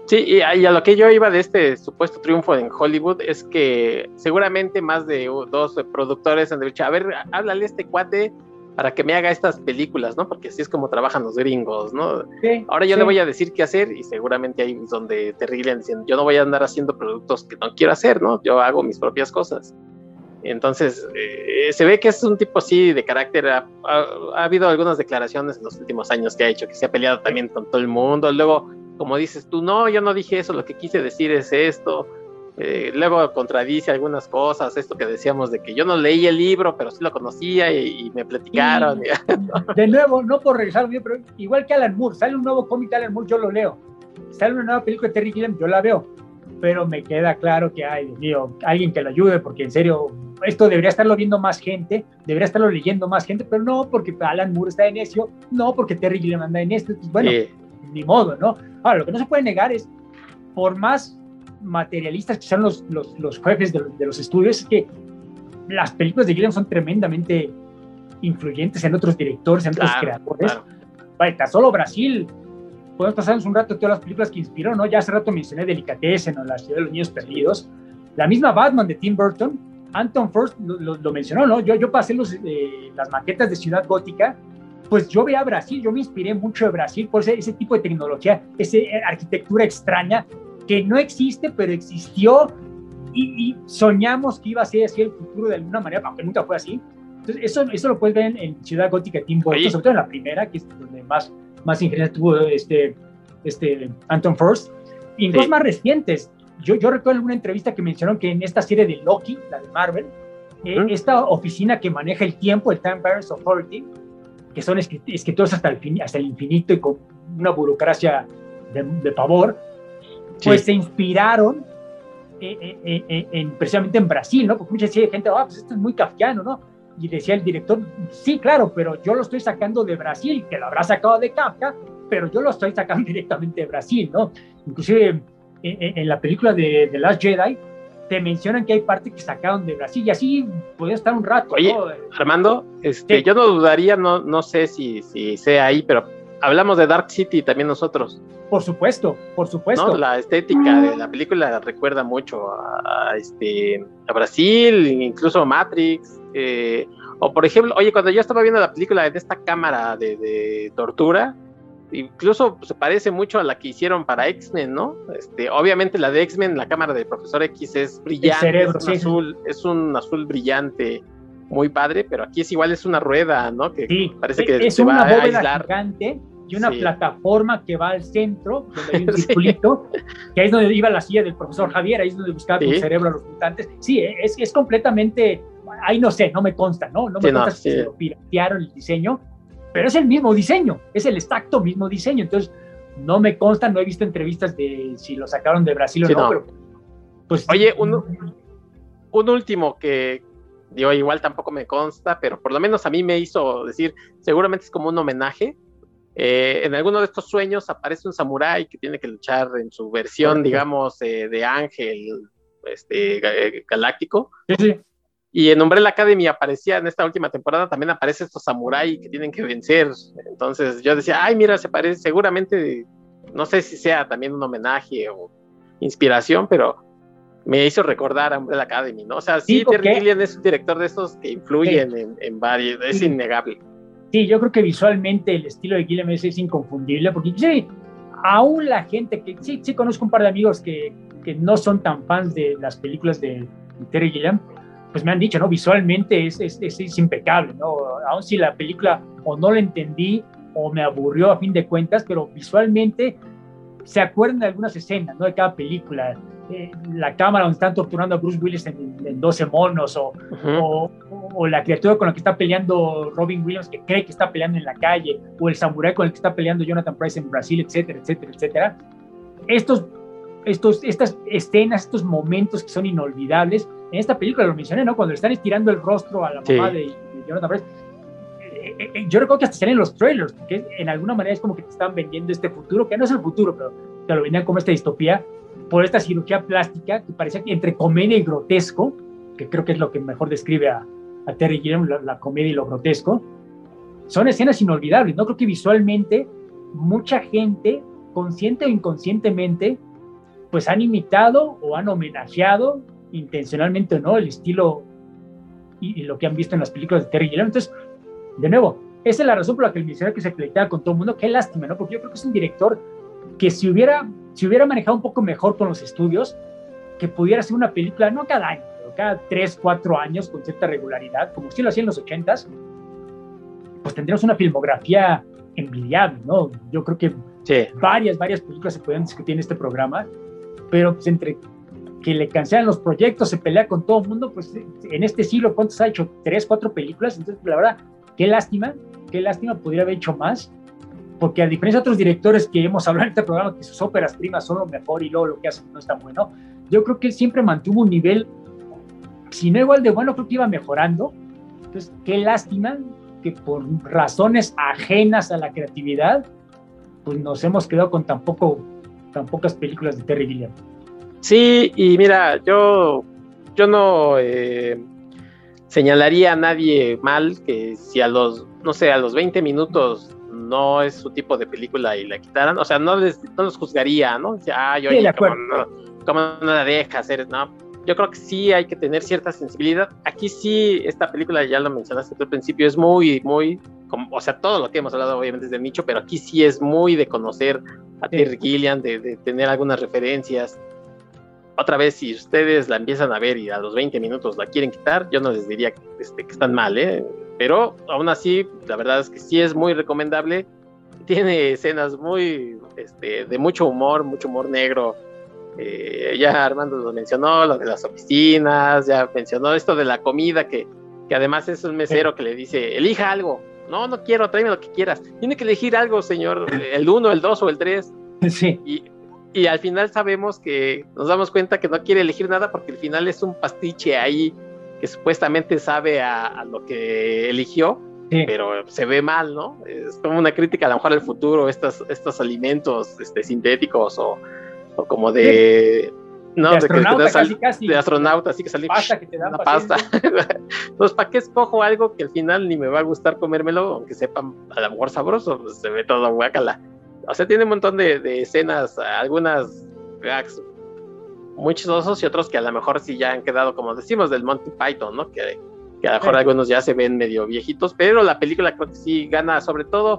Sí, y a lo que yo iba de este supuesto triunfo en Hollywood es que seguramente más de dos productores han dicho, a ver, háblale a este cuate para que me haga estas películas, ¿no? Porque así es como trabajan los gringos, ¿no? Sí, Ahora yo sí. le voy a decir qué hacer y seguramente ahí es donde Terry Gilliam diciendo, yo no voy a andar haciendo productos que no quiero hacer, ¿no? Yo hago mis propias cosas. Entonces, se ve que es un tipo así de carácter. Ha habido algunas declaraciones en los últimos años que ha hecho, que se ha peleado también con todo el mundo. Luego, como dices tú, no, yo no dije eso, lo que quise decir es esto. Luego contradice algunas cosas, esto que decíamos de que yo no leí el libro, pero sí lo conocía y me platicaron. Y, de nuevo, no por regresar, pero igual que Alan Moore, sale un nuevo cómic de Alan Moore, yo lo leo. Sale una nueva película de Terry Gilliam, yo la veo. Pero me queda claro que hay, Dios mío, alguien que lo ayude, porque en serio, esto debería estarlo viendo más gente, debería estarlo leyendo más gente, pero no porque Alan Moore está de necio, no porque Terry Gilliam anda en esto, pues bueno, ni modo, ¿no? Ahora, lo que no se puede negar es, por más materialistas que sean los jefes de los estudios, es que las películas de Gilliam son tremendamente influyentes en otros directores, en otros creadores. Claro. Vaya, solo Brasil. Podemos pasarnos un rato todas las películas que inspiró, ¿no? Ya hace rato mencioné Delicatessen o La ciudad de los niños perdidos. La misma Batman de Tim Burton, Anton Furst lo mencionó, ¿no? Yo pasé las maquetas de Ciudad Gótica, pues yo veía Brasil, yo me inspiré mucho de Brasil por ese tipo de tecnología, esa arquitectura extraña que no existe, pero existió y soñamos que iba a ser así el futuro de alguna manera, aunque nunca fue así. Entonces, eso lo puedes ver en Ciudad Gótica de Tim Burton, sobre todo en la primera, que es donde más ingeniería tuvo Anton Furst, y en cosas más recientes. Yo recuerdo en alguna entrevista que mencionaron que en esta serie de Loki, la de Marvel, esta oficina que maneja el tiempo, el Time Variance Authority, que son escritores hasta el infinito y con una burocracia de pavor, pues se inspiraron precisamente en Brasil, ¿no? Porque mucha gente, pues esto es muy kafkiano, ¿no? Y decía el director, sí, claro, pero yo lo estoy sacando de Brasil, que lo habrá sacado de Kafka, pero yo lo estoy sacando directamente de Brasil, ¿no? Inclusive en la película de The Last Jedi te mencionan que hay partes que sacaron de Brasil y así podía estar un rato. Oye, ¿no? Armando, yo no dudaría, no sé si sea ahí, pero hablamos de Dark City también nosotros. Por supuesto. ¿No? La estética de la película recuerda mucho a Brasil, incluso a Matrix. O por ejemplo, oye, cuando yo estaba viendo la película de esta cámara de tortura, incluso se parece mucho a la que hicieron para X-Men, ¿no? Obviamente la de X-Men, la cámara del Profesor X es brillante, cerebro, es un azul brillante, muy padre, pero aquí es igual, es una rueda, ¿no? Que parece que es una bóveda gigante y una plataforma que va al centro, donde hay un circulito, que ahí es donde iba la silla del profesor Javier, ahí es donde buscaba con cerebro a los mutantes. Sí, es completamente, ahí no sé, no me consta, ¿no? No me consta si se lo piratearon el diseño, pero es el mismo diseño, es el exacto mismo diseño. Entonces, no me consta, no he visto entrevistas de si lo sacaron de Brasil o no, pero pues... Oye, un último que yo igual tampoco me consta, pero por lo menos a mí me hizo decir, seguramente es como un homenaje. En alguno de estos sueños aparece un samurái que tiene que luchar en su versión, digamos, de ángel galáctico. Sí. Y en Umbrella Academy aparecía en esta última temporada, también aparece estos samuráis que tienen que vencer. Entonces yo decía, ay, mira, se parece, seguramente, no sé si sea también un homenaje o inspiración, pero me hizo recordar a Umbrella Academy, ¿no? O sea, sí, Terry Gilliam es un director de estos que influyen en varios, es innegable. Sí, yo creo que visualmente el estilo de Gilliam es inconfundible, porque sí, aún la gente que, sí conozco un par de amigos que no son tan fans de las películas de Terry Gilliam, pues me han dicho, ¿no? Visualmente es impecable, ¿no? Aún si la película o no la entendí o me aburrió a fin de cuentas, pero visualmente se acuerdan de algunas escenas, ¿no? De cada película. La cámara donde están torturando a Bruce Willis en 12 monos, o la criatura con la que está peleando Robin Williams, que cree que está peleando en la calle, o el samurái con el que está peleando Jonathan Pryce en Brasil, etcétera, etcétera, etcétera. Estas escenas, estos momentos que son inolvidables, en esta película lo mencioné, ¿no? Cuando le están estirando el rostro a la mamá de Jonathan Pryce, yo recuerdo que hasta salen los trailers, porque en alguna manera es como que te están vendiendo este futuro, que no es el futuro, pero te lo vendían como esta distopía, por esta cirugía plástica que parecía entre comedia y grotesco, que creo que es lo que mejor describe a Terry Gilliam, la comedia y lo grotesco. Son escenas inolvidables, ¿no? Creo que visualmente mucha gente, consciente o inconscientemente, pues han imitado o han homenajeado, intencionalmente o no, el estilo y lo que han visto en las películas de Terry Gilliam. Entonces, de nuevo, esa es la razón por la que el mencioné que se peleaba con todo el mundo. Qué lástima, ¿no? Porque yo creo que es un director que si hubiera manejado un poco mejor con los estudios, que pudiera hacer una película, no cada año, pero cada 3, 4 años con cierta regularidad, como sí lo hacía en los 80s, pues tendríamos una filmografía envidiable, ¿no? Yo creo que Sí. varias películas se pueden discutir en este programa, pero pues entre que le cancelan los proyectos, se pelea con todo el mundo, pues en este siglo, ¿cuántos ha hecho? 3, 4 películas. Entonces, la verdad, qué lástima, podría haber hecho más, porque a diferencia de otros directores que hemos hablado en este programa, que sus óperas primas son lo mejor y luego lo que hacen no es tan bueno, yo creo que él siempre mantuvo un nivel, si no igual de bueno, creo que iba mejorando. Entonces, qué lástima que por razones ajenas a la creatividad, pues nos hemos quedado con tan pocas películas de Terry Gilliam. Sí, y mira, yo no señalaría a nadie mal que si a los 20 minutos no es su tipo de película y la quitaran, o sea, no los juzgaría, ¿no? Ay, oye, Sí, ¿cómo no la deja hacer? No, yo creo que sí hay que tener cierta sensibilidad. Aquí sí, esta película, ya lo mencionaste al principio, es muy, o sea, todo lo que hemos hablado obviamente es del nicho, pero aquí sí es muy de conocer a Terry Gilliam, de tener algunas referencias. Otra vez, si ustedes la empiezan a ver y a los 20 minutos la quieren quitar, yo no les diría que están mal, pero aún así, la verdad es que sí es muy recomendable. Tiene escenas muy, de mucho humor negro. Ya Armando lo mencionó, lo de las oficinas, ya mencionó esto de la comida, que además es un mesero que le dice, elija algo. No quiero, tráeme lo que quieras. Tiene que elegir algo, señor, el 1, el 2 o el 3. Sí. Y al final nos damos cuenta que no quiere elegir nada porque al final es un pastiche ahí que supuestamente sabe a lo que eligió, sí, pero se ve mal, ¿no? Es como una crítica a lo mejor al futuro, estos alimentos sintéticos o como de... Sí. No, de astronauta, casi. De astronauta, así que sale pasta que te dan una pasta. Entonces, ¿para qué escojo algo que al final ni me va a gustar comérmelo, aunque sepa a lo mejor sabroso? Pues se ve todo guácala. O sea, tiene un montón de escenas, algunas gags muy chistosos y otros que a lo mejor sí ya han quedado, como decimos, del Monty Python, ¿no? Que a lo mejor algunos ya se ven medio viejitos, pero la película creo que sí gana, sobre todo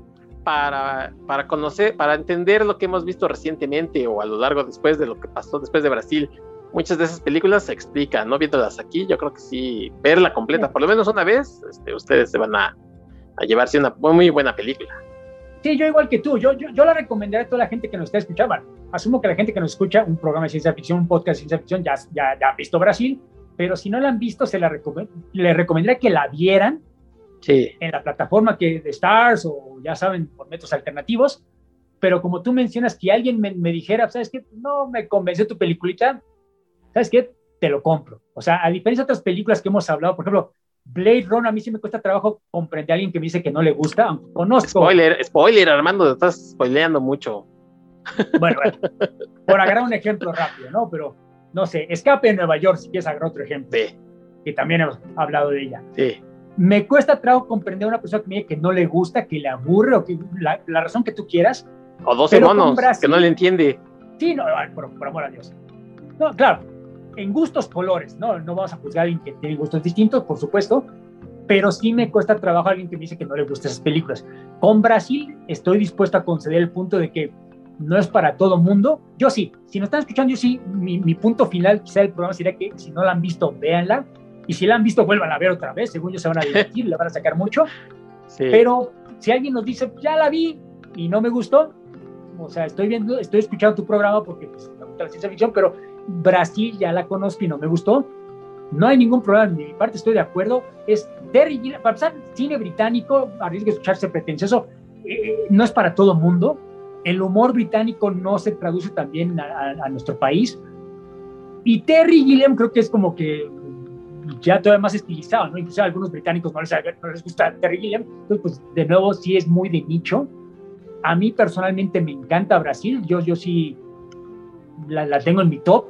para conocer, para entender lo que hemos visto recientemente o a lo largo después de lo que pasó después de Brasil. Muchas de esas películas se explican, ¿no? Viéndolas aquí, yo creo que sí, verla completa, por lo menos una vez, ustedes se van a llevarse una muy buena película. Sí, yo igual que tú, yo la recomendaría a toda la gente que nos está escuchando. Bueno, asumo que la gente que nos escucha, un programa de ciencia ficción, un podcast de ciencia ficción, ya ha visto Brasil, pero si no la han visto, le recomendaría que la vieran, sí, en la plataforma de Stars o ya saben, por métodos alternativos. Pero como tú mencionas, que alguien me dijera, ¿sabes qué? No me convenció tu peliculita, ¿sabes qué? Te lo compro. O sea, a diferencia de otras películas que hemos hablado, por ejemplo, Blade Runner, a mí sí me cuesta trabajo comprender a alguien que me dice que no le gusta, aunque conozco. Spoiler, Armando, te estás spoileando mucho. Bueno, por agarrar un ejemplo rápido, ¿no? Pero, no sé, Escape en Nueva York, si quieres agarrar otro ejemplo. Sí. Que también hemos hablado de ella. Sí. Me cuesta trabajo comprender a una persona que me dice que no le gusta, que le aburre, o que la razón que tú quieras. O 12 monos, Brasil, que no le entiende. Sí, no, por amor a Dios. No, claro, en gustos colores, ¿no? No vamos a juzgar a alguien que tiene gustos distintos, por supuesto, pero sí me cuesta trabajo a alguien que me dice que no le gustan esas películas. Con Brasil estoy dispuesto a conceder el punto de que no es para todo mundo. Yo sí, si nos están escuchando, yo sí, mi punto final quizá del programa sería que si no la han visto, véanla, y si la han visto, vuelvan a ver otra vez, según yo se van a divertir, le van a sacar mucho, sí. Pero si alguien nos dice, ya la vi y no me gustó, o sea, estoy escuchando tu programa porque pues, me gusta la ciencia ficción, pero Brasil ya la conozco y no me gustó, no hay ningún problema, de mi parte estoy de acuerdo. Es Terry Gilliam, para empezar, cine británico, arriesga a escucharse pretencioso, no es para todo mundo. El humor británico no se traduce también a nuestro país, y Terry Gilliam creo que es como que ya todavía más estilizado, ¿no? Incluso a algunos británicos no les gusta Terry Gilliam, entonces pues de nuevo sí es muy de nicho. A mí personalmente me encanta Brasil, yo sí la tengo en mi top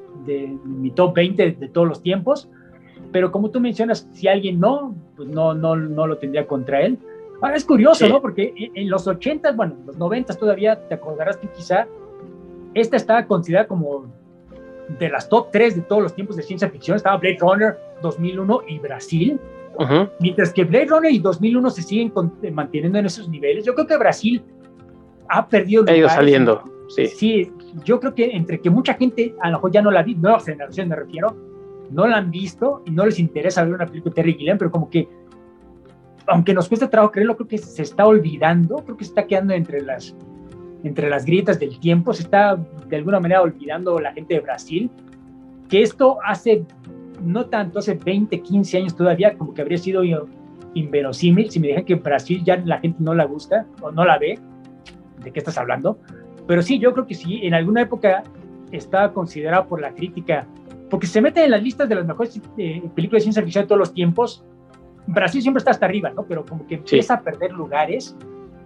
20 de todos los tiempos, pero como tú mencionas, si alguien pues no lo tendría contra él. Ahora es curioso, sí, ¿no? Porque en los 80s, bueno, en los 90s todavía, te acordarás tú quizá, esta estaba considerada como de las top 3 de todos los tiempos de ciencia ficción. Estaba Blade Runner 2001 y Brasil. Uh-huh. Mientras que Blade Runner y 2001 se siguen manteniendo en esos niveles, yo creo que Brasil ha perdido lugares. Ha ido saliendo, sí. Sí, yo creo que entre que mucha gente, a lo mejor ya no la vi, nueva generación me refiero, no la han visto y no les interesa ver una película de Terry Gilliam, pero como que, aunque nos cuesta trabajo creerlo, creo que se está olvidando, creo que se está quedando entre las grietas del tiempo, se está de alguna manera olvidando la gente de Brasil, que esto hace, no tanto, hace 20, 15 años todavía, como que habría sido inverosímil, si me dijeran que en Brasil ya la gente no la gusta, o no la ve, ¿de qué estás hablando? Pero sí, yo creo que sí, en alguna época estaba considerado por la crítica, porque se mete en las listas de las mejores películas de ciencia ficción de todos los tiempos. Brasil siempre está hasta arriba, ¿no? Pero como que empieza a perder lugares,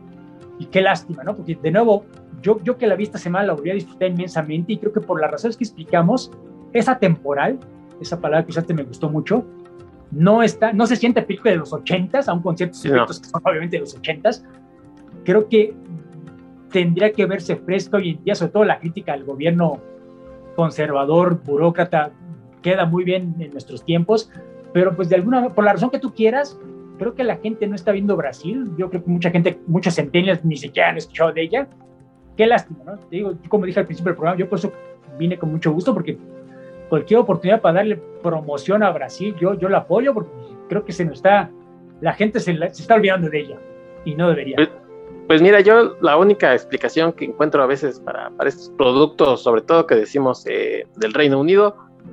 y qué lástima, ¿no? Porque de nuevo, yo que la vi esta semana la volví a disfrutar inmensamente, y creo que por las razones que explicamos, es atemporal, esa palabra que usaste me gustó mucho, no se siente película de los 80s, aún con ciertos efectos que son obviamente de los 80s. Creo que tendría que verse fresca hoy en día, sobre todo la crítica al gobierno conservador, burócrata, queda muy bien en nuestros tiempos, pero pues de alguna, por la razón que tú quieras, creo que la gente no está viendo Brasil. Yo creo que mucha gente, muchos centennials ni siquiera han escuchado de ella. Qué lástima, ¿no? Te digo, como dije al principio del programa, yo por eso vine con mucho gusto, porque cualquier oportunidad para darle promoción a Brasil, yo la apoyo, porque creo que la gente se está olvidando de ella, y no debería. Pues mira, yo la única explicación que encuentro a veces para estos productos, sobre todo que decimos del Reino Unido,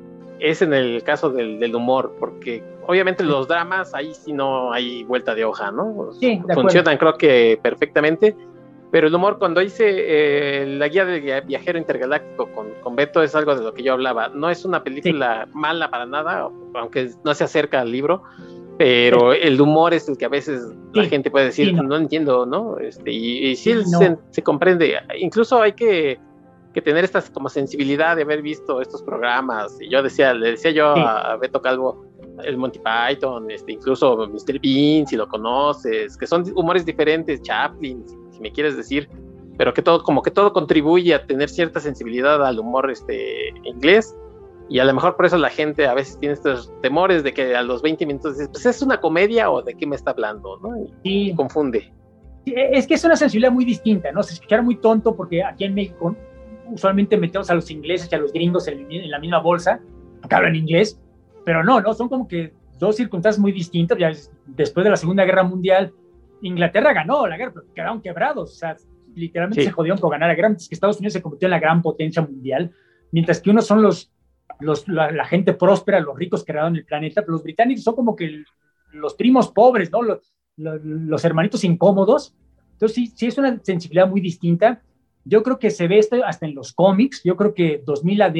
es en el caso del humor, porque obviamente los dramas, ahí sí no hay vuelta de hoja, ¿no? Sí, funcionan creo que perfectamente, pero el humor, cuando hice la guía del viajero intergaláctico con Beto, es algo de lo que yo hablaba. No es una película mala para nada, aunque no se acerca al libro, pero el humor es el que a veces la gente puede decir, no entiendo, ¿no? Y sí, se comprende. Incluso hay que tener esta como sensibilidad de haber visto estos programas. Y le decía yo a Beto Calvo, el Monty Python, incluso Mr. Bean, si lo conoces, que son humores diferentes, Chaplin, si me quieres decir, pero que todo contribuye a tener cierta sensibilidad al humor inglés. Y a lo mejor por eso la gente a veces tiene estos temores de que a los 20 minutos dices, pues ¿es una comedia o de qué me está hablando? ¿No? Y confunde. Sí, es que es una sensibilidad muy distinta, ¿no? Se escuchará muy tonto, porque aquí en México usualmente metemos a los ingleses y a los gringos en la misma bolsa, porque hablan inglés, pero no, son como que dos circunstancias muy distintas. Ya después de la Segunda Guerra Mundial, Inglaterra ganó la guerra, pero quedaron quebrados, o sea, literalmente se jodieron por ganar la guerra, mientras que Estados Unidos se convirtió en la gran potencia mundial, mientras que unos son la gente próspera, los ricos que crearon el planeta, pero los británicos son como que los primos pobres, ¿no? Los hermanitos incómodos. Entonces sí es una sensibilidad muy distinta. Yo creo que se ve esto hasta en los cómics. Yo creo que 2000 AD,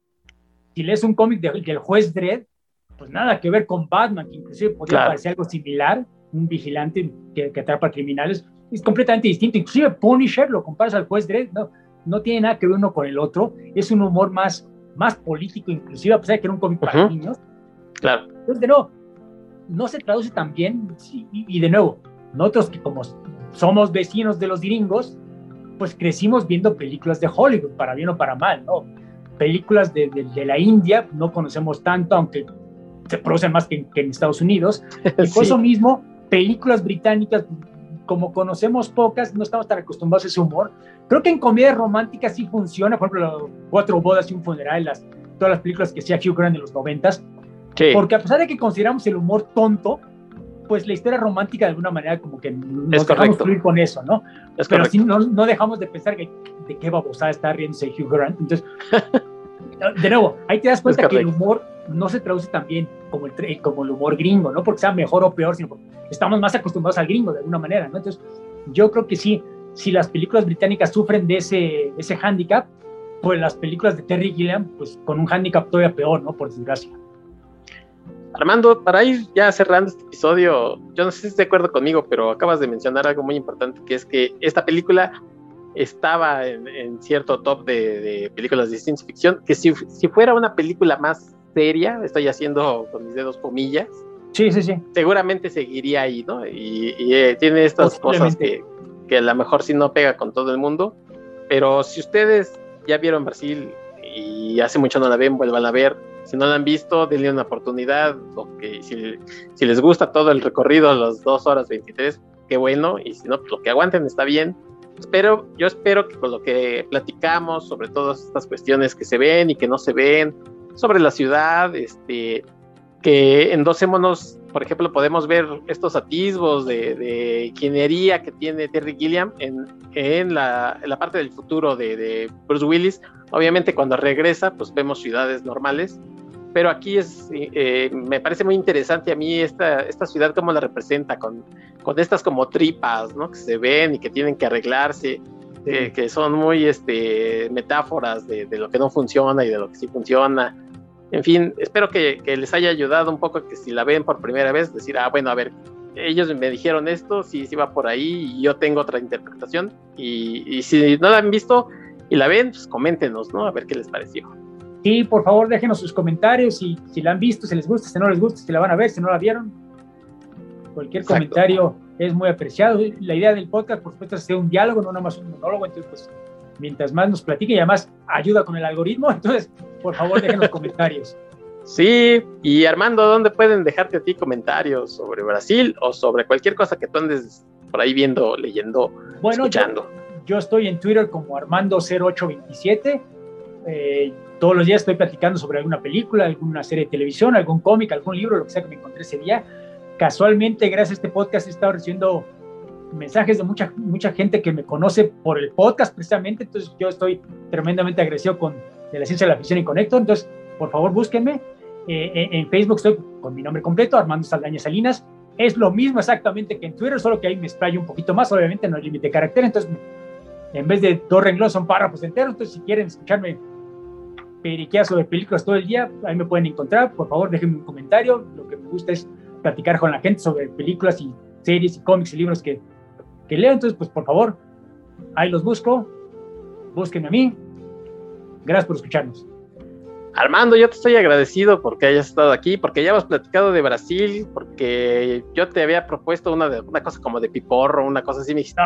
si lees un cómic del Juez Dredd, pues nada que ver con Batman, que inclusive podría parecer algo similar, un vigilante que atrapa criminales, es completamente distinto. Inclusive Punisher, lo comparas al Juez Dredd, no tiene nada que ver uno con el otro. Es un humor más político, inclusive, a pesar de que era un cómic para niños. Claro. Entonces, de nuevo, no se traduce tan bien, y de nuevo, nosotros que como somos vecinos de los gringos, pues crecimos viendo películas de Hollywood, para bien o para mal, ¿no? Películas de la India no conocemos tanto, aunque se producen más que en Estados Unidos, y por eso mismo, películas británicas, como conocemos pocas, no estamos tan acostumbrados a ese humor. Creo que en comedias románticas sí funciona, por ejemplo, 4 bodas y un funeral, todas las películas que hacía Hugh Grant en los 90s, porque a pesar de que consideramos el humor tonto, pues la historia romántica de alguna manera como que nos dejamos fluir con eso, ¿no? Pero sí no dejamos de pensar de qué babosada está riéndose Hugh Grant. Entonces, de nuevo, ahí te das cuenta que el humor no se traduce tan bien como el humor gringo, no porque sea mejor o peor, sino porque estamos más acostumbrados al gringo de alguna manera, ¿no? Entonces, yo creo que sí, si las películas británicas sufren de ese hándicap, pues las películas de Terry Gilliam, pues con un hándicap todavía peor, ¿no? Por desgracia. Armando, para ir ya cerrando este episodio, yo no sé si estás de acuerdo conmigo, pero acabas de mencionar algo muy importante, que es que esta película estaba en cierto top de películas de ciencia ficción, que si fuera una película más seria, estoy haciendo con mis dedos comillas, sí, seguramente seguiría ahí, ¿no? Y tiene estas cosas que a lo mejor sí no pega con todo el mundo, pero si ustedes ya vieron Brasil y hace mucho no la ven, vuelvan a ver. Si no la han visto, denle una oportunidad. Si les gusta todo el recorrido, las 2 horas 23, qué bueno. Y si no, pues lo que aguanten está bien. Yo espero que con lo que platicamos sobre todas estas cuestiones que se ven y que no se ven, sobre la ciudad, que endocémonos, por ejemplo, podemos ver estos atisbos de ingeniería que tiene Terry Gilliam en la parte del futuro de Bruce Willis. Obviamente cuando regresa, pues vemos ciudades normales, pero aquí me parece muy interesante a mí esta ciudad, cómo la representa, con estas como tripas, ¿no? Que se ven y que tienen que arreglarse, que son muy metáforas de lo que no funciona y de lo que sí funciona. En fin, espero que les haya ayudado un poco, que si la ven por primera vez, decir, bueno, a ver, ellos me dijeron esto, sí va por ahí, y yo tengo otra interpretación, y si no la han visto y la ven, pues coméntenos, ¿no? A ver qué les pareció. Sí, por favor, déjenos sus comentarios, si la han visto, si les gusta, si no les gusta, si la van a ver, si no la vieron. Cualquier Exacto. Comentario es muy apreciado. La idea del podcast, por supuesto, es hacer un diálogo, no nada más un monólogo. Entonces, pues, mientras más nos platiquen, y además ayuda con el algoritmo, entonces, por favor, déjenos comentarios. Sí, y Armando, ¿dónde pueden dejarte a ti comentarios sobre Brasil o sobre cualquier cosa que tú andes por ahí viendo, leyendo, escuchando? Yo estoy en Twitter como Armando0827. Todos los días estoy platicando sobre alguna película, alguna serie de televisión, algún cómic, algún libro, lo que sea que me encontré ese día. Casualmente, gracias a este podcast, he estado recibiendo mensajes de mucha gente que me conoce por el podcast precisamente. Entonces yo estoy tremendamente agradecido de la ciencia de la ficción y Conecto. Entonces, por favor, búsquenme. En Facebook estoy con mi nombre completo, Armando Saldaña Salinas. Es lo mismo exactamente que en Twitter, solo que ahí me explayo un poquito más. Obviamente no hay límite de carácter, entonces en vez de 2 renglones son párrafos enteros. Entonces, si quieren escucharme periquear sobre películas todo el día, ahí me pueden encontrar. Por favor, déjenme un comentario. Lo que me gusta es platicar con la gente sobre películas y series y cómics y libros que leo. Entonces, pues por favor, ahí los busco. Búsquenme a mí. Gracias por escucharnos. Armando, yo te estoy agradecido porque hayas estado aquí, porque ya hemos platicado de Brasil, porque yo te había propuesto una cosa como de piporro, una cosa así, me dijiste,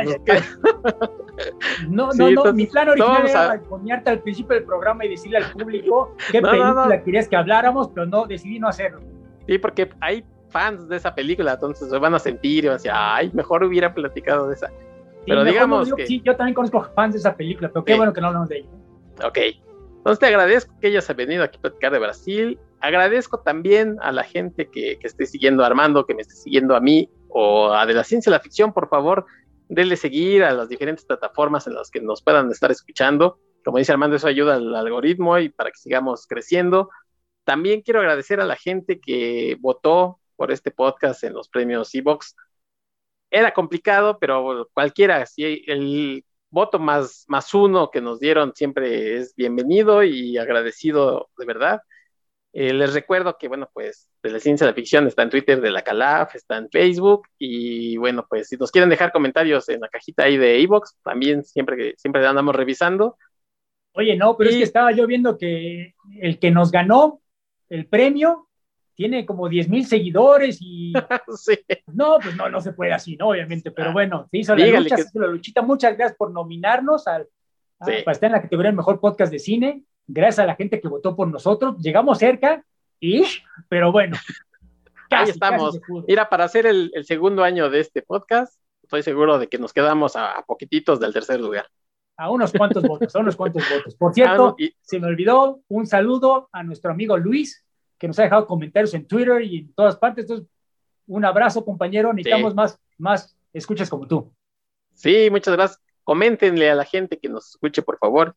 no, mi plan original era ponerte al principio del programa y decirle al público qué película querías que habláramos, pero decidí no hacerlo. Sí, porque hay fans de esa película, entonces se van a sentir y van a decir, mejor hubiera platicado de esa. Sí, pero digamos que... Sí, yo también conozco fans de esa película, pero qué bueno que no hablamos de ella. Ok. Entonces te agradezco que hayas venido aquí a platicar de Brasil. Agradezco también a la gente que esté siguiendo a Armando, que me esté siguiendo a mí, o a De la Ciencia y la Ficción. Por favor, denle seguir a las diferentes plataformas en las que nos puedan estar escuchando. Como dice Armando, eso ayuda al algoritmo y para que sigamos creciendo. También quiero agradecer a la gente que votó por este podcast en los premios Evox. Era complicado, pero cualquiera, si el voto más 1 que nos dieron siempre es bienvenido y agradecido de verdad. Les recuerdo que, bueno, pues De la Ciencia de la Ficción está en Twitter de la Calaf, está en Facebook, y bueno, pues si nos quieren dejar comentarios en la cajita ahí de iVoox, también siempre andamos revisando. Oye, no, pero es que estaba yo viendo que el que nos ganó el premio tiene como 10,000 seguidores y... Sí. No, pues no se puede así, ¿no? Obviamente, pero bueno, se hizo la lucha, se hizo la luchita. Muchas gracias por nominarnos para estar en la categoría del mejor podcast de cine. Gracias a la gente que votó por nosotros. Llegamos cerca, pero bueno. Ahí estamos. Mira, para hacer el segundo año de este podcast, estoy seguro de que nos quedamos a poquititos del tercer lugar. A unos cuantos votos. Por cierto, se me olvidó un saludo a nuestro amigo Luis, que nos ha dejado comentarios en Twitter y en todas partes. Entonces, un abrazo, compañero. Necesitamos más escuchas como tú. Sí, muchas gracias. Coméntenle a la gente que nos escuche, por favor.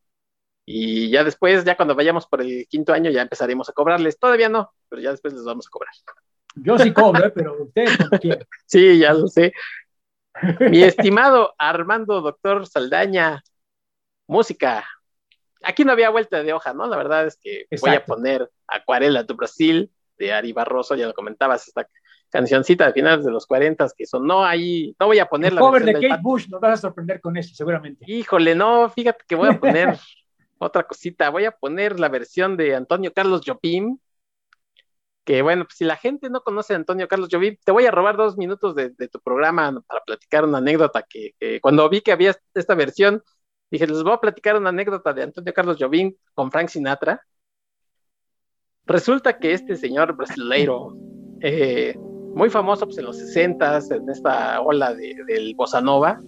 Y ya después, ya cuando vayamos por el 5º año, ya empezaremos a cobrarles. Todavía no, pero ya después les vamos a cobrar. Yo sí cobro, pero ustedes como quieran. Sí, ya lo sé. Mi estimado Armando Doctor Saldaña, música. Aquí no había vuelta de hoja, ¿no? La verdad es que voy a poner Acuarela do Brasil, de Ari Barroso, ya lo comentabas, esta cancioncita de finales de los 40 que sonó ahí. No voy a poner la cover de Kate Bush, nos vas a sorprender con eso, seguramente. Híjole, no, fíjate que voy a poner otra cosita, voy a poner la versión de Antonio Carlos Jobim, que bueno, pues si la gente no conoce a Antonio Carlos Jobim, te voy a robar 2 minutos de tu programa para platicar una anécdota que cuando vi que había esta versión, Dije, les voy a platicar una anécdota de Antonio Carlos Jobim con Frank Sinatra. Resulta que este señor brasileiro, muy famoso pues, en los 60s, en esta ola del bossa nova,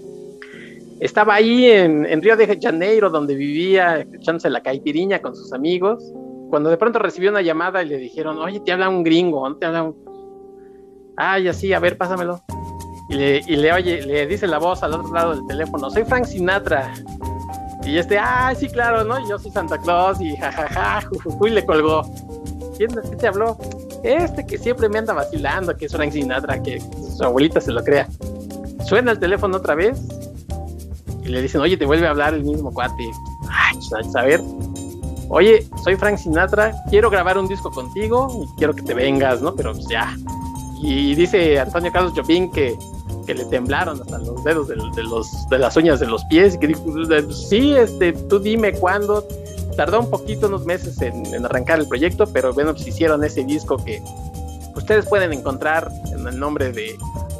estaba ahí en Río de Janeiro, donde vivía, echándose la caipiriña con sus amigos, cuando de pronto recibió una llamada y le dijeron, oye, te habla un gringo, ¿no? Te habla un... Ay, así, a ver, pásamelo. Y le dice la voz al otro lado del teléfono, soy Frank Sinatra. Y sí, claro, ¿no? Y yo soy Santa Claus y jajaja, jujuju, y le colgó. ¿Quién te habló? Que siempre me anda vacilando, que es Frank Sinatra, que su abuelita se lo crea. Suena el teléfono otra vez y le dicen, oye, te vuelve a hablar el mismo cuate. Ay, a ver. Oye, soy Frank Sinatra, quiero grabar un disco contigo y quiero que te vengas, ¿no? Pero pues ya. Y dice Antonio Carlos Jobim que le temblaron hasta los dedos de las uñas de los pies, y que dijo, sí, tú dime cuándo. Tardó un poquito, unos meses en arrancar el proyecto, pero bueno, pues hicieron ese disco que ustedes pueden encontrar en el nombre de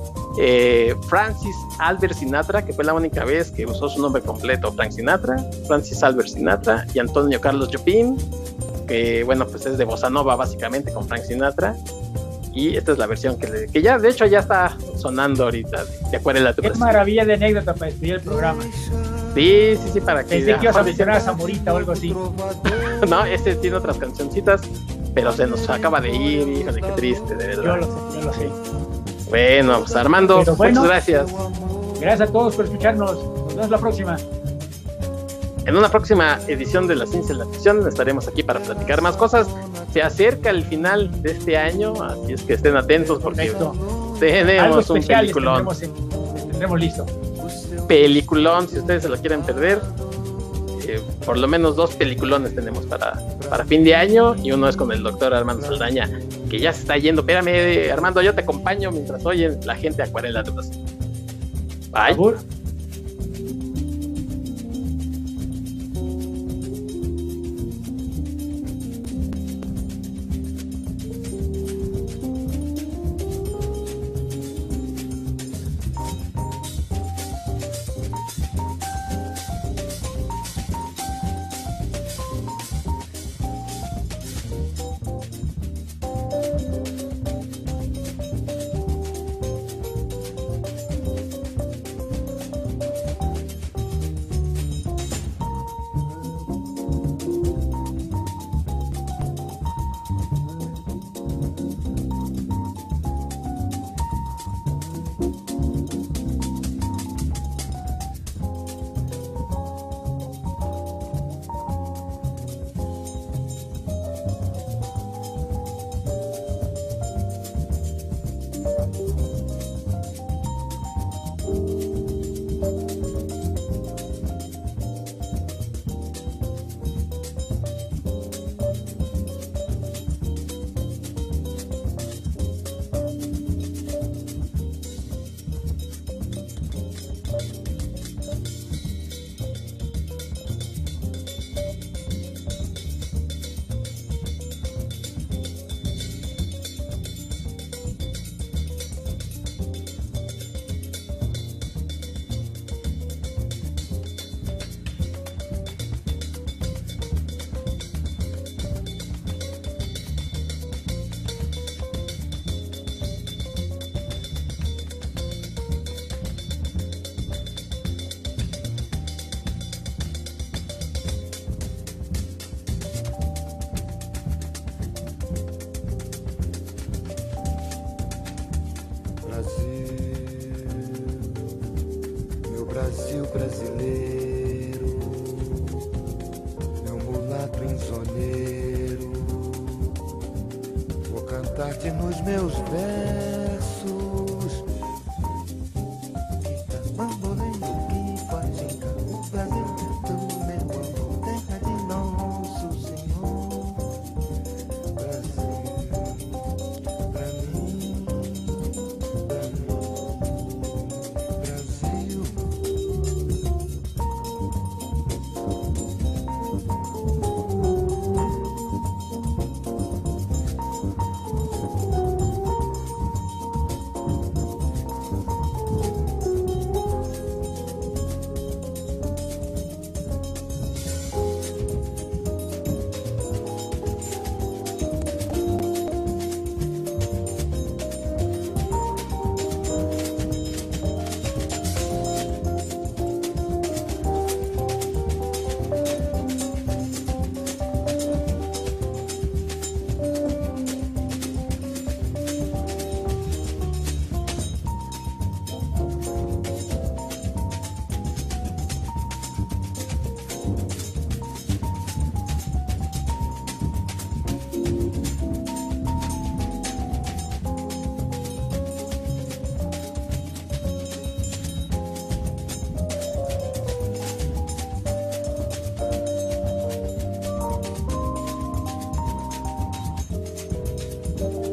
Francis Albert Sinatra, que fue la única vez que usó su nombre completo, Frank Sinatra, Francis Albert Sinatra, y Antonio Carlos Jobim, que bueno, pues es de bossa nova básicamente con Frank Sinatra. Y esta es la versión que ya, de hecho, ya está sonando ahorita de Acuarela tu Qué Brasil. maravilla de anécdota para despedir el programa. Sí, para que... Pensé que ibas a mencionar a Zamorita o algo así. No, tiene otras cancioncitas, pero se nos acaba de ir, híjole, qué triste, de verdad. Yo lo sé. Bueno, pues Armando, muchas gracias. Gracias a todos por escucharnos. Nos vemos la próxima. En una próxima edición de La Ciencia y la Ficción estaremos aquí para platicar más cosas. Se acerca el final de este año, así es que estén atentos porque tenemos un peliculón. Tendremos listo. Peliculón, si ustedes se lo quieren perder. Por lo menos 2 peliculones tenemos para fin de año, y uno es con el doctor Armando Saldaña, que ya se está yendo. Espérame, Armando, yo te acompaño mientras oyen la gente Acuarela tu Brasil. Bye. Abur. Brasil brasileiro, meu mulato insoneiro, vou cantar-te nos meus versos. Bambolendo que faz encantar o Brasil, do meu amor, terra de nosso Senhor. Brasil, pra mim, Brasil. Thank